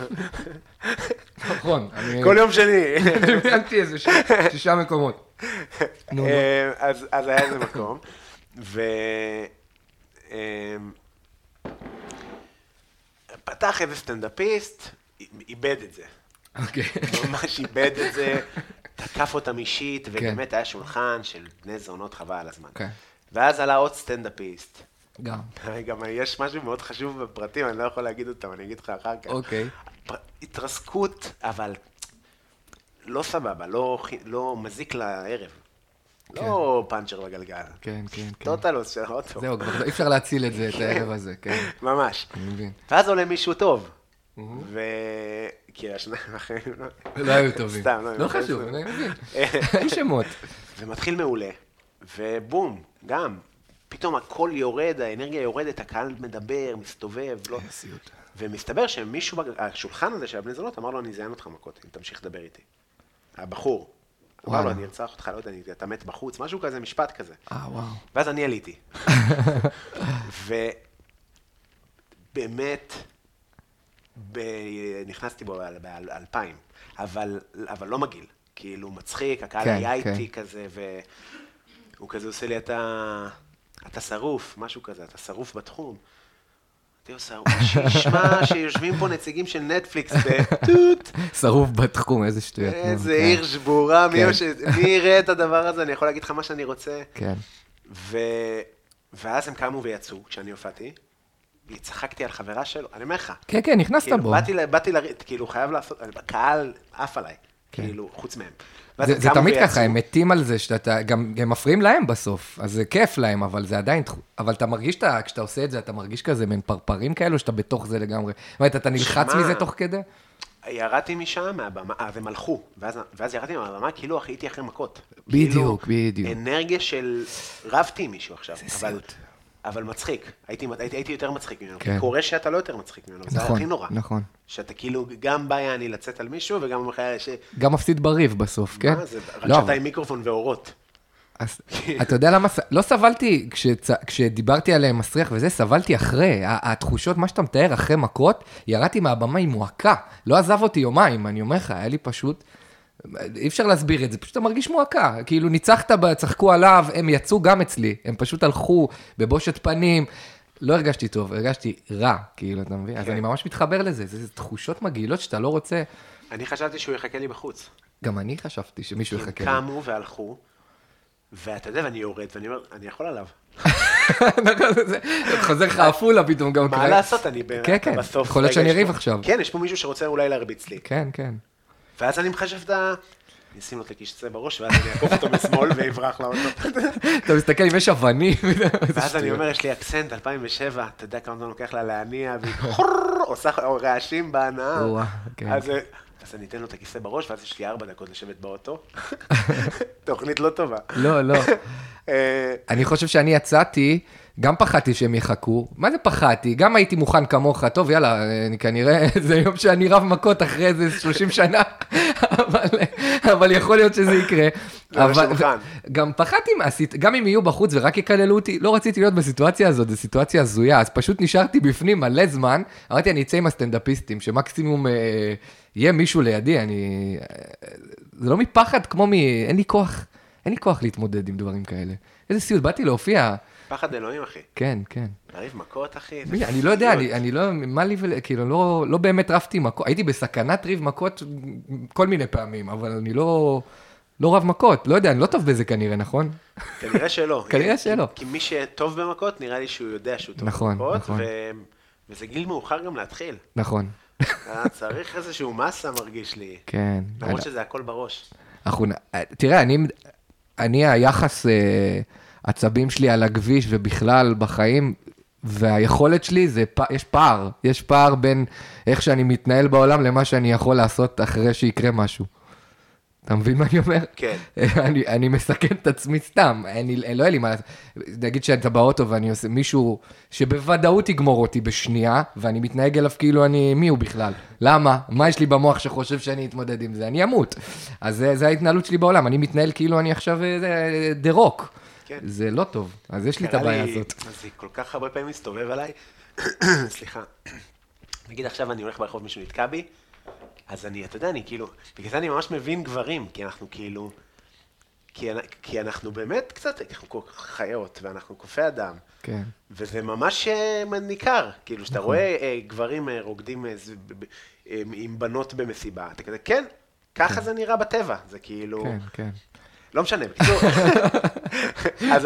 נכון. כל יום שני. דמיינתי איזה 6 מקומות. אז היה איזה מקום, פתח איזה סטנדאפיסט, איבד את זה. ממש איבד את זה, תקף אותם אישית, ובאמת היה שולחן של בני זונות חבל על הזמן. ואז עלה עוד סטנדאפיסט. גם יש משהו מאוד חשוב בפרטים, אני לא יכול להגיד אותם, אני אגיד לך אחר כך. התרסקות, אבל לא סבבה, לא מזיק לערב. לא פאנצ'ר בגלגל. כן. טוטלוס של האוטו. זהו, כבר אי אפשר להציל את זה, את הערב הזה, כן. ממש. ואז עולה מישהו טוב. כי השניים אחרים לא היו טובים. סתם, לא חשוב, אני מבין. אין שמות. ומתחיל מעולה, ובום, גם. פתאום הכל יורד, האנרגיה יורדת, הקהל מדבר, מסתובב, לא... ומסתבר שמישהו, השולחן הזה של הבני זונות, אמר לו, אני אזיין אותך מכות, אם תמשיך לדבר איתי. הבחור. אמר לו, אני ארצח אותך, לא יודע, אתה מת בחוץ, משהו כזה, משפט כזה. וואו. ואז אני עליתי. ובאמת, נכנסתי בו ב-2000, אבל לא מגעיל. כאילו, מצחיק, הקהל היה איתי כזה, והוא כזה עושה לי, אתה שרוף, משהו כזה, אתה שרוף בתחום. שישמע שיושבים פה נציגים של נטפליקס בטוט. שרוף בתחום, איזה שטויות. איזה עיר שבורה, מי יראה את הדבר הזה, אני יכול להגיד לך מה שאני רוצה. כן. ואז הם קמו ויצאו, כשאני הופעתי, צחקתי על חברה שלו, אני אומר לך. כן, נכנסת בו. באתי לראות, כאילו, חייב לעשות, הקהל עף עליי, כאילו, חוץ מהם. זה תמיד ככה, הם מתים על זה, שאתה, גם הם מפריעים להם בסוף, אז זה כיף להם, אבל זה עדיין, אבל אתה מרגיש, כשאתה עושה את זה, אתה מרגיש כזה מן פרפרים כאלו, שאתה בתוך זה לגמרי. זאת אומרת, אתה נלחץ מזה תוך כדי? ירדתי משם מהבמה, והם הלכו, ואז ירדתי מהבמה, כאילו הייתי אחרי מכות. בדיוק. אנרגיה של רבתי עם מישהו עכשיו, אבל מצחיק, הייתי יותר מצחיק ממנו, כי קורה שאתה לא יותר מצחיק ממנו, זה הכי נורא. נכון. שאתה כאילו גם בא אני לצאת על מישהו, וגם גם מפסיד בריב בסוף, כן? מה זה? רק שאתה עם מיקרופון ואורות. אז אתה יודע למה, לא סבלתי, כשדיברתי על מסריח וזה, סבלתי אחרי, התחושות, מה שאתה מתאר, אחרי מכות, ירדתי מהבמה עם מועקה, לא עזב אותי יומיים, אני אומר לך, היה לי פשוט, אי אפשר להסביר את זה, פשוט אתה מרגיש מועקה, כאילו ניצחת, צחקו עליו, הם יצאו גם אצלי, הם פשוט הלכו בבושת פנים, לא הרגשתי טוב, הרגשתי רע, כאילו, אתה מבין? אז אני ממש מתחבר לזה, זה תחושות מגעילות שאתה לא רוצה. אני חשבתי שהוא יחכה לי בחוץ. גם אני חשבתי שמישהו יחכה לי. הם קמו והלכו, ואתה יודע, ואני יורד, ואני אומר, אני יכול עליו. חוזר לך אפולה פתאום גם. מה לעשות, אני בסוף. כן, יכול להיות שאני אריב עכשיו. כן, יש פה מישהו שרוצה אולי להרביץ לי. כן, כן. ואז אני מחשב את ה... אני אשים לו את הקישצה בראש, ואז אני אעקוף אותו משמאל ויברח לאוטו. אתה מסתכל אם יש אבנים. ואז אני אומר, יש לי אקסנט 2007, אתה יודע כמה זמן לוקח לה להניע, והיא עושה רעשים בהנאה. אז אני אתן לו את הכיסא בראש, ואז יש לי 4 דקות לשבת באוטו. תוכנית לא טובה. לא, לא. אני חושב שאני יצאתי, גם פחדתי שהם יחכו. מה זה פחדתי? גם הייתי מוכן כמוך. טוב, יאללה, כנראה זה יום שאני רב מכות אחרי איזה 30 שנה, אבל יכול להיות שזה יקרה. גם פחדתי, גם אם יהיו בחוץ ורק יקללו אותי, לא רציתי להיות בסיטואציה הזאת, זו סיטואציה הזויה, אז פשוט נשארתי בפנים מלא זמן, אמרתי, אני אצא עם הסטנדאפיסטים, שמקסימום יהיה מישהו לידי, זה לא מפחד כמו אין לי כוח להתמודד עם דברים כאלה. איזה סיוט, באתי להופיע. פחד אלוהים, אחי. כן, כן. להריב מכות, אחי. אני לא יודע, אני לא, מה לי, כאילו, לא באמת רבתי מכות, הייתי בסכנת ריב מכות כל מיני פעמים, אבל אני לא רב מכות, לא יודע, אני לא טוב בזה כנראה, נכון? כנראה שלא. כנראה שלא. כי מי שטוב במכות, נראה לי שהוא יודע שהוא טוב במכות, וזה גיל מאוחר גם להתחיל. נכון. צריך איזשהו מסה מרגיש לי. כן. למרות שזה הכל בראש. תראה, אני היחס עצבים שלי על הכביש ובכלל בחיים, והיכולת שלי יש פער בין איך שאני מתנהל בעולם למה שאני יכול לעשות אחרי שיקרה משהו. אתה מבין מה אני אומר? כן. אני מסכן את עצמי סתם, לא היה לי מה, נגיד שאתה באוטו ואני עושה מישהו שבוודאות יגמור אותי בשנייה, ואני מתנהג אליו כאילו מי הוא בכלל? למה? מה יש לי במוח שחושב שאני אתמודד עם זה? אני אמות. אז זה ההתנהלות שלי בעולם, אני מתנהל כאילו אני עכשיו דה רוק. כן. זה לא טוב, אז יש לי את הבעיה הזאת. אז זה כל כך הרבה פעמים מסתובב עליי, סליחה, נגיד עכשיו אני הולך ברחוב מישהו נתקע בי, אז אתה יודע, אני כאילו, בגלל זה אני ממש מבין גברים, כי אנחנו כאילו, כי אנחנו באמת קצת, אנחנו חיות, ואנחנו קופי אדם, כן. וזה ממש ניכר, כאילו, שאתה רואה גברים רוקדים עם בנות במסיבה, אתה כזה, כן, ככה זה נראה בטבע, זה כאילו, כן, כן. לא משנה, בקיצור, אז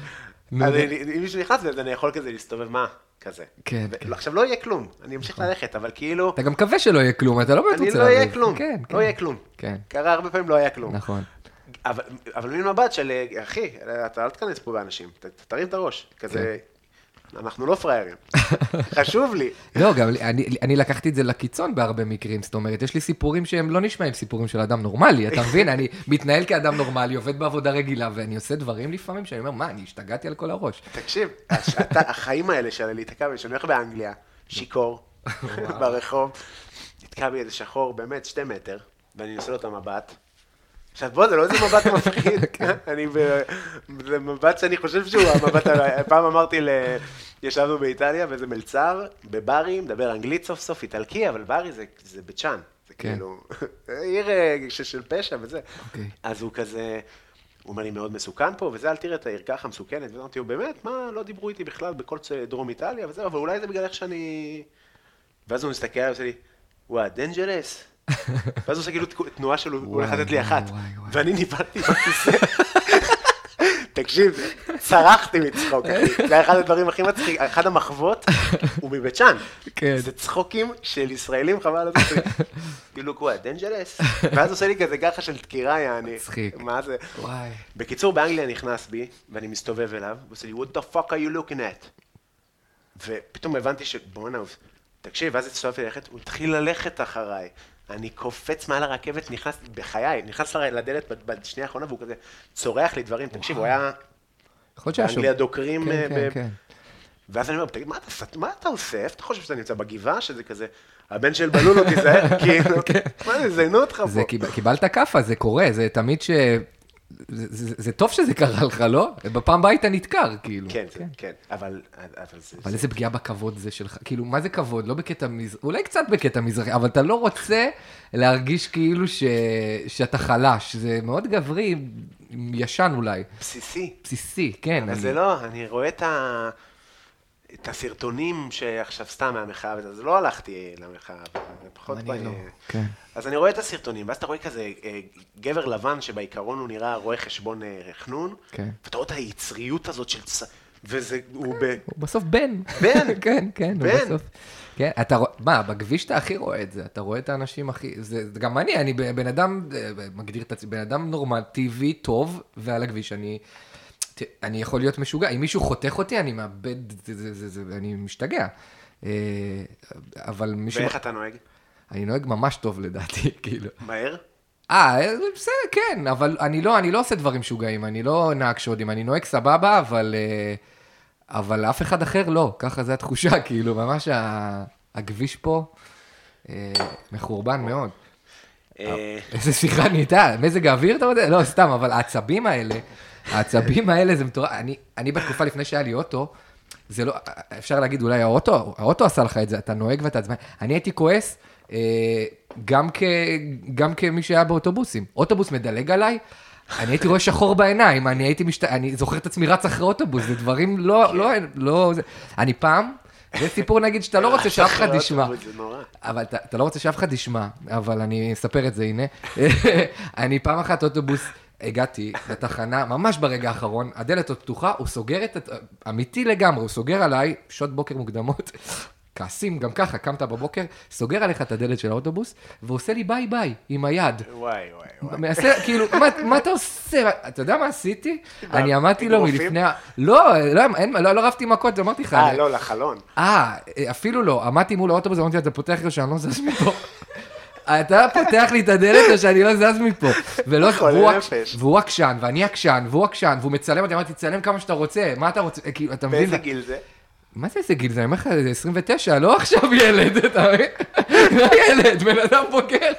אם מישהו נכנס לזה, אני יכול כזה להסתובב מה? כזה. כן. עכשיו לא יהיה כלום, אני אמשיך ללכת, אבל כאילו... אתה גם מקווה שלא יהיה כלום, אתה לא באמת רוצה להבין. אני לא יהיה כלום, כן, לא יהיה כלום. כן. קרה הרבה פעמים לא היה כלום. נכון. אבל מין מבט של, אחי, אתה אל תכנס פה באנשים, תרים את הראש, כזה, אנחנו לא פריירים. חשוב לי. לא, גם אני לקחתי את זה לקיצון בהרבה מקרים, זאת אומרת, יש לי סיפורים שהם לא נשמעים סיפורים של אדם נורמלי, אתה מבין? אני מתנהל כאדם נורמלי, עובד בעבודה רגילה, ואני עושה דברים לפעמים שאני אומר, מה, אני השתגעתי על כל הראש. תקשיב, החיים האלה של להתקע בי, שאני הולך באנגליה, שיקור, ברחוב, נתקע בי איזה שחור, באמת 2 מטר, ואני עושה לו את המבט. עכשיו בוא, זה לא איזה מבט מפחיד, זה מבט שאני חושב שהוא המבט, פעם אמרתי, ישבנו באיטליה באיזה מלצר, בברי, מדבר אנגלית סוף סוף, איטלקי, אבל ברי זה בצ'אן, זה כאילו, עיר של פשע וזה. אז הוא כזה, הוא אומר לי מאוד מסוכן פה, וזה, אל תראה את העיר ככה מסוכנת, ואמרתי, הוא באמת, מה, לא דיברו איתי בכלל בכל דרום איטליה וזה, אבל אולי זה בגלל איך שאני... ואז הוא מסתכל עליי ועושה לי, וואה, דנג'רס. ואז הוא עושה כאילו תנועה שלו, הוא הולך לתת לי אחת, ואני ניבלתי בכיסא. תקשיב, צרחתי מצחוק, זה היה אחד הדברים הכי מצחיק, אחד המחוות הוא מבית שאן. זה צחוקים של ישראלים, חבל על זה. כאילו, הוא דנג'רס. ואז הוא עושה לי כזה גחה של דקירה, יעני. מצחיק. מה זה? בקיצור, באנגליה נכנס בי, ואני מסתובב אליו, הוא עושה לי, what the fuck are you looking at? ופתאום הבנתי שבוא נעוף. תקשיב, ואז הצטרפתי ללכת, הוא התחיל ללכת אחריי. אני קופץ מעל הרכבת, נכנס לדלת בשנייה האחרונה, והוא כזה צורח לי דברים. תקשיב, הוא היה באנגליה דוקרים. ואז אני אומר, תגיד, מה אתה עושה? איפה אתה חושב שאתה נמצא בגבעה? שזה כזה, הבן של בלולו תיזהר, כאילו, מה זה, זיינו אותך פה. קיבלת כפה, זה קורה, זה תמיד זה טוב שזה קרה לך, לא? בפעם הבאה היית נתקר, כאילו. כן, אבל איזה פגיעה בכבוד זה שלך, כאילו, מה זה כבוד? לא בקטע מזרחי, אולי קצת בקטע מזרחי, אבל אתה לא רוצה להרגיש כאילו שאתה חלש, זה מאוד גברי, ישן אולי. בסיסי, כן. אבל זה לא, אני רואה את הסרטונים שעכשיו סתם מהמחאה, אז לא הלכתי למחאה, פחות כן. אז אני רואה את הסרטונים, ואז אתה רואה כזה גבר לבן שבעיקרון הוא נראה רואה חשבון חנון, ואתה רואה את היצריות הזאת של וזה, הוא בסוף בן. כן, הוא בסוף. כן, מה, בכביש אתה הכי רואה את זה, אתה רואה את האנשים הכי, זה גם אני בן אדם, מגדיר את עצמי, בן אדם נורמטיבי, טוב, ועל הכביש אני יכול להיות משוגע, אם מישהו חותך אותי, אני מאבד, אני משתגע. אבל מישהו... ואיך אתה נוהג? אני נוהג ממש טוב לדעתי, כאילו. מהר? בסדר, כן, אבל אני לא עושה דברים משוגעים, אני לא נהג שודים, אני נוהג סבבה, אבל אף אחד אחר לא, ככה זה התחושה, כאילו, ממש הכביש פה מחורבן מאוד. איזה שיחה נהייתה, מזג האוויר, אתה יודע? לא, סתם, אבל העצבים האלה זה מטורף. אני בתקופה לפני שהיה לי אוטו, זה לא, אפשר להגיד אולי האוטו עשה לך את זה, אתה נוהג ואתה עצבן. אני הייתי כועס, גם כמי שהיה באוטובוסים. אוטובוס מדלג עליי, אני הייתי רואה שחור בעיניים, אני זוכר את עצמי רץ אחרי אוטובוס, זה דברים לא, אני פעם, זה סיפור נגיד שאתה לא רוצה שאף אחד ישמע. אבל אתה לא רוצה שאף אחד ישמע, אבל אני אספר את זה, הנה. אני פעם אחת אוטובוס, הגעתי לתחנה, ממש ברגע האחרון, הדלת עוד פתוחה, הוא סוגר אמיתי לגמרי, הוא סוגר עליי, שעות בוקר מוקדמות, כעסים, גם ככה, קמת בבוקר, סוגר עליך את הדלת של האוטובוס, ועושה לי ביי ביי, עם היד. וואי. מעשה, כאילו, מה אתה עושה? אתה יודע מה עשיתי? אני אמרתי לו מלפני... לא רבתי מכות, אמרתי לך. לא, לחלון. אפילו לא, עמדתי מול האוטובוס, אמרתי, אתה פותח לי שאני לא זז מפה. אתה פותח לי את הדלת או שאני לא זז מפה. והוא עקשן, ואני עקשן, והוא עקשן, והוא מצלם אותי, אמרתי, תצלם כמה שאתה רוצה, מה אתה רוצה? אתה מבין? באיזה גיל זה? מה זה איזה גיל? זה אומר לך, זה 29, לא עכשיו ילד, אתה מבין? לא ילד, בן אדם בוגר.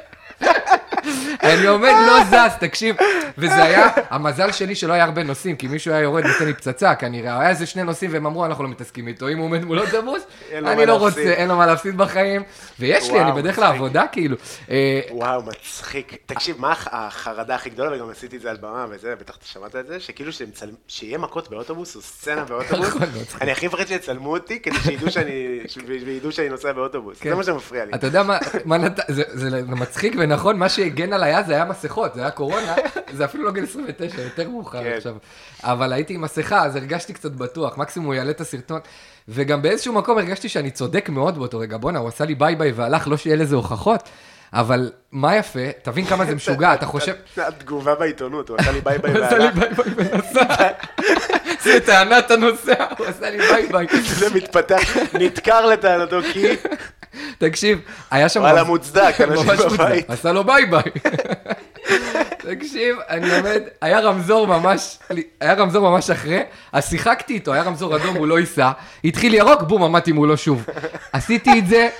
אני עומד, לא זז, תקשיב. וזה היה, המזל שלי שלא היה הרבה נוסעים, כי מישהו היה יורד ונותן לי פצצה, כנראה. היה איזה 2 נוסעים והם אמרו, אנחנו לא מתעסקים איתו. אם הוא עומד מול אוטובוס, אני לא רוצה, אין לו מה להפסיד בחיים. ויש לי, אני בדרך לעבודה, כאילו. וואו, מצחיק. תקשיב, מה החרדה הכי גדולה, וגם עשיתי את זה על במה וזה, בטח אתה שמעת את זה, שכאילו שיהיה מכות באוטובוס, או סצנה באוטובוס. אני הכי מפחד שיצלמו אותי, כדי שידעו שאני נוסע באוטובוס. זה מה שמפריע לי. אתה יודע זה מצחיק ונכון, מה שהגן על היה, זה היה מסכות, זה היה קורונה, זה אפילו לא גיל 29, יותר מאוחר עכשיו. אבל הייתי עם מסכה, אז הרגשתי קצת בטוח, מקסימום הוא יעלה את הסרטון, וגם באיזשהו מקום הרגשתי שאני צודק מאוד באותו רגע, בונה, הוא עשה לי ביי ביי והלך, לא שיהיה לזה הוכחות, אבל מה יפה, תבין כמה זה משוגע, אתה חושב... התגובה בעיתונות, הוא עשה לי ביי ביי והלך. הוא עשה לי ביי ביי ונסע. זה טענת הנוסע, הוא עשה לי ביי ביי. זה מתפתח, נתקר לטענתו, כי... תקשיב, היה שם... וואלה מוצדק, אנשים בבית. עשה לו ביי ביי. תקשיב, אני עומד, היה רמזור ממש אחרי, אז שיחקתי איתו, היה רמזור אדום, הוא לא ייסע, התחיל ירוק, בום, עמדתי מולו שוב. עשיתי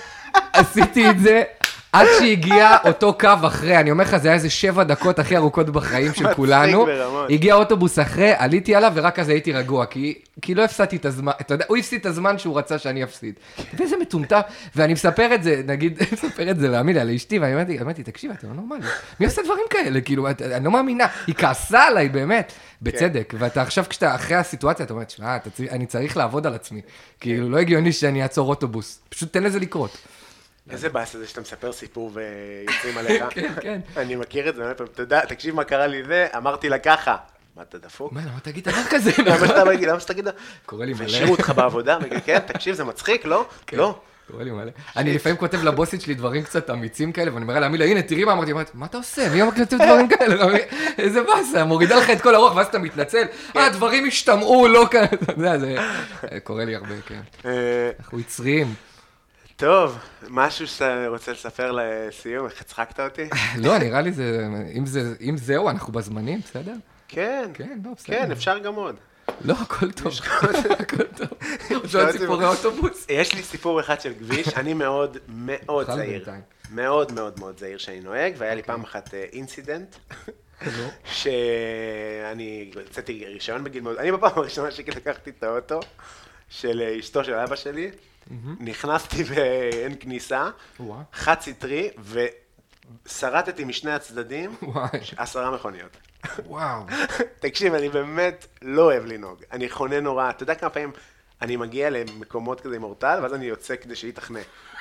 את זה, עד שהגיע אותו קו אחרי, אני אומר לך, זה היה איזה 7 דקות הכי ארוכות בחיים של כולנו. הגיע אוטובוס אחרי, עליתי עליו, ורק אז הייתי רגוע, כי לא הפסדתי את הזמן, אתה יודע, הוא הפסיד את הזמן שהוא רצה שאני אפסיד. ואיזה מטומטם, ואני מספר את זה, נגיד, מספר את זה לאמיליה, לאשתי, ואני אמרתי, תקשיב, אתה לא נורמלי. מי עושה דברים כאלה? כאילו, אני לא מאמינה, היא כעסה עליי, באמת, בצדק. ואתה עכשיו, כשאתה אחרי הסיטואציה, אתה אומר, שמע, אני צריך לעבוד על עצמי. כאילו, לא הגיוני שאני אעצור אוטובוס. פשוט תן לזה לקרות. איזה באס זה שאתה מספר סיפור ויוצאים עליך. כן. אני מכיר את זה, תקשיב מה קרה לי זה, אמרתי לה ככה. מה, אתה דפוק? מה, למה תגיד דבר כזה? למה שתגיד? קורא לי מלא. והשאירו אותך בעבודה, כן, תקשיב, זה מצחיק, לא? לא. קורא לי מלא. אני לפעמים כותב לבוסית שלי דברים קצת אמיצים כאלה, ואני אומר לה, הנה, תראי מה אמרתי, מה אתה עושה? מי אמר כותב דברים כאלה? איזה באסה, מורידה לך את כל הרוח, ואז אתה מתנצל. דברים השתמעו, לא כאלה. אתה יודע, זה קורא לי הרבה, כן. אנחנו יצריים. טוב, משהו שאתה רוצה לספר לסיום, איך הצחקת אותי? לא, נראה לי זה, אם זהו, אנחנו בזמנים, בסדר? כן, כן, אפשר גם עוד. לא, הכל טוב, הכל טוב. יש עוד סיפורי אוטובוס? יש לי סיפור אחד של כביש, אני מאוד מאוד זהיר. מאוד מאוד מאוד זהיר שאני נוהג, והיה לי פעם אחת אינסידנט. שאני יצאתי רישיון בגיל מאוד, אני בפעם הראשונה שלקחתי את האוטו של אשתו של אבא שלי, נכנסתי באין כניסה, חד סטרי, ושרדתי משני הצדדים 10 מכוניות. וואו. תקשיב, אני באמת לא אוהב לנהוג, אני חונה נורא, אתה יודע כמה פעמים אני מגיע למקומות כזה עם אורטל, ואז אני יוצא כדי שהיא תחנה.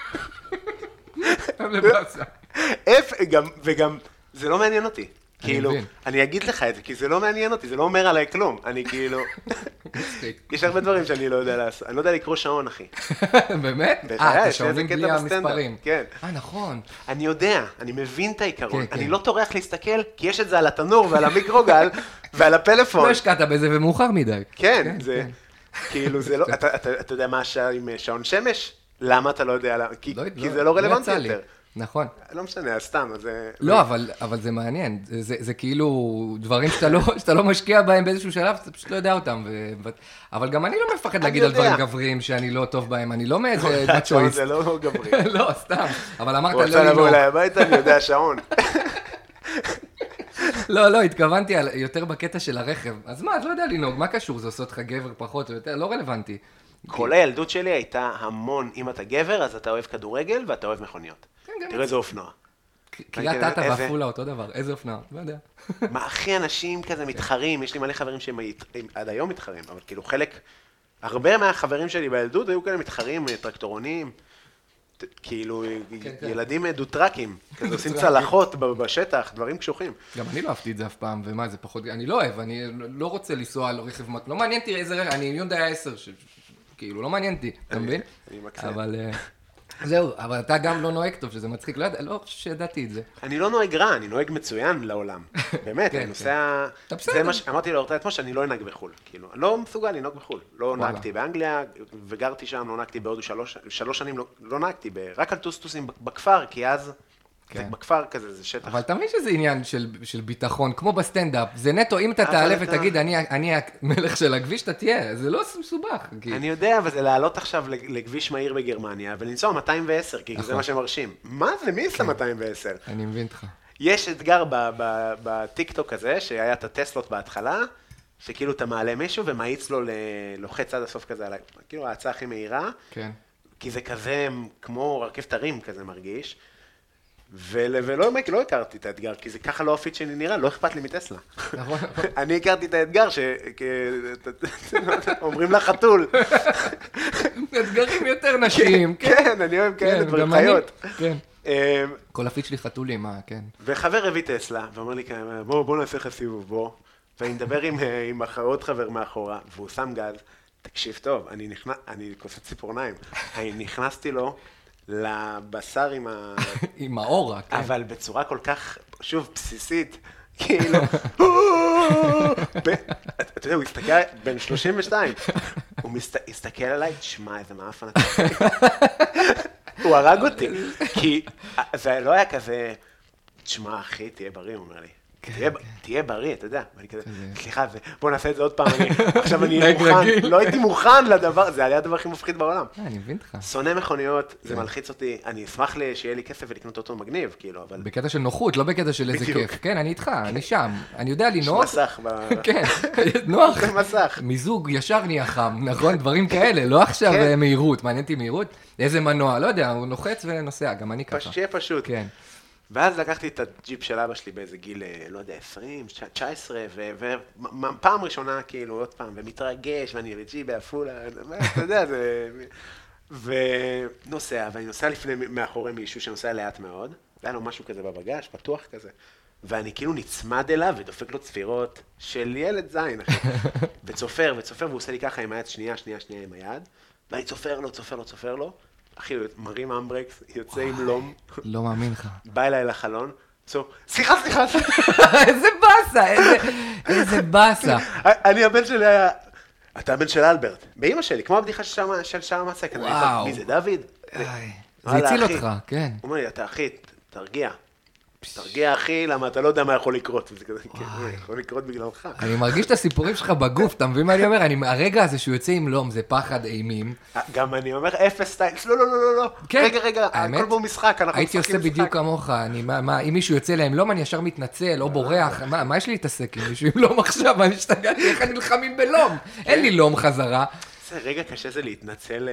וגם, זה לא מעניין אותי. כאילו, אני אגיד לך את זה, כי זה לא מעניין אותי, זה לא אומר עליי כלום. אני כאילו... יש הרבה דברים שאני לא יודע לעשות. אני לא יודע לקרוא שעון, אחי. באמת? אתה שעונים בלי המספרים. כן. נכון. אני יודע, אני מבין את העיקרון. אני לא טורח להסתכל, כי יש את זה על התנור ועל המיקרוגל ועל הפלאפון. לא השקעת בזה ומאוחר מדי. כן, זה... כאילו, זה לא... אתה יודע מה השעה עם שעון שמש? למה אתה לא יודע? כי זה לא רלוונטי יותר. נכון. לא משנה, סתם, אז... לא, אבל זה מעניין. זה כאילו דברים שאתה לא משקיע בהם באיזשהו שלב, אתה פשוט לא יודע אותם. אבל גם אני לא מפחד להגיד על דברים גבריים שאני לא טוב בהם. אני לא מאיזה מצ'ואיסט. זה לא גברי. לא, סתם. אבל אמרת הוא רוצה לבוא אליי הביתה, אני יודע שעון. לא, התכוונתי יותר בקטע של הרכב. אז מה, את לא יודע לנהוג, מה קשור? זה עושה אותך גבר פחות או יותר? לא רלוונטי. כל הילדות שלי הייתה המון, אם אתה גבר, אז אתה אוהב כדורגל ואתה אוהב מכוניות. תראה איזה אופנוע. קריית אתא ואפולה אותו דבר, איזה אופנוע, לא יודע. מה, הכי אנשים כזה מתחרים, יש לי מלא חברים שהם עד היום מתחרים, אבל כאילו חלק, הרבה מהחברים שלי בילדות היו כאלה מתחרים, טרקטורונים, כאילו ילדים דו-טרקים, כזה עושים צלחות בשטח, דברים קשוחים. גם אני לא אהבתי את זה אף פעם, ומה זה פחות, אני לא אוהב, אני לא רוצה לנסוע על רכב, לא מעניין אותי איזה רכב, אני יונדאי 10, כאילו לא מעניין אותי, אתה מבין? אני מקסם. אבל זהו, אבל אתה גם לא נוהג טוב, שזה מצחיק, לא חושב שידעתי את זה. אני לא נוהג רע, אני נוהג מצוין לעולם. באמת, אני נוסע... זה מה שאמרתי לאורטל אתמול, שאני לא אנהג בחול. כאילו, אני לא מסוגל לנהוג בחול. לא נהגתי באנגליה, וגרתי שם, לא נהגתי בהודו 3 שנים, לא נהגתי, רק על טוסטוסים בכפר, כי אז... זה בכפר כזה, זה שטח. אבל אתה מבין שזה עניין של ביטחון, כמו בסטנדאפ, זה נטו, אם אתה תעלה ותגיד, אני המלך של הכביש, אתה תהיה, זה לא מסובך. אני יודע, אבל זה לעלות עכשיו לכביש מהיר בגרמניה, ולנסוע 210, כי זה מה שמרשים. מה זה? מי עושה 210? אני מבין אותך. יש אתגר בטיקטוק הזה, שהיה את הטסלות בהתחלה, שכאילו אתה מעלה מישהו ומאיץ לו לוחץ עד הסוף כזה, כאילו ההצעה הכי מהירה, כי זה כזה כמו רכבת הרים כזה מרגיש. ולא הכרתי את האתגר, כי זה ככה לא הפיט שלי נראה, לא אכפת לי מטסלה. אני הכרתי את האתגר שאומרים לחתול. אתגרים יותר נשיים. כן, אני אוהב כאלה דברים חיות. כל הפיט שלי חתולים, כן. וחבר הביא טסלה, ואומר לי, בוא נעשה לך סיבוב, בוא. ואני מדבר עם עוד חבר מאחורה, והוא שם גז. תקשיב טוב, אני קופץ ציפורניים. אני נכנסתי לו, לבשר עם האורה, כן. אבל בצורה כל כך, שוב, בסיסית, כאילו, אתה יודע, הוא הסתכל, בן 32, הוא הסתכל עליי, תשמע, איזה מאפן אתה. הוא הרג אותי, כי זה לא היה כזה, תשמע, אחי, תהיה בריא, הוא אומר לי. תהיה בריא, אתה יודע, ואני כזה, סליחה, בוא נעשה את זה עוד פעם, עכשיו אני אהיה מוכן, לא הייתי מוכן לדבר, זה היה הדבר הכי מפחיד בעולם. אני מבין אותך. שונא מכוניות, זה מלחיץ אותי, אני אשמח שיהיה לי כסף ולקנות אותו מגניב, כאילו, אבל... בקטע של נוחות, לא בקטע של איזה כיף. כן, אני איתך, אני שם, אני יודע לנוח. יש מסך. כן, נוח. זה מסך. מיזוג ישר נהיה חם, נכון, דברים כאלה, לא עכשיו מהירות, מעניין אותי מהירות, איזה מנוע, לא יודע, הוא נוחץ ונוסע, גם אני ככה. שיהיה פשוט. כן. ואז לקחתי את הג'יפ של אבא שלי באיזה גיל, לא יודע, 20, 19, ופעם ראשונה, כאילו, עוד פעם, ומתרגש, ואני בג'יפ בעפולה, אתה יודע, זה... ונוסע, ואני נוסע מאחורי מישהו שנוסע לאט מאוד, היה לו משהו כזה בבגש, פתוח כזה, ואני כאילו נצמד אליו ודופק לו צפירות של ילד זין, אחי, וצופר, והוא עושה לי ככה עם היד, שנייה עם היד, ואני צופר לו, אחי, מרים אמברקס, יוצא עם לום. לא מאמין לך. בא אליי לחלון, סליחה. איזה איזה באסה. אני הבן שלי היה, אתה הבן של אלברט, באמא שלי, כמו הבדיחה של שער מצק. וואו. מי זה, דוד? זה הציל אותך, כן. הוא אומר לי, אתה אחי, תרגיע. תרגיע אחי, למה אתה לא יודע מה יכול לקרות. וזה כזה, כן, יכול לקרות בגללך. אני מרגיש את הסיפורים שלך בגוף, אתה מבין מה אני אומר? הרגע הזה שהוא יוצא עם לום, זה פחד אימים. גם אני אומר, אפס סטיילס, לא, לא, לא, לא, רגע, הכל בו משחק, אנחנו הייתי עושה בדיוק כמוך, אם מישהו יוצא להם לום, אני ישר מתנצל, או בורח, מה יש לי להתעסק עם מישהו עם לום עכשיו? אני השתגעתי, איך אני נלחמים בלום? אין לי לום חזרה. זה רגע קשה זה להתנצל,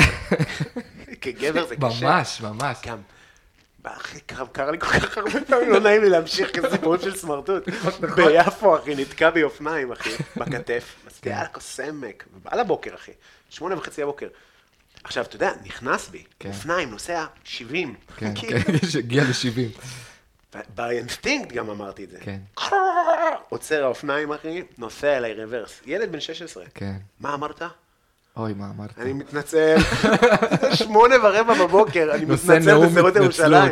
כגבר זה קשה. ממש, ממש. גם, אחי, קרה לי כל כך הרבה פעמים, לא נעים לי להמשיך כזה סיפורים של סמרטוט. ביפו, אחי, נתקע בי אופניים, אחי, בכתף. מצביע על הקוסמק, על הבוקר, אחי, 8:30 הבוקר. עכשיו, אתה יודע, נכנס בי, אופניים, נוסע 70. כן, הגיע ל-70. באינסטינקט גם אמרתי את זה. כן. עוצר האופניים, אחי, נוסע אליי רוורס. ילד בן 16. כן. מה אמרת? אוי, מה אמרת? אני מתנצל. 8:15 בבוקר, אני מתנצל בשדרות ירושלים.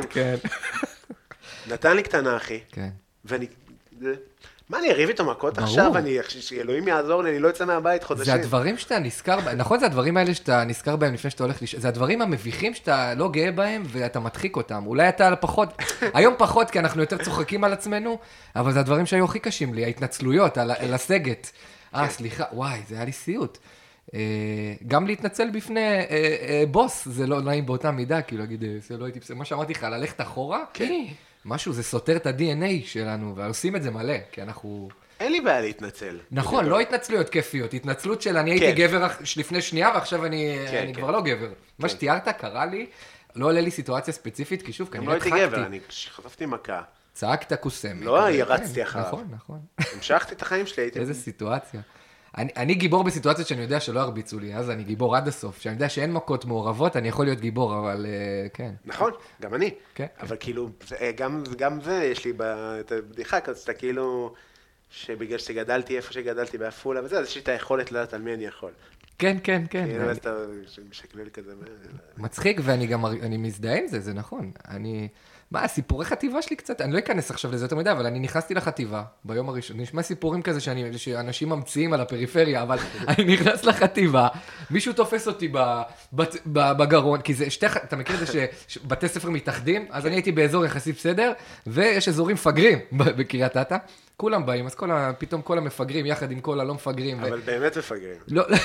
נתן לי קטנה, אחי. כן. ואני... מה, אני אריב איתו מכות עכשיו? שאלוהים יעזור לי, אני לא יוצא מהבית חודשים. זה הדברים שאתה נזכר בהם, נכון? זה הדברים האלה שאתה נזכר בהם לפני שאתה הולך זה הדברים המביכים שאתה לא גאה בהם ואתה מדחיק אותם. אולי אתה פחות, היום פחות כי אנחנו יותר צוחקים על עצמנו, אבל זה הדברים שהיו הכי קשים לי, ההתנצלויות, על הסגת. סליחה, וואי, זה היה לי סיוט. גם להתנצל בפני בוס, זה לא נעים באותה מידה, כאילו להגיד, זה לא הייתי בסדר. מה שאמרתי לך, ללכת אחורה, משהו, זה סותר את ה-DNA שלנו, ועושים את זה מלא, כי אנחנו... אין לי בעיה להתנצל. נכון, לא התנצלויות כיפיות, התנצלות של אני הייתי גבר לפני שנייה, ועכשיו אני כבר לא גבר. מה שתיארת קרה לי, לא עולה לי סיטואציה ספציפית, כי שוב, כנראה הדחקתי. לא הייתי גבר, אני חטפתי מכה. צעקת קוסם. לא, ירצתי אחריו. נכון, נכון. המשכתי את החיים שלי, הייתי... איזה סיטואציה. אני גיבור בסיטואציות שאני יודע שלא הרביצו לי, אז אני גיבור עד הסוף. שאני יודע שאין מכות מעורבות, אני יכול להיות גיבור, אבל כן. נכון, גם אני. אבל כאילו, גם זה, יש לי את הבדיחה כזאת, שאתה כאילו, שבגלל שגדלתי איפה שגדלתי בעפולה וזה, אז יש לי את היכולת לדעת על מי אני יכול. כן, כן, כן. כאילו, אז אתה משקלל כזה. מצחיק, ואני גם, אני מזדהה עם זה, זה נכון. מה, סיפורי חטיבה שלי קצת, אני לא אכנס עכשיו לזה יותר מדי, אבל אני נכנסתי לחטיבה ביום הראשון, נשמע סיפורים כזה שאנשים ממציאים על הפריפריה, אבל אני נכנס לחטיבה, מישהו תופס אותי בגרון, כי זה אתה מכיר את זה שבתי ספר מתאחדים, אז אני הייתי באזור יחסי בסדר, ויש אזורים מפגרים בקריית אתא, כולם באים, אז פתאום כל המפגרים, יחד עם כל הלא מפגרים. אבל באמת מפגרים.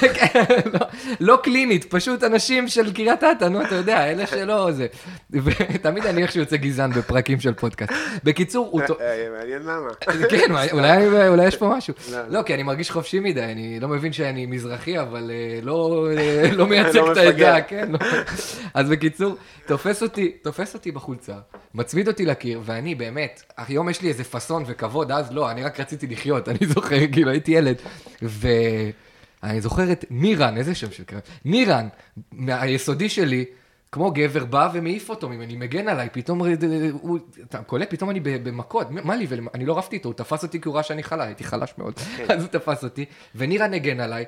לא קלינית, פשוט אנשים של קריית אתא, נו, אתה יודע, אלה שלא זה. ותמיד אני איך שיוצא גזען בפרקים של פודקאסט. בקיצור, מעניין למה. כן, אולי יש פה משהו. לא, כי אני מרגיש חופשי מדי, אני לא מבין שאני מזרחי, אבל לא מייצג את העדה, כן. אז בקיצור, תופס אותי בחולצה, מצמיד אותי לקיר, ואני באמת, היום יש לי איזה פסון וכבוד, אז לא, אני רק רציתי לחיות, אני זוכר, כאילו הייתי ילד, ואני זוכר את נירן, איזה שם של קרב, נירן, מהיסודי שלי, כמו גבר בא ומעיף אותו ממני, מגן עליי, פתאום, אתה קולט, פתאום אני במכות, מה לי, אני לא רפתי איתו, הוא תפס אותי כי הוא ראה שאני חלה, הייתי חלש מאוד, אז הוא תפס אותי, ונירן הגן עליי,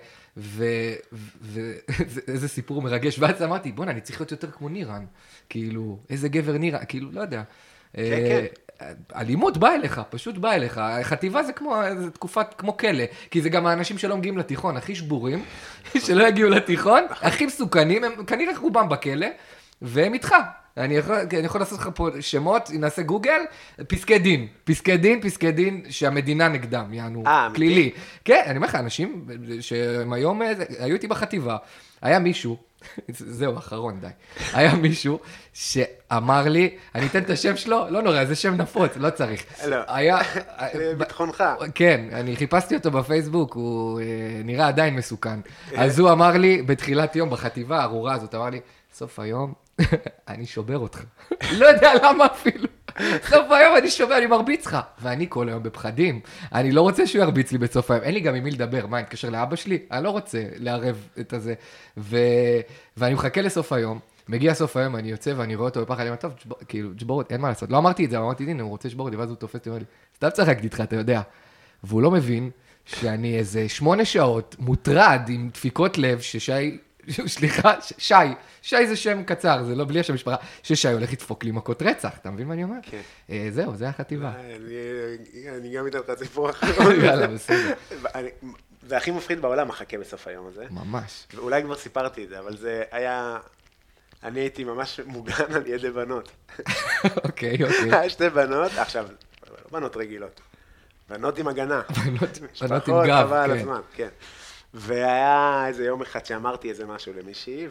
ואיזה סיפור מרגש, ואז אמרתי, בוא'נה, אני צריך להיות יותר כמו נירן, כאילו, איזה גבר נירן, כאילו, לא יודע. אלימות באה אליך, פשוט באה אליך. החטיבה זה תקופת כמו כלא, כי זה גם האנשים שלא מגיעים לתיכון, הכי שבורים, שלא יגיעו לתיכון, הכי מסוכנים, הם כנראה רובם בכלא, והם איתך. אני יכול לעשות לך פה שמות, נעשה גוגל, פסקי דין שהמדינה נגדם, יענו, כלילי. כן, אני אומר לך, אנשים שהם היום, היו איתי בחטיבה, היה מישהו, זהו, אחרון, די. היה מישהו שאמר לי, אני אתן את השם שלו, לא נורא, זה שם נפוץ, לא צריך. לא, היה... ביטחונך. כן, אני חיפשתי אותו בפייסבוק, הוא נראה עדיין מסוכן. אז הוא אמר לי, בתחילת יום, בחטיבה הארורה הזאת, אמר לי, סוף היום, אני שובר אותך. לא יודע למה אפילו. סוף היום אני שובר, אני מרביץ לך. ואני כל היום בפחדים. אני לא רוצה שהוא ירביץ לי בסוף היום. אין לי גם עם מי לדבר. מה, אני אתקשר לאבא שלי? אני לא רוצה לערב את הזה. ואני מחכה לסוף היום. מגיע סוף היום, אני יוצא ואני רואה אותו בפחד. אני אומר, טוב, כאילו, תשבור אותי, אין מה לעשות. לא אמרתי את זה, אמרתי, הנה, הוא רוצה לשבור אותי, ואז הוא תופס, אומר לי, סתם צחקתי איתך, אתה יודע. והוא לא מבין שאני איזה 8 שעות מוטרד עם דפיקות לב ששי סליחה, שי זה שם קצר, זה לא בלי השם משפחה, ששי הולך לדפוק לי מכות רצח, אתה מבין מה אני אומר? כן. זהו, זה החטיבה. אני גם אתן לך סיפור אחרון. יאללה, בסדר. זה הכי מפחיד בעולם, מחכה בסוף היום הזה. ממש. ואולי כבר סיפרתי את זה, אבל זה היה אני הייתי ממש מוגן על ידי בנות. אוקיי. היה שתי בנות, עכשיו, לא בנות רגילות, בנות עם הגנה. בנות עם גב, חבל על הזמן, כן. והיה איזה יום אחד שאמרתי איזה משהו למישהי,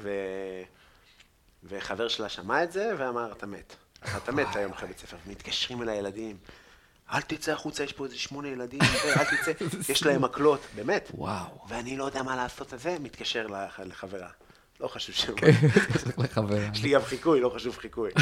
וחבר שלה שמע את זה ואמר, אתה מת. אתה מת היום אחרי בית ספר, ומתקשרים אל הילדים. אל תצא החוצה, יש פה איזה 8 ילדים, אל תצא, יש להם מקלות, באמת. וואו. ואני לא יודע מה לעשות את זה, מתקשר לחברה. לא חשוב שם. כן, מתקשר לחברה. יש לי גם חיקוי, לא חשוב חיקוי.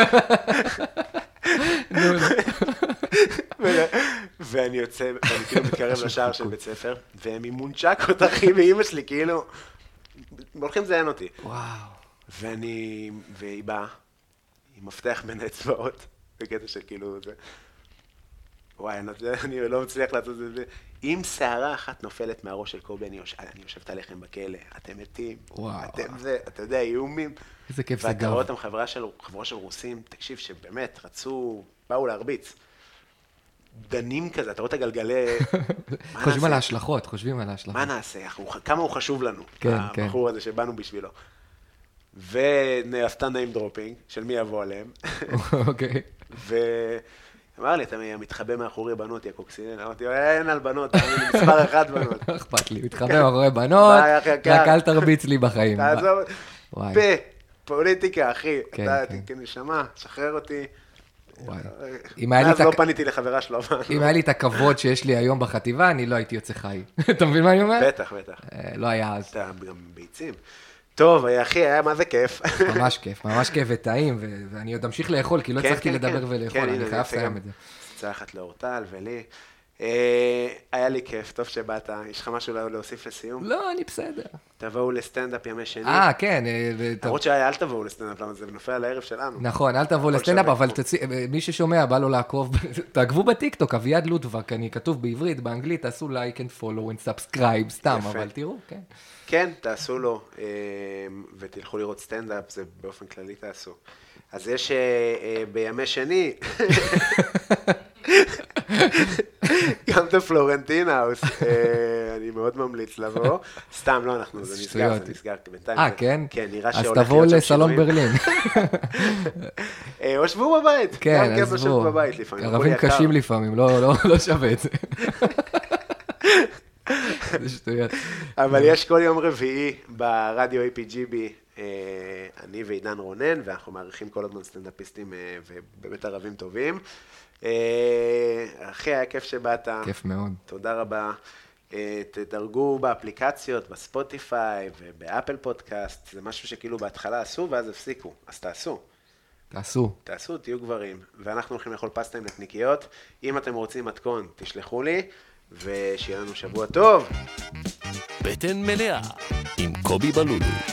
ואני יוצא, ואני כאילו מתקרב לשער של בית ספר, והם עם מונצ'קות, אחי, ואימא שלי, כאילו, הולכים לזיין אותי. וואו. והיא באה, עם מפתח בין האצבעות, בקטע של כאילו זה. וואי, אני לא מצליח לעשות את זה. אם שערה אחת נופלת מהראש של קובי, אני יושבת עליכם בכלא, אתם מתים, אתם זה, אתה יודע, איומים. איזה כיף זה ואתה גב. רואה אותם חברה של רוסים, תקשיב שבאמת באו להרביץ. דנים כזה, אתה רואה את הגלגלי... חושבים על ההשלכות. מה נעשה? כמה הוא חשוב לנו, כן. הבחור הזה שבאנו בשבילו. ונעשתה name dropping, של מי יבוא עליהם. אוקיי. אמר לי, אתה מתחבא מאחורי בנות, יא קוקסינל. אמרתי, אין על בנות, אני מספר 1 בנות. לא אכפת לי, מתחבא מאחורי בנות, רק אל תרביץ לי בחיים. תעזוב, פוליטיקה, אחי. אתה נשמה, שחרר אותי. אז לא פניתי לחברה שלו. אם היה לי את הכבוד שיש לי היום בחטיבה, אני לא הייתי יוצא חי. אתה מבין מה אני אומר? בטח. לא היה אז. אתה גם ביצים. טוב, אחי, היה מה זה כיף. ממש כיף וטעים, ואני עוד אמשיך לאכול, כי לא הצלחתי לדבר ולאכול, אני חייב לסיים את זה. צלחת לאורטל ולי. היה לי כיף, טוב שבאת. יש לך משהו להוסיף לסיום? לא, אני בסדר. תבואו לסטנדאפ ימי שני. כן. למרות אל תבואו לסטנדאפ, למה זה נופל על הערב שלנו. נכון, אל תבואו לסטנדאפ, אבל מי ששומע, בא לו לעקוב, תעקבו בטיקטוק, אביעד לוטבק, אני כתוב בעברית, באנגלית, תעשו לייק and follow and subscribe, סתם, אבל תראו, כן. כן, תעשו לו, ותלכו לראות סטנדאפ, זה באופן כללי תעשו. אז יש בימי שני, גם את הפלורנטין האוס, אני מאוד ממליץ לבוא. סתם, לא, זה נסגר בינתיים. כן? כן, נראה אז שהולך תבואו להיות שם לסלון שינויים. ברלין. או שבו בבית. כן, עזבו. ערבים קשים לפעמים, לא שווה את זה. זה שטויות. אבל יש כל יום רביעי ברדיו APGB, אני ועידן רונן, ואנחנו מעריכים כל הזמן סטנדאפיסטים ובאמת ערבים טובים. אחי, היה כיף שבאת. כיף מאוד. תודה רבה. תדרגו באפליקציות, בספוטיפיי ובאפל פודקאסט. זה משהו שכאילו בהתחלה עשו ואז הפסיקו. אז תעשו, תהיו גברים. ואנחנו הולכים לאכול פסטה עם נקניקיות. אם אתם רוצים מתכון, תשלחו לי. ושיהיה לנו שבוע טוב. בטן מלאה עם קובי בלולו.